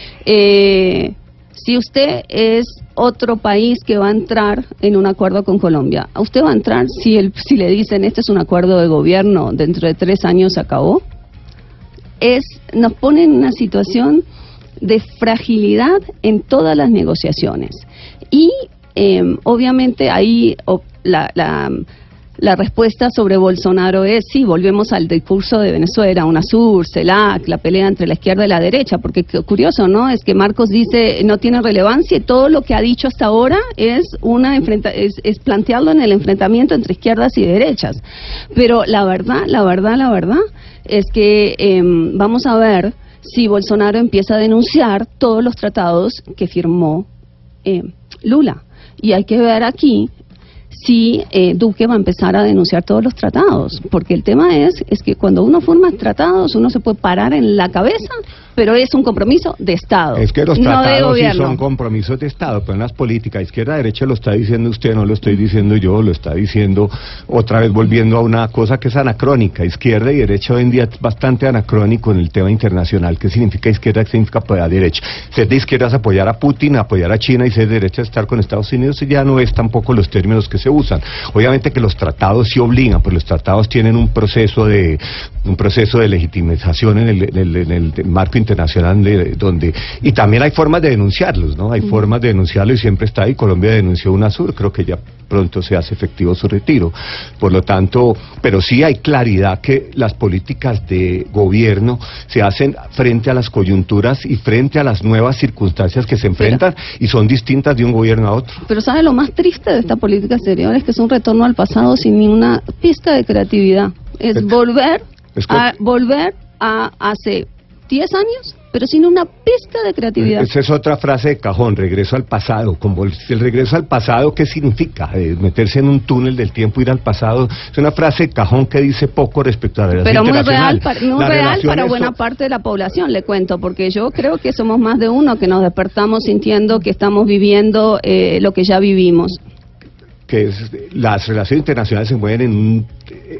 Speaker 8: Eh, si usted es otro país que va a entrar en un acuerdo con Colombia, ¿usted va a entrar si, el, si le dicen este es un acuerdo de gobierno, dentro de tres años se acabó? Es, nos pone en una situación de fragilidad en todas las negociaciones. Y eh, obviamente ahí oh, la, la, la respuesta sobre Bolsonaro es, sí, volvemos al discurso de Venezuela, UNASUR, CELAC, la pelea entre la izquierda y la derecha, porque curioso, ¿no? Es que Marcos dice no tiene relevancia y todo lo que ha dicho hasta ahora es, una enfrenta es, es plantearlo en el enfrentamiento entre izquierdas y derechas. Pero la verdad, la verdad, la verdad es que eh, vamos a ver si Bolsonaro empieza a denunciar todos los tratados que firmó eh, Lula. Y hay que ver aquí si eh, Duque va a empezar a denunciar todos los tratados, porque el tema es, es que cuando uno firma tratados uno se puede parar en la cabeza, pero es un compromiso de Estado,
Speaker 9: es que los
Speaker 8: no
Speaker 9: tratados
Speaker 8: de
Speaker 9: sí
Speaker 8: gobierno.
Speaker 9: son compromisos de Estado, pero en las políticas, izquierda, derecha, lo está diciendo usted, no lo estoy diciendo yo, lo está diciendo otra vez volviendo a una cosa que es anacrónica. Izquierda y derecha hoy en día es bastante anacrónico en el tema internacional. ¿Qué significa izquierda? ¿Qué significa apoyar derecha? Ser de izquierda es apoyar a Putin, apoyar a China, y ser de derecha es estar con Estados Unidos, y ya no es tampoco los términos que se usan. Obviamente que los tratados sí obligan, pues los tratados tienen un proceso de un proceso de legitimización en el, en el, en el marco internacional de, donde, y también hay formas de denunciarlos, ¿no? Hay mm. formas de denunciarlo y siempre está ahí. Colombia denunció UNASUR, creo que ya pronto se hace efectivo su retiro. Por lo tanto, pero sí hay claridad que las políticas de gobierno se hacen frente a las coyunturas y frente a las nuevas circunstancias que se enfrentan, pero, y son distintas de un gobierno a otro.
Speaker 8: Pero ¿sabe lo más triste de esta política exterior? Es que es un retorno al pasado sin ni una pizca de creatividad. Es pero, volver es a volver a hace diez años, pero sin una pizca de creatividad.
Speaker 9: Esa es otra frase de cajón, regreso al pasado. Como el, el regreso al pasado, ¿qué significa? Eh, meterse en un túnel del tiempo, ir al pasado. Es una frase de cajón que dice poco respecto a la relación
Speaker 8: pero
Speaker 9: internacional.
Speaker 8: Muy real, para, muy real para buena son... parte de la población, le cuento, porque yo creo que somos más de uno que nos despertamos sintiendo que estamos viviendo eh, lo que ya vivimos.
Speaker 9: Que es, las relaciones internacionales se mueven en un... Eh,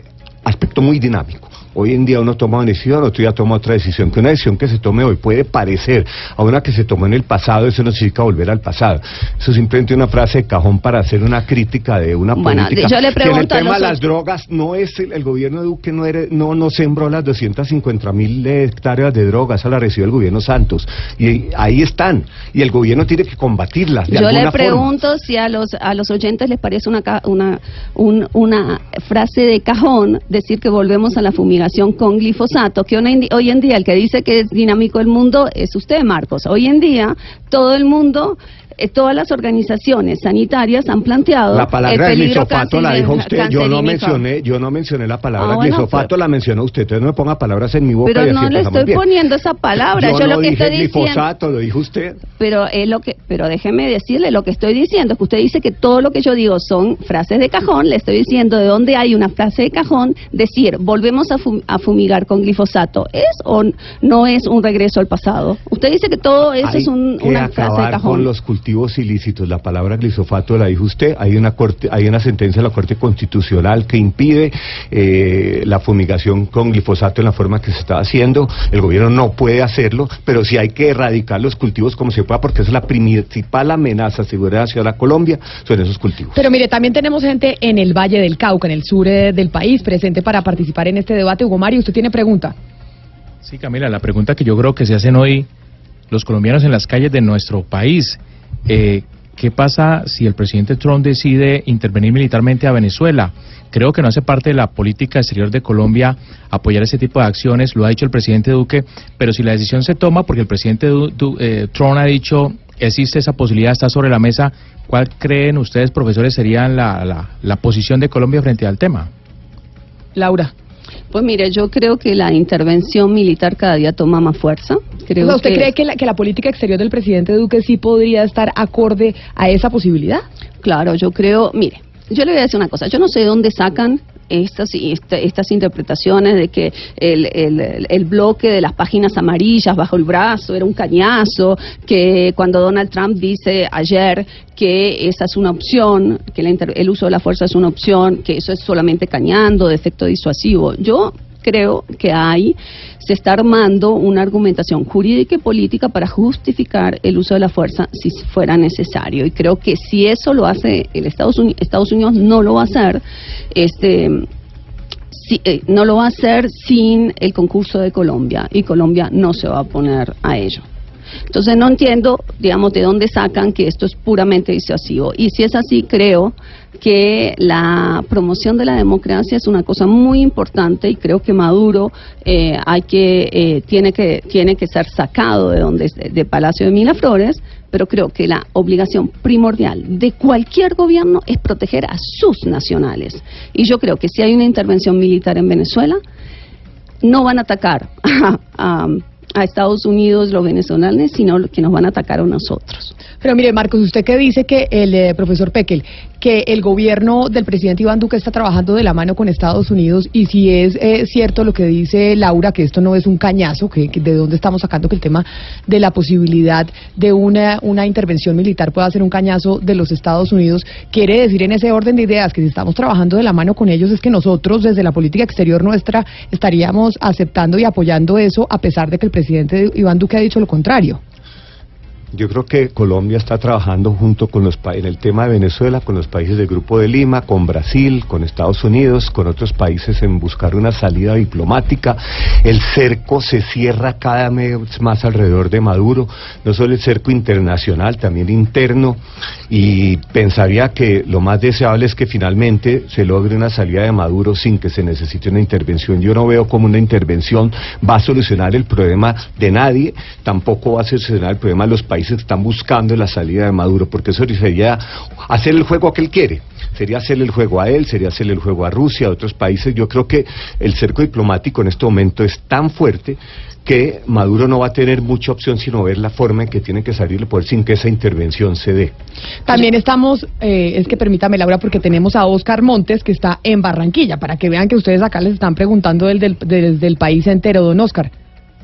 Speaker 9: aspecto muy dinámico. Hoy en día uno toma una decisión, otro día toma otra decisión. Que una decisión que se tome hoy puede parecer a una que se tomó en el pasado, eso no significa volver al pasado. Eso es simplemente una frase de cajón para hacer una crítica de una
Speaker 8: bueno,
Speaker 9: política.
Speaker 8: Yo le pregunto
Speaker 9: que en el tema
Speaker 8: a los...
Speaker 9: de las drogas, no es el, el gobierno de Duque no, era, no, no sembró las doscientas cincuenta mil hectáreas de drogas, esa la recibió el gobierno Santos. Y ahí están. Y el gobierno tiene que combatirlas de
Speaker 8: Yo
Speaker 9: alguna
Speaker 8: le pregunto
Speaker 9: forma.
Speaker 8: si a los a los oyentes les parece una, una, un, una frase de cajón decir que volvemos a la fumigación con glifosato. Que hoy en día el que dice que es dinámico el mundo es usted, Marcos. Hoy en día todo el mundo, eh, todas las organizaciones sanitarias han planteado
Speaker 9: la palabra
Speaker 8: el peligro
Speaker 9: glifosato la dijo usted. Yo no mencioné, yo no mencioné la palabra
Speaker 8: ah, bueno,
Speaker 9: glifosato, pero, la mencionó usted. Entonces no me ponga palabras en mi boca.
Speaker 8: Pero
Speaker 9: y así
Speaker 8: no le estoy
Speaker 9: bien.
Speaker 8: poniendo esa palabra.
Speaker 9: Yo,
Speaker 8: yo
Speaker 9: no
Speaker 8: lo que
Speaker 9: dije
Speaker 8: estoy
Speaker 9: glifosato,
Speaker 8: diciendo,
Speaker 9: lo dijo usted.
Speaker 8: Pero es lo que, pero déjeme decirle lo que estoy diciendo, es que usted dice que todo lo que yo digo son frases de cajón. Le estoy diciendo de dónde hay una frase de cajón, decir volvemos a, fum, a fumigar con glifosato. ¿Es o no es un regreso al pasado? Usted dice que todo eso
Speaker 9: hay
Speaker 8: es un,
Speaker 9: que
Speaker 8: una frase de cajón.
Speaker 9: Con los cultivos ilícitos, la palabra glifosato la dijo usted. Hay una corte, hay una sentencia de la Corte Constitucional que impide eh, la fumigación con glifosato en la forma que se está haciendo. El gobierno no puede hacerlo, pero sí hay que erradicar los cultivos como se pueda, porque esa es la principal amenaza a seguridad hacia la Colombia, son esos cultivos.
Speaker 3: Pero mire, también tenemos gente en el Valle del Cauca, en el sur eh, del país, presente para participar en este debate. Hugo Mario, ¿usted tiene pregunta?
Speaker 10: Sí, Camila, la pregunta que yo creo que se hacen hoy los colombianos en las calles de nuestro país, eh, ¿qué pasa si el presidente Trump decide intervenir militarmente a Venezuela? Creo que no hace parte de la política exterior de Colombia apoyar ese tipo de acciones, lo ha dicho el presidente Duque, pero si la decisión se toma, porque el presidente du du eh, Trump ha dicho, existe esa posibilidad, está sobre la mesa, ¿cuál creen ustedes, profesores, sería la, la, la posición de Colombia frente al tema?
Speaker 3: Laura.
Speaker 8: Pues mire, yo creo que la intervención militar cada día toma más fuerza. Creo
Speaker 3: o sea, ¿usted
Speaker 8: que...
Speaker 3: cree que la, que la política exterior del presidente Duque sí podría estar acorde a esa posibilidad?
Speaker 8: Claro, yo creo, mire, yo le voy a decir una cosa, yo no sé de dónde sacan estas esta, estas interpretaciones de que el, el, el bloque de las páginas amarillas bajo el brazo era un cañazo, que cuando Donald Trump dice ayer que esa es una opción, que la inter, el uso de la fuerza es una opción, que eso es solamente cañando, de efecto disuasivo. Yo creo que hay, se está armando una argumentación jurídica y política para justificar el uso de la fuerza si fuera necesario. Y creo que si eso lo hace el Estados Unidos, Estados Unidos no lo va a hacer, este, si, eh, no lo va a hacer sin el concurso de Colombia, y Colombia no se va a poner a ello. Entonces no entiendo, digamos, de dónde sacan que esto es puramente disuasivo. Y si es así, creo que la promoción de la democracia es una cosa muy importante, y creo que Maduro eh, hay que eh, tiene que tiene que ser sacado de donde de Palacio de Miraflores, pero creo que la obligación primordial de cualquier gobierno es proteger a sus nacionales. Y yo creo que si hay una intervención militar en Venezuela, no van a atacar a, a a Estados Unidos los venezolanos, sino que nos van a atacar a nosotros.
Speaker 3: Pero mire, Marcos, usted que dice que el eh, profesor Pekel, que el gobierno del presidente Iván Duque está trabajando de la mano con Estados Unidos, y si es eh, cierto lo que dice Laura, que esto no es un cañazo, que, que de dónde estamos sacando que el tema de la posibilidad de una, una intervención militar pueda ser un cañazo de los Estados Unidos, quiere decir en ese orden de ideas que si estamos trabajando de la mano con ellos es que nosotros desde la política exterior nuestra estaríamos aceptando y apoyando eso, a pesar de que el presidente Iván Duque ha dicho lo contrario.
Speaker 9: Yo creo que Colombia está trabajando junto con los en el tema de Venezuela, con los países del Grupo de Lima, con Brasil, con Estados Unidos, con otros países en buscar una salida diplomática. El cerco se cierra cada vez más alrededor de Maduro, no solo el cerco internacional, también interno, y pensaría que lo más deseable es que finalmente se logre una salida de Maduro sin que se necesite una intervención. Yo no veo como una intervención va a solucionar el problema de nadie, tampoco va a solucionar el problema de los países que están buscando la salida de Maduro, porque eso sería hacer el juego que él quiere, sería hacerle el juego a él, sería hacerle el juego a Rusia, a otros países. Yo creo que el cerco diplomático en este momento es tan fuerte que Maduro no va a tener mucha opción sino ver la forma en que tiene que salir del poder sin que esa intervención se dé.
Speaker 3: También estamos, eh, es que permítame, Laura, porque tenemos a Oscar Montes, que está en Barranquilla, para que vean que ustedes acá les están preguntando desde el, desde el país entero. Don Oscar.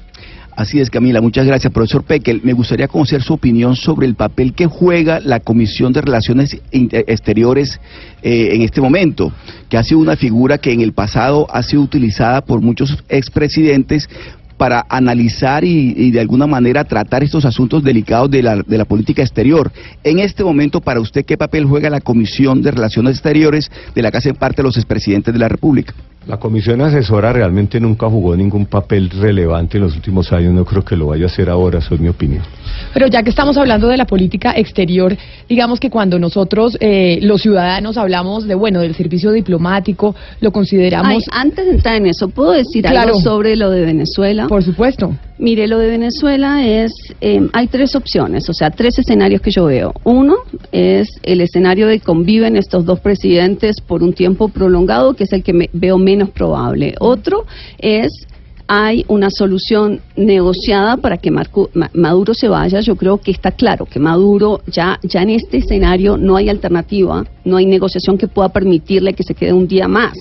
Speaker 14: Así es, Camila, muchas gracias, profesor Pekel. Me gustaría conocer su opinión sobre el papel que juega la Comisión de Relaciones Exteriores eh, en este momento, que ha sido una figura que en el pasado ha sido utilizada por muchos expresidentes para analizar y, y de alguna manera tratar estos asuntos delicados de la, de la política exterior. En este momento, para usted, ¿qué papel juega la Comisión de Relaciones Exteriores de la que hacen parte los expresidentes de la República?
Speaker 9: La comisión asesora realmente nunca jugó ningún papel relevante en los últimos años, no creo que lo vaya a hacer ahora, eso es mi opinión.
Speaker 3: Pero ya que estamos hablando de la política exterior, digamos que cuando nosotros, eh, los ciudadanos, hablamos de, bueno, del servicio diplomático, lo consideramos...
Speaker 8: Ay, antes de entrar en eso, ¿puedo decir
Speaker 3: Claro.
Speaker 8: algo sobre lo de Venezuela?
Speaker 3: Por supuesto.
Speaker 8: Mire, lo de Venezuela es, eh, hay tres opciones, o sea, tres escenarios que yo veo. Uno es el escenario de conviven estos dos presidentes por un tiempo prolongado, que es el que me veo menos probable. Otro es, hay una solución negociada para que Marco, Ma- Maduro se vaya. Yo creo que está claro que Maduro ya, ya en este escenario no hay alternativa, no hay negociación que pueda permitirle que se quede un día más.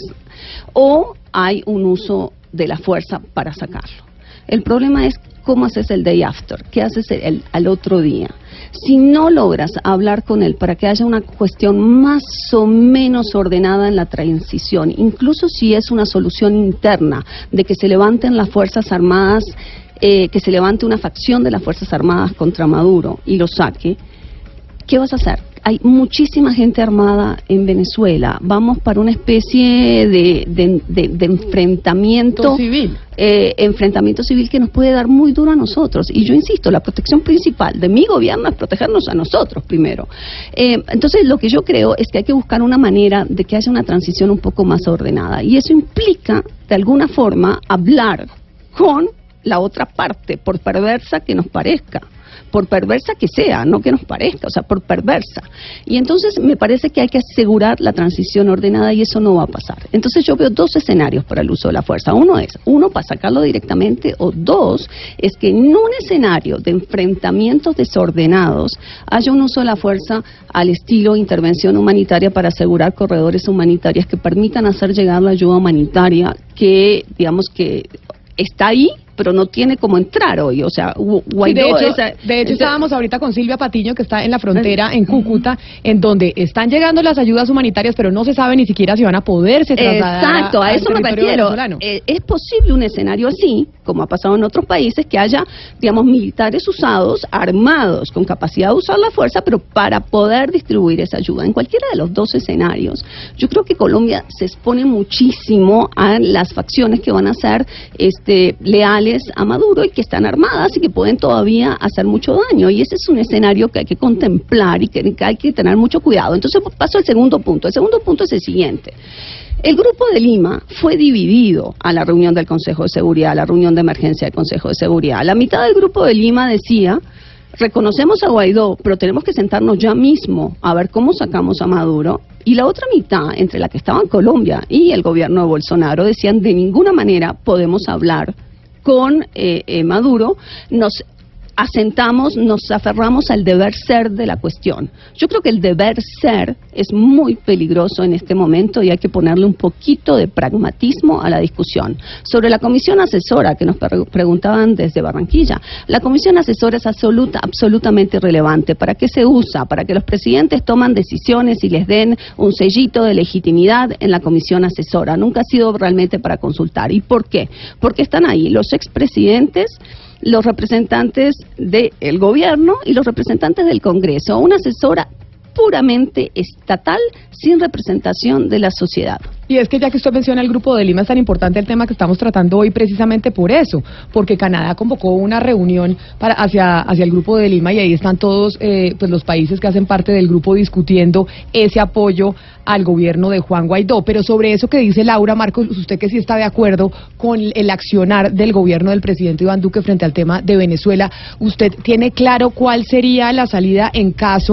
Speaker 8: O hay un uso de la fuerza para sacarlo. El problema es cómo haces el day after, qué haces el, el, al otro día. Si no logras hablar con él para que haya una cuestión más o menos ordenada en la transición, incluso si es una solución interna de que se levanten las Fuerzas Armadas, eh, que se levante una facción de las Fuerzas Armadas contra Maduro y lo saque, ¿qué vas a hacer? Hay muchísima gente armada en Venezuela. Vamos para una especie de, de, de, de enfrentamiento
Speaker 3: civil.
Speaker 8: Eh, enfrentamiento civil que nos puede dar muy duro a nosotros. Y yo insisto, la protección principal de mi gobierno es protegernos a nosotros primero. Eh, entonces, lo que yo creo es que hay que buscar una manera de que haya una transición un poco más ordenada. Y eso implica, de alguna forma, hablar con la otra parte, por perversa que nos parezca. Por perversa que sea, no que nos parezca, o sea, por perversa. Y entonces me parece que hay que asegurar la transición ordenada y eso no va a pasar. Entonces yo veo dos escenarios para el uso de la fuerza. Uno es, uno, para sacarlo directamente, o dos, es que en un escenario de enfrentamientos desordenados haya un uso de la fuerza al estilo intervención humanitaria para asegurar corredores humanitarios que permitan hacer llegar la ayuda humanitaria que, digamos que está ahí, pero no tiene cómo entrar hoy, o sea, Guaidó...
Speaker 3: Sí, de hecho,
Speaker 8: esa,
Speaker 3: de hecho
Speaker 8: esa,
Speaker 3: estábamos ahorita con Silvia Patiño, que está en la frontera, en Cúcuta, en donde están llegando las ayudas humanitarias, pero no se sabe ni siquiera si van a poderse trasladar.
Speaker 8: Exacto, a,
Speaker 3: a
Speaker 8: eso me refiero. Eh, es posible un escenario así, como ha pasado en otros países, que haya, digamos, militares usados, armados, con capacidad de usar la fuerza, pero para poder distribuir esa ayuda. En cualquiera de los dos escenarios, yo creo que Colombia se expone muchísimo a las facciones que van a ser este, leales a Maduro y que están armadas y que pueden todavía hacer mucho daño. Y ese es un escenario que hay que contemplar y que, que hay que tener mucho cuidado. Entonces paso al segundo punto. El segundo punto es el siguiente. El Grupo de Lima fue dividido a la reunión del Consejo de Seguridad, a la reunión de emergencia del Consejo de Seguridad. La mitad del Grupo de Lima decía: reconocemos a Guaidó, pero tenemos que sentarnos ya mismo a ver cómo sacamos a Maduro. Y la otra mitad, entre la que estaban Colombia y el gobierno de Bolsonaro, decían: de ninguna manera podemos hablar con eh, eh, Maduro, nos asentamos, nos aferramos al deber ser de la cuestión. Yo creo que el deber ser es muy peligroso en este momento y hay que ponerle un poquito de pragmatismo a la discusión. Sobre la comisión asesora que nos pre preguntaban desde Barranquilla, la comisión asesora es absoluta, absolutamente irrelevante. ¿Para qué se usa? Para que los presidentes toman decisiones y les den un sellito de legitimidad en la comisión asesora. Nunca ha sido realmente para consultar. ¿Y por qué? Porque están ahí los expresidentes, los representantes del gobierno y los representantes del Congreso, una asesora puramente estatal sin representación de la sociedad.
Speaker 3: Y es que ya que usted menciona el Grupo de Lima, es tan importante el tema que estamos tratando hoy precisamente por eso, porque Canadá convocó una reunión para hacia hacia el Grupo de Lima y ahí están todos eh, pues los países que hacen parte del grupo discutiendo ese apoyo al gobierno de Juan Guaidó. Pero sobre eso que dice Laura, Marcos, usted que sí está de acuerdo con el accionar del gobierno del presidente Iván Duque frente al tema de Venezuela, ¿usted tiene claro cuál sería la salida en caso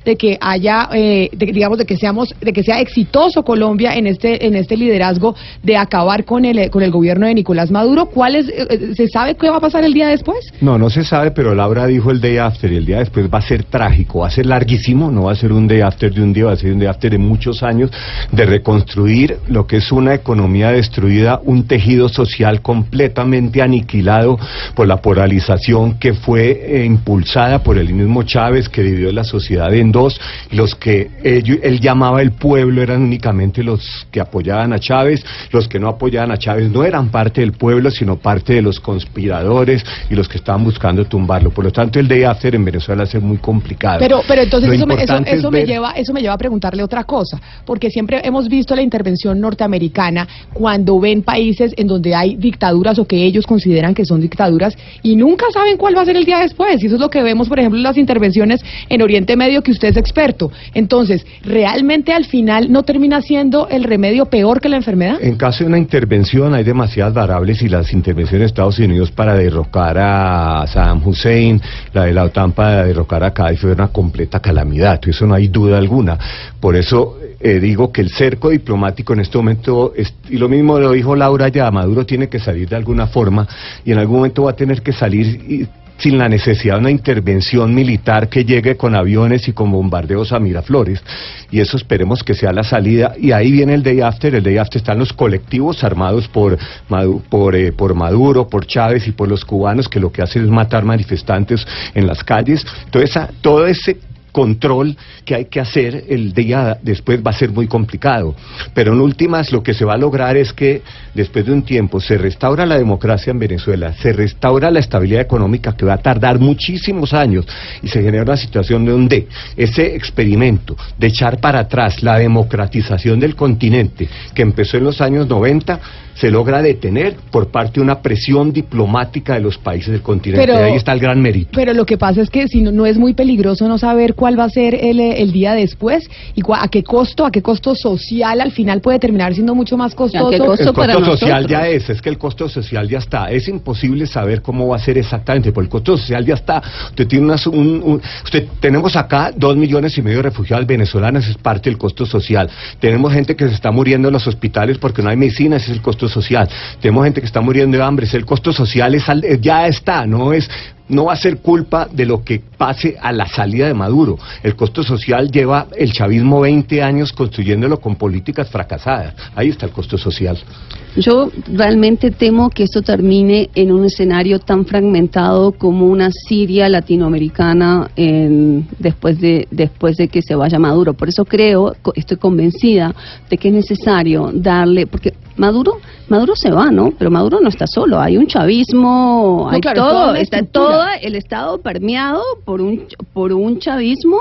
Speaker 3: de que haya, eh, de, digamos, de que seamos, de que sea exitoso Colombia en este, en este liderazgo de acabar con el, con el gobierno de Nicolás Maduro. ¿Cuál es, eh, se sabe qué va a pasar el día después?
Speaker 9: No, no se sabe, pero Laura dijo el day after, y el día después va a ser trágico, va a ser larguísimo, no va a ser un day after de un día, va a ser un day after de muchos años, de reconstruir lo que es una economía destruida, un tejido social completamente aniquilado por la polarización que fue eh, impulsada por el mismo Chávez, que dividió la sociedad en dos. Los que él, él llamaba el pueblo eran únicamente los que apoyaban a Chávez, los que no apoyaban a Chávez no eran parte del pueblo, sino parte de los conspiradores y los que estaban buscando tumbarlo. Por lo tanto, el day after en Venezuela va a ser muy complicado.
Speaker 3: Pero, pero entonces
Speaker 9: Lo
Speaker 3: eso, me, eso, eso me
Speaker 9: ver...
Speaker 3: lleva, eso me lleva a preguntarle otra cosa, porque siempre hemos visto la intervención norteamericana cuando ven países en donde hay dictaduras o que ellos consideran que son dictaduras y nunca saben cuál va a ser el día después. Y eso es lo que vemos, por ejemplo, en las intervenciones en Oriente Medio, que usted es experto. Entonces, ¿realmente al final no termina siendo el remedio peor que la enfermedad?
Speaker 9: En caso de una intervención hay demasiadas variables, y las intervenciones de Estados Unidos para derrocar a Saddam Hussein, la de la OTAN para derrocar a Gaddafi, fue una completa calamidad, eso no hay duda alguna. Por eso eh, digo que el cerco diplomático en este momento, es, y lo mismo lo dijo Laura ya, Maduro tiene que salir de alguna forma, y en algún momento va a tener que salir y, sin la necesidad de una intervención militar que llegue con aviones y con bombardeos a Miraflores, y eso esperemos que sea la salida. Y ahí viene el day after. El day after están los colectivos armados por Maduro, por, eh, por Maduro, por Chávez y por los cubanos, que lo que hacen es matar manifestantes en las calles. Entonces, a, todo ese control que hay que hacer el día después va a ser muy complicado, pero en últimas lo que se va a lograr es que después de un tiempo se restaura la democracia en Venezuela, se restaura la estabilidad económica, que va a tardar muchísimos años, y se genera una situación donde ese experimento de echar para atrás la democratización del continente, que empezó en los años noventa, se logra detener por parte de una presión diplomática de los países del continente. Pero, ahí está el gran mérito.
Speaker 3: Pero lo que pasa es que si no, no es muy peligroso no saber cuál va a ser el, el día después y cua, a qué costo, a qué costo social al final puede terminar siendo mucho más costoso.
Speaker 9: ¿Qué costo el costo social nosotros? Ya es, es que el costo social ya está. Es imposible saber cómo va a ser exactamente, porque el costo social ya está. Usted tiene una, un, un, usted tenemos acá dos millones y medio de refugiados venezolanos, es parte del costo social. Tenemos gente que se está muriendo en los hospitales porque no hay medicina, ese es el costo social. Tenemos gente que está muriendo de hambre, el costo social es, ya está, no es, no va a ser culpa de lo que pase a la salida de Maduro. El costo social lleva el chavismo veinte años construyéndolo con políticas fracasadas. Ahí está el costo social.
Speaker 8: Yo realmente temo que esto termine en un escenario tan fragmentado como una Siria latinoamericana en, después de después de que se vaya Maduro. Por eso creo, estoy convencida de que es necesario darle, porque Maduro Maduro se va, ¿no? Pero Maduro no está solo, hay un chavismo, hay no, claro, todo, está todo el Estado permeado por un por un chavismo.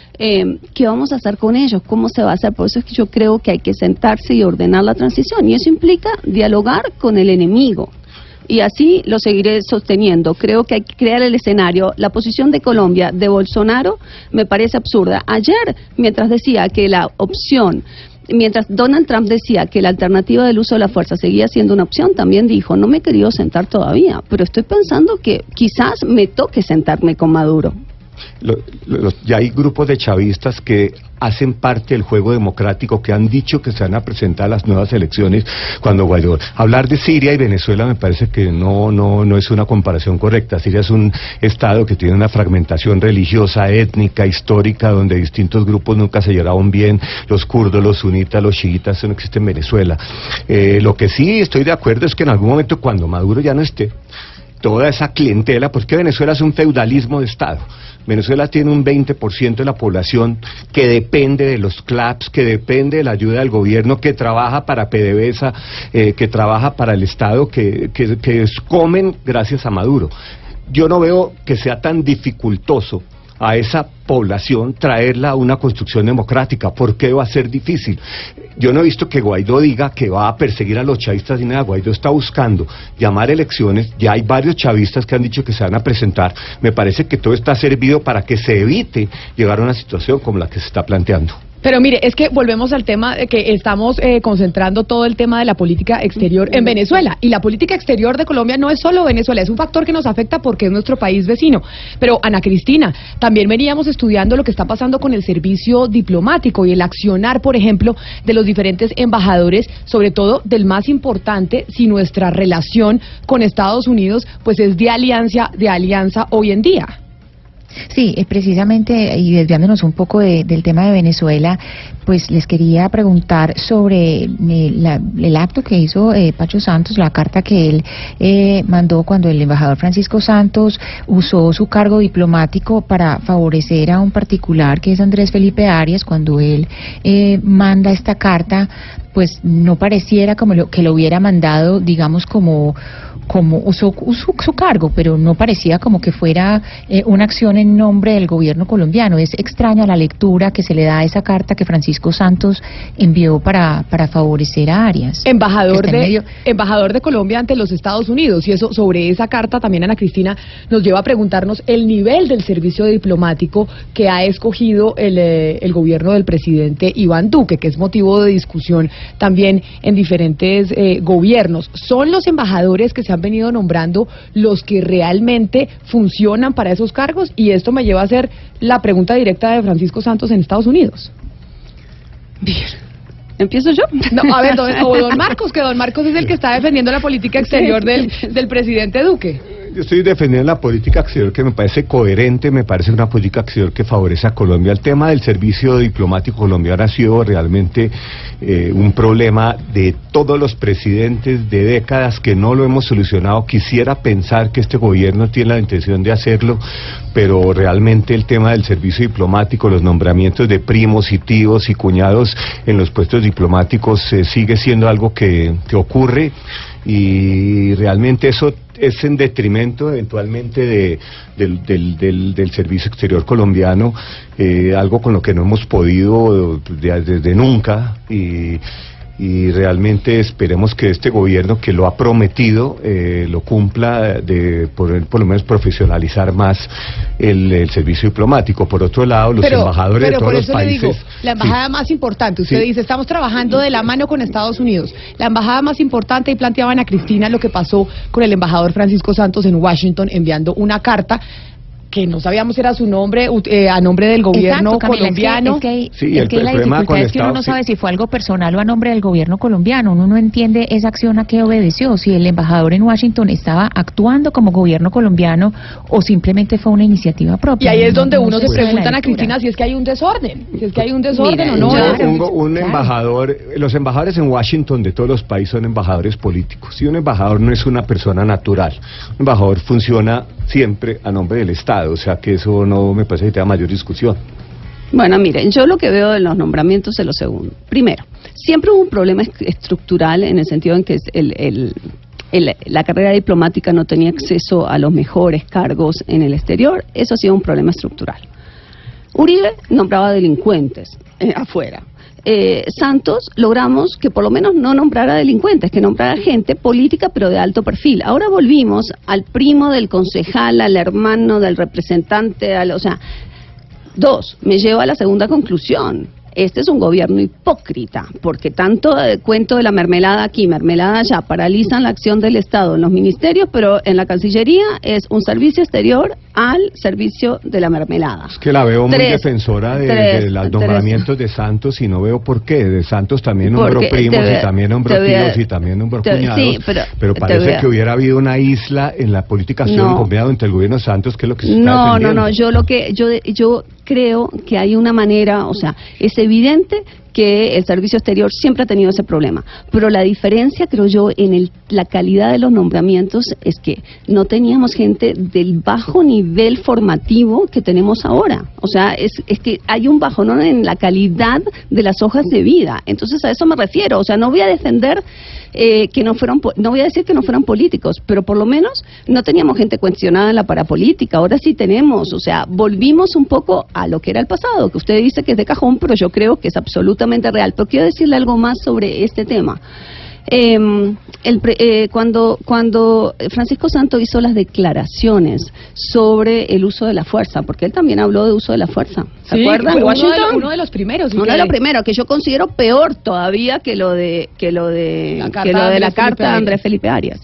Speaker 8: Eh, ¿Qué vamos a hacer con ellos? ¿Cómo se va a hacer? Por eso es que yo creo que hay que sentarse y ordenar la transición, y eso implica dialogar con el enemigo. Y así lo seguiré sosteniendo. Creo que hay que crear el escenario. La posición de Colombia, de Bolsonaro, me parece absurda. Ayer, mientras decía que la opción, mientras Donald Trump decía que la alternativa del uso de la fuerza seguía siendo una opción, también dijo, no me he querido sentar todavía, pero estoy pensando que quizás me toque sentarme con Maduro.
Speaker 9: Lo, lo, ya hay grupos de chavistas que hacen parte del juego democrático, que han dicho que se van a presentar a las nuevas elecciones cuando Guaidó. Hablar de Siria y Venezuela me parece que no no no es una comparación correcta. Siria es un estado que tiene una fragmentación religiosa, étnica, histórica, donde distintos grupos nunca se llevaron bien, los kurdos, los sunitas, los chiitas, eso no existe en Venezuela. Eh, lo que sí estoy de acuerdo es que en algún momento, cuando Maduro ya no esté, toda esa clientela, porque Venezuela es un feudalismo de Estado. Venezuela tiene un veinte por ciento de la población que depende de los claps, que depende de la ayuda del gobierno, que trabaja para PDVSA, eh, que trabaja para el Estado, que, que, que comen gracias a Maduro. Yo no veo que sea tan dificultoso a esa población traerla a una construcción democrática. ¿Por qué va a ser difícil? Yo no he visto que Guaidó diga que va a perseguir a los chavistas ni nada. Guaidó está buscando llamar elecciones, ya hay varios chavistas que han dicho que se van a presentar. Me parece que todo está servido para que se evite llegar a una situación como la que se está planteando.
Speaker 3: Pero mire, es que volvemos al tema de que estamos eh, concentrando todo el tema de la política exterior en Venezuela. Y la política exterior de Colombia no es solo Venezuela, es un factor que nos afecta porque es nuestro país vecino. Pero, Ana Cristina, también veníamos estudiando lo que está pasando con el servicio diplomático y el accionar, por ejemplo, de los diferentes embajadores, sobre todo del más importante, si nuestra relación con Estados Unidos pues es de alianza, de alianza hoy en día.
Speaker 13: Sí, eh, precisamente, y desviándonos un poco de, del tema de Venezuela, pues les quería preguntar sobre eh, la, el acto que hizo eh, Pacho Santos, la carta que él eh, mandó cuando el embajador Francisco Santos usó su cargo diplomático para favorecer a un particular que es Andrés Felipe Arias. Cuando él eh, manda esta carta, pues no pareciera como lo, que lo hubiera mandado, digamos, como como usó su, su cargo, pero no parecía como que fuera eh, una acción en nombre del gobierno colombiano. Es extraña la lectura que se le da a esa carta que Francisco Santos envió para, para favorecer a Arias.
Speaker 3: Embajador de,
Speaker 13: medio...
Speaker 3: embajador de Colombia ante los Estados Unidos, y eso sobre esa carta también, Ana Cristina, nos lleva a preguntarnos el nivel del servicio diplomático que ha escogido el, eh, el gobierno del presidente Iván Duque, que es motivo de discusión también en diferentes eh, gobiernos. ¿Son los embajadores que se han venido nombrando los que realmente funcionan para esos cargos? Y esto me lleva a hacer la pregunta directa de Francisco Santos en Estados Unidos.
Speaker 8: Bien. ¿Empiezo yo?
Speaker 3: No, a ver, don, o don Marcos, que don Marcos es el que está defendiendo la política exterior del, del presidente Duque.
Speaker 9: Yo estoy defendiendo la política exterior que me parece coherente, me parece una política exterior que favorece a Colombia. El tema del servicio diplomático colombiano ha sido realmente eh, un problema de todos los presidentes de décadas que no lo hemos solucionado. Quisiera pensar que este gobierno tiene la intención de hacerlo, pero realmente el tema del servicio diplomático, los nombramientos de primos y tíos y cuñados en los puestos diplomáticos eh, sigue siendo algo que, que ocurre, y realmente eso es en detrimento eventualmente de, del, del, del, del servicio exterior colombiano, eh, algo con lo que no hemos podido desde de, de nunca, y, y realmente esperemos que este gobierno que lo ha prometido eh, lo cumpla, de por, por lo menos profesionalizar más el, el servicio diplomático. Por otro lado, los pero, embajadores
Speaker 3: pero
Speaker 9: de todos
Speaker 3: por
Speaker 9: los
Speaker 3: eso
Speaker 9: países...
Speaker 3: le digo, la embajada sí. más importante, usted sí. dice, estamos trabajando de la mano con Estados Unidos. La embajada más importante, y planteaban a Cristina lo que pasó con el embajador Francisco Santos en Washington, enviando una carta que no sabíamos si era su nombre, eh, a nombre del gobierno
Speaker 13: Exacto, Camila,
Speaker 3: colombiano.
Speaker 13: Es que, es que,
Speaker 9: sí,
Speaker 13: es que
Speaker 9: el,
Speaker 13: la
Speaker 9: el
Speaker 13: dificultad es que uno no sabe si fue algo personal o a nombre del gobierno colombiano. Uno no entiende esa acción a qué obedeció, si el embajador en Washington estaba actuando como gobierno colombiano o simplemente fue una iniciativa propia.
Speaker 3: Y ahí es
Speaker 13: no,
Speaker 3: donde
Speaker 13: no
Speaker 3: uno se pregunta
Speaker 13: a
Speaker 3: a Cristina si es que hay un desorden, si es que hay un desorden Mira, o no.
Speaker 9: Yo, un, un claro. embajador, los embajadores en Washington de todos los países son embajadores políticos, y un embajador no es una persona natural. Un embajador funciona siempre a nombre del Estado, o sea que eso no me parece que tenga mayor discusión.
Speaker 8: Bueno, miren, yo lo que veo de los nombramientos es lo segundo. Primero, siempre hubo un problema estructural en el sentido en que el, el, el, la carrera diplomática no tenía acceso a los mejores cargos en el exterior. Eso ha sido un problema estructural. Uribe nombraba delincuentes eh, afuera. Eh, Santos logramos que por lo menos no nombrara delincuentes, que nombrara gente política pero de alto perfil. Ahora volvimos al primo del concejal, al hermano del representante, al, o sea, dos, me lleva a la segunda conclusión. Este es un gobierno hipócrita, porque tanto eh, cuento de la mermelada aquí, mermelada allá, paralizan la acción del Estado en los ministerios, pero en la Cancillería es un servicio exterior al servicio de la mermelada.
Speaker 9: Es que la veo muy
Speaker 8: tres,
Speaker 9: defensora de,
Speaker 8: tres,
Speaker 9: de los nombramientos tres. de Santos, y no veo por qué. De Santos también nombró primos, te, y también nombró tíos, y también nombró te, cuñados, sí, pero, pero parece que hubiera habido una isla en la política exterior no. combinada entre el gobierno de Santos, que es lo que se está
Speaker 8: no,
Speaker 9: defendiendo.
Speaker 8: No, no, yo lo que, yo, yo creo que hay una manera, o sea, es evidente que el servicio exterior siempre ha tenido ese problema, pero la diferencia, creo yo, en el, la calidad de los nombramientos es que no teníamos gente del bajo nivel formativo que tenemos ahora. O sea, es, es que hay un bajón en la calidad de las hojas de vida. Entonces a eso me refiero. O sea, no voy a defender eh, que no fueron, no voy a decir que no fueran políticos, pero por lo menos no teníamos gente cuestionada en la parapolítica. Ahora sí tenemos. O sea, volvimos un poco a lo que era el pasado, que usted dice que es de cajón, pero yo creo que es absolutamente real. Pero quiero decirle algo más sobre este tema. Eh, el pre, eh, cuando, cuando Francisco Santos hizo las declaraciones sobre el uso de la fuerza, porque él también habló de uso de la fuerza, ¿se
Speaker 3: sí,
Speaker 8: acuerdan?
Speaker 3: Fue
Speaker 8: Washington,
Speaker 3: uno, de, uno de los primeros.
Speaker 8: uno
Speaker 3: que...
Speaker 8: de los primeros, que yo considero peor todavía que lo de que lo de
Speaker 3: la
Speaker 8: que lo de la
Speaker 3: Andrés
Speaker 8: carta de Andrés Felipe Arias.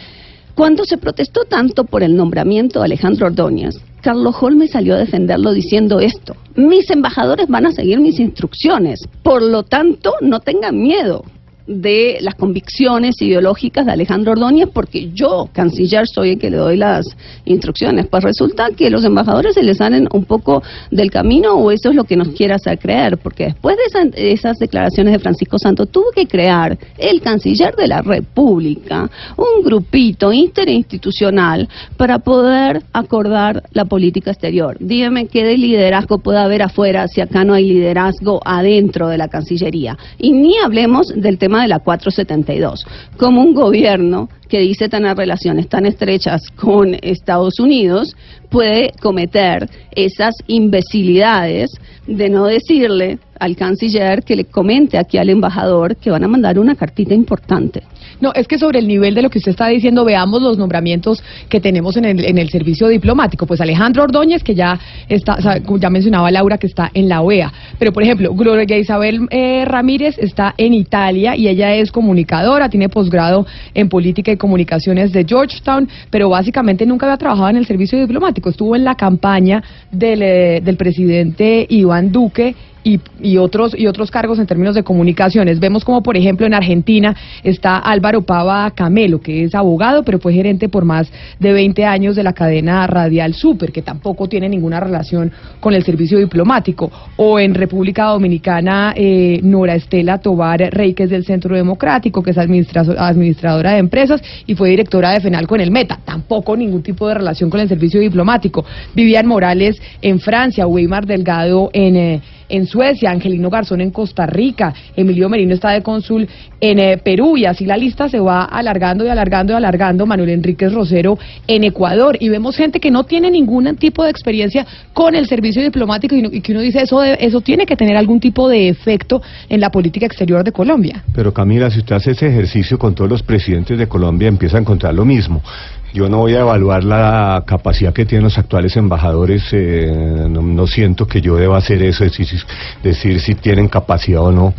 Speaker 8: Cuando se protestó tanto por el nombramiento de Alejandro Ordóñez, Carlos Holmes salió a defenderlo diciendo esto: mis embajadores van a seguir mis instrucciones, por lo tanto no tengan miedo de las convicciones ideológicas de Alejandro Ordóñez, porque yo, canciller, soy el que le doy las instrucciones. Pues resulta que los embajadores se les salen un poco del camino, o eso es lo que nos quiere hacer creer, porque después de esa, esas declaraciones de Francisco Santos tuvo que crear el canciller de la República un grupito interinstitucional para poder acordar la política exterior. Dígame qué de liderazgo puede haber afuera si acá no hay liderazgo adentro de la Cancillería. Y ni hablemos del tema de la cuatrocientos setenta y dos, como un gobierno que dice tener relaciones tan estrechas con Estados Unidos puede cometer esas imbecilidades de no decirle al canciller que le comente aquí al embajador que van a mandar una cartita importante.
Speaker 3: No, es que sobre el nivel de lo que usted está diciendo, veamos los nombramientos que tenemos en el, en el servicio diplomático. Pues Alejandro Ordóñez, que ya está, ya mencionaba Laura, que está en la O E A. Pero, por ejemplo, Gloria Isabel eh, Ramírez está en Italia y ella es comunicadora, tiene posgrado en política y comunicaciones de Georgetown, pero básicamente nunca había trabajado en el servicio diplomático. Estuvo en la campaña del, eh, del presidente Iván Duque Y, y otros y otros cargos en términos de comunicaciones. Vemos como, por ejemplo, en Argentina está Álvaro Pava Camelo, que es abogado, pero fue gerente por más de veinte años de la cadena radial Super, que tampoco tiene ninguna relación con el servicio diplomático. O en República Dominicana, eh, Nora Estela Tobar Rey, que es del Centro Democrático, que es administra administradora de empresas y fue directora de FENALCO en el Meta. Tampoco ningún tipo de relación con el servicio diplomático. Vivian Morales en Francia, Weimar Delgado en... Eh, en Suecia, Angelino Garzón en Costa Rica, Emilio Merino está de cónsul en eh, Perú, y así la lista se va alargando y alargando y alargando. Manuel Enríquez Rosero en Ecuador, y vemos gente que no tiene ningún tipo de experiencia con el servicio diplomático, y, no, y que uno dice eso, de, eso tiene que tener algún tipo de efecto en la política exterior de Colombia.
Speaker 9: Pero Camila, si usted hace ese ejercicio con todos los presidentes de Colombia, empieza a encontrar lo mismo. Yo no voy a evaluar la capacidad que tienen los actuales embajadores, eh, no, no siento que yo deba hacer eso, decir, decir si tienen capacidad o no,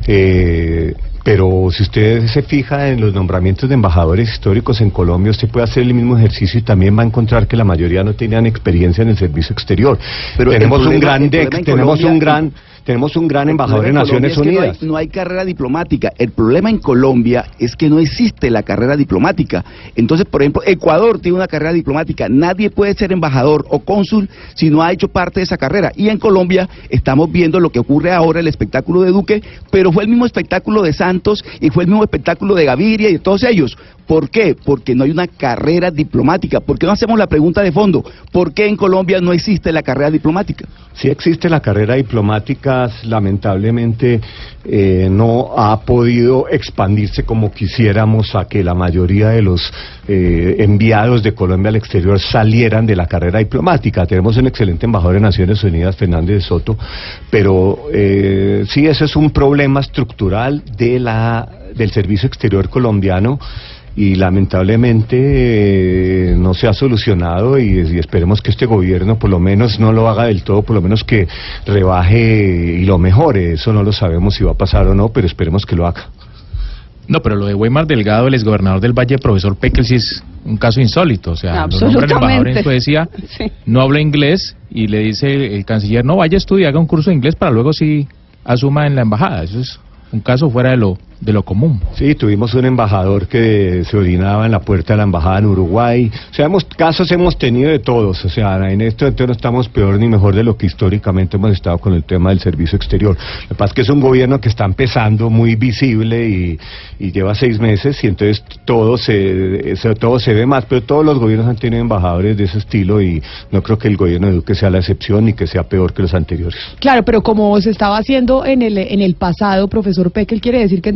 Speaker 9: eh, pero si usted se fija en los nombramientos de embajadores históricos en Colombia, usted puede hacer el mismo ejercicio y también va a encontrar que la mayoría no tenían experiencia en el servicio exterior. Pero tenemos problema, un gran D E C, tenemos Colombia, un gran... Tenemos un gran embajador en Naciones Unidas.
Speaker 14: Es que no, hay, no hay carrera diplomática. El problema en Colombia es que no existe la carrera diplomática. Entonces, por ejemplo, Ecuador tiene una carrera diplomática. Nadie puede ser embajador o cónsul si no ha hecho parte de esa carrera. Y en Colombia estamos viendo lo que ocurre ahora, el espectáculo de Duque, pero fue el mismo espectáculo de Santos y fue el mismo espectáculo de Gaviria y de todos ellos. ¿Por qué? Porque no hay una carrera diplomática. ¿Por qué no hacemos la pregunta de fondo? ¿Por qué en Colombia no existe la carrera diplomática?
Speaker 9: Sí existe la carrera diplomática, lamentablemente eh, no ha podido expandirse como quisiéramos a que la mayoría de los eh, enviados de Colombia al exterior salieran de la carrera diplomática. Tenemos un excelente embajador en Naciones Unidas, Fernández de Soto, pero eh, sí, ese es un problema estructural de la del servicio exterior colombiano, y lamentablemente eh, no se ha solucionado, y, y esperemos que este gobierno por lo menos no lo haga del todo, por lo menos que rebaje y lo mejore. Eso no lo sabemos si va a pasar o no, pero esperemos que lo haga.
Speaker 10: No, pero lo de Weimar Delgado, el exgobernador del Valle, profesor Peckel, sí es un caso insólito. O sea, lo nombran embajador en Suecia, sí. No habla inglés, y le dice el, el canciller, no, vaya a estudiar, haga un curso de inglés para luego sí asuma en la embajada. Eso es un caso fuera de lo de lo común.
Speaker 9: Sí, tuvimos un embajador que se orinaba en la puerta de la embajada en Uruguay. O sea, hemos, casos hemos tenido de todos. O sea, en esto entonces no estamos peor ni mejor de lo que históricamente hemos estado con el tema del servicio exterior. Lo que pasa es que es un gobierno que está empezando muy visible y, y lleva seis meses, y entonces todo se, todo se ve más, pero todos los gobiernos han tenido embajadores de ese estilo, y no creo que el gobierno de Duque sea la excepción ni que sea peor que los anteriores.
Speaker 3: Claro, pero como se estaba haciendo en el, en el pasado, profesor Peckel, quiere decir que entonces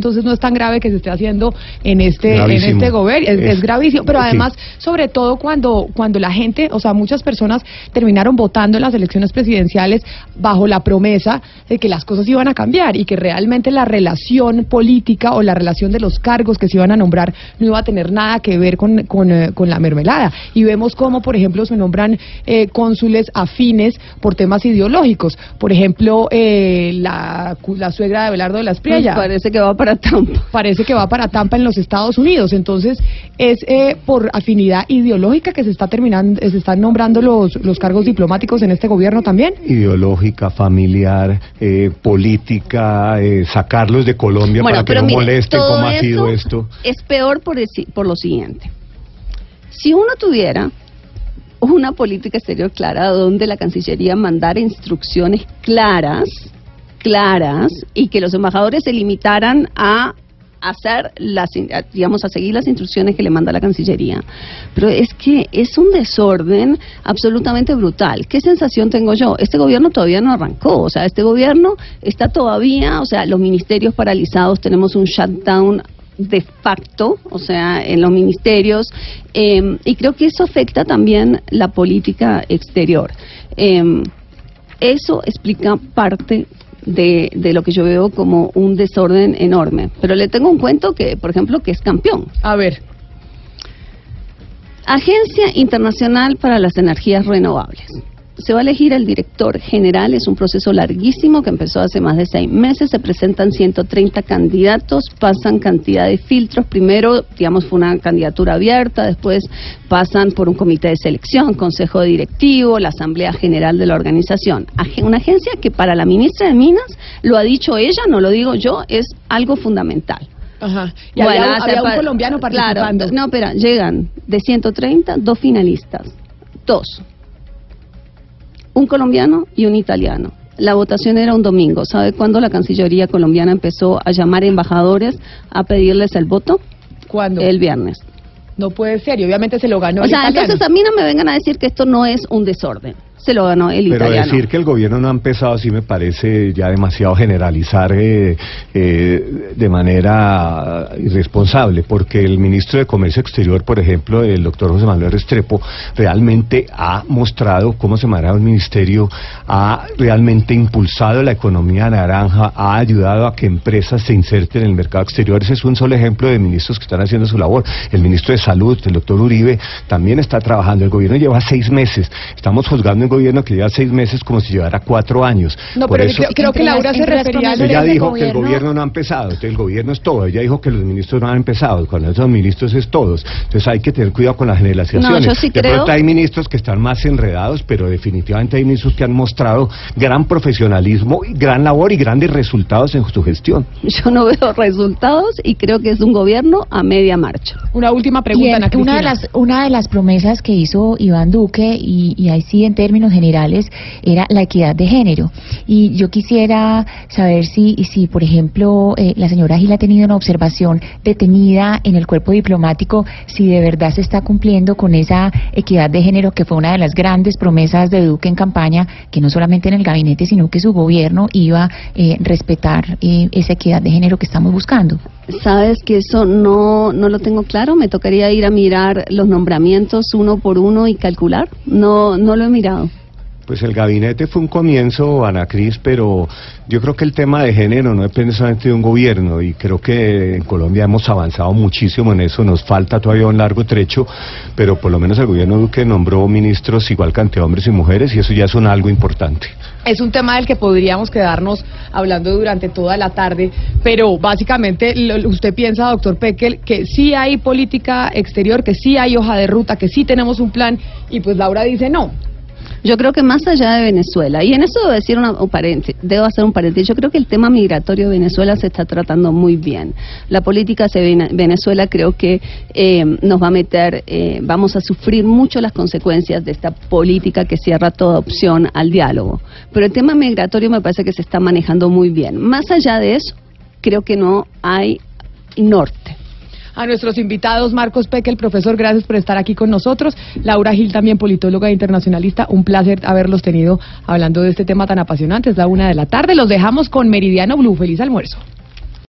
Speaker 3: entonces no es tan grave que se esté haciendo en este
Speaker 9: Gravísimo.
Speaker 3: en este gobierno, es,
Speaker 9: Es-
Speaker 3: es gravísimo, pero
Speaker 9: sí.
Speaker 3: además, sobre todo cuando cuando la gente, o sea, muchas personas terminaron votando en las elecciones presidenciales bajo la promesa de que las cosas iban a cambiar y que realmente la relación política o la relación de los cargos que se iban a nombrar no iba a tener nada que ver con, con, eh, con la mermelada. Y vemos cómo, por ejemplo, se nombran eh, cónsules afines por temas ideológicos. Por ejemplo, eh, la, la suegra de Abelardo de la Espriella.
Speaker 8: Pues parece que va para Tampa.
Speaker 3: Parece que va para Tampa en los Estados Unidos. Entonces, es eh, por afinidad ideológica que se está terminando, se están nombrando los, los cargos diplomáticos en este gobierno también.
Speaker 9: Ideológica, familiar, eh, política, eh, sacarlos de Colombia
Speaker 8: Bueno,
Speaker 9: para que
Speaker 8: pero
Speaker 9: no
Speaker 8: mire,
Speaker 9: molesten
Speaker 8: todo
Speaker 9: cómo ha sido
Speaker 8: eso
Speaker 9: esto.
Speaker 8: es peor por, el si- por lo siguiente. Si uno tuviera una política exterior clara donde la Cancillería mandara instrucciones claras, claras, y que los embajadores se limitaran a hacer las, a, digamos, a seguir las instrucciones que le manda la Cancillería. Pero es que es un desorden absolutamente brutal. ¿Qué sensación tengo yo? Este gobierno todavía no arrancó, o sea, este gobierno está todavía, o sea, los ministerios paralizados, tenemos un shutdown de facto, o sea, en los ministerios, eh, y creo que eso afecta también la política exterior. Eh, eso explica parte de, de lo que yo veo como un desorden enorme. Pero le tengo un cuento que, por ejemplo, que es campeón.
Speaker 3: A ver.
Speaker 8: Agencia Internacional para las Energías Renovables. Se va a elegir el director general, es un proceso larguísimo que empezó hace más de seis meses, se presentan ciento treinta candidatos, pasan cantidad de filtros, primero, digamos, fue una candidatura abierta, después pasan por un comité de selección, consejo directivo, la asamblea general de la organización. Ag- Una agencia que para la ministra de Minas, lo ha dicho ella, no lo digo yo, es algo fundamental.
Speaker 3: Ajá. Y había, un- había un colombiano participando.
Speaker 8: Claro, no, espera, llegan de ciento treinta, dos finalistas, dos. Un colombiano y un italiano. La votación era un domingo. ¿Sabe cuándo la Cancillería colombiana empezó a llamar embajadores a pedirles el voto?
Speaker 3: ¿Cuándo?
Speaker 8: El viernes.
Speaker 3: No puede ser, y obviamente se lo ganó
Speaker 8: O
Speaker 3: el
Speaker 8: sea,
Speaker 3: italiano.
Speaker 8: entonces a mí no me vengan a decir que esto no es un desorden. Se lo ganó el
Speaker 9: Pero
Speaker 8: italiano.
Speaker 9: decir que el gobierno no ha empezado sí me parece ya demasiado generalizar eh, eh, de manera irresponsable, porque el ministro de Comercio Exterior, por ejemplo, el doctor José Manuel Restrepo, realmente ha mostrado cómo se maneja el ministerio, ha realmente impulsado la economía naranja, ha ayudado a que empresas se inserten en el mercado exterior. Ese es un solo ejemplo de ministros que están haciendo su labor. El ministro de Salud, el doctor Uribe, también está trabajando. El gobierno lleva seis meses. Estamos juzgando un gobierno que lleva seis meses como si llevara cuatro años.
Speaker 3: No,
Speaker 9: Por
Speaker 3: pero
Speaker 9: eso,
Speaker 3: creo, creo que Laura se refería al
Speaker 9: ella
Speaker 3: del
Speaker 9: dijo que el
Speaker 3: gobierno.
Speaker 9: gobierno no ha empezado, entonces el gobierno es todo. Ella dijo que los ministros no han empezado, cuando esos ministros es todos. Entonces hay que tener cuidado con las generalizaciones.
Speaker 8: No, yo sí
Speaker 9: de
Speaker 8: creo-
Speaker 9: pronto hay ministros que están más enredados, pero definitivamente hay ministros que han mostrado gran profesionalismo, gran labor y grandes resultados en su gestión.
Speaker 8: Yo no veo resultados y creo que es un gobierno a media marcha.
Speaker 3: Una última
Speaker 13: Y en- una de las una de las promesas que hizo Iván Duque y, y ahí sí en términos generales era la equidad de género, y yo quisiera saber si si por ejemplo eh, la señora Gil ha tenido una observación detenida en el cuerpo diplomático, si de verdad se está cumpliendo con esa equidad de género que fue una de las grandes promesas de Duque en campaña, que no solamente en el gabinete sino que su gobierno iba a eh, respetar eh, esa equidad de género que estamos buscando.
Speaker 8: Sabes que eso no, no lo tengo claro, me tocaría ir a mirar los nombramientos uno por uno y calcular, no, no lo he mirado.
Speaker 9: Pues el gabinete fue un comienzo, Ana Cris, pero yo creo que el tema de género no depende solamente de un gobierno, y creo que en Colombia hemos avanzado muchísimo en eso, nos falta todavía un largo trecho, pero por lo menos el gobierno Duque nombró ministros igual cantidad de hombres y mujeres, y eso ya es un algo importante.
Speaker 3: Es un tema del que podríamos quedarnos hablando durante toda la tarde, pero básicamente lo- usted piensa, doctor Pekel, que sí hay política exterior, que sí hay hoja de ruta, que sí tenemos un plan, y pues Laura dice no.
Speaker 8: Yo creo que más allá de Venezuela, y en eso debo decir una, un paréntesis, debo hacer un paréntesis, yo creo que el tema migratorio de Venezuela se está tratando muy bien. La política hacia Vene- Venezuela creo que eh, nos va a meter, eh, vamos a sufrir mucho las consecuencias de esta política que cierra toda opción al diálogo. Pero el tema migratorio me parece que se está manejando muy bien. Más allá de eso, creo que no hay norte.
Speaker 3: A nuestros invitados, Marcos Pekel, profesor, gracias por estar aquí con nosotros. Laura Gil, también politóloga e internacionalista, un placer haberlos tenido hablando de este tema tan apasionante. Es la una de la tarde, los dejamos con Meridiano Blue. Feliz almuerzo.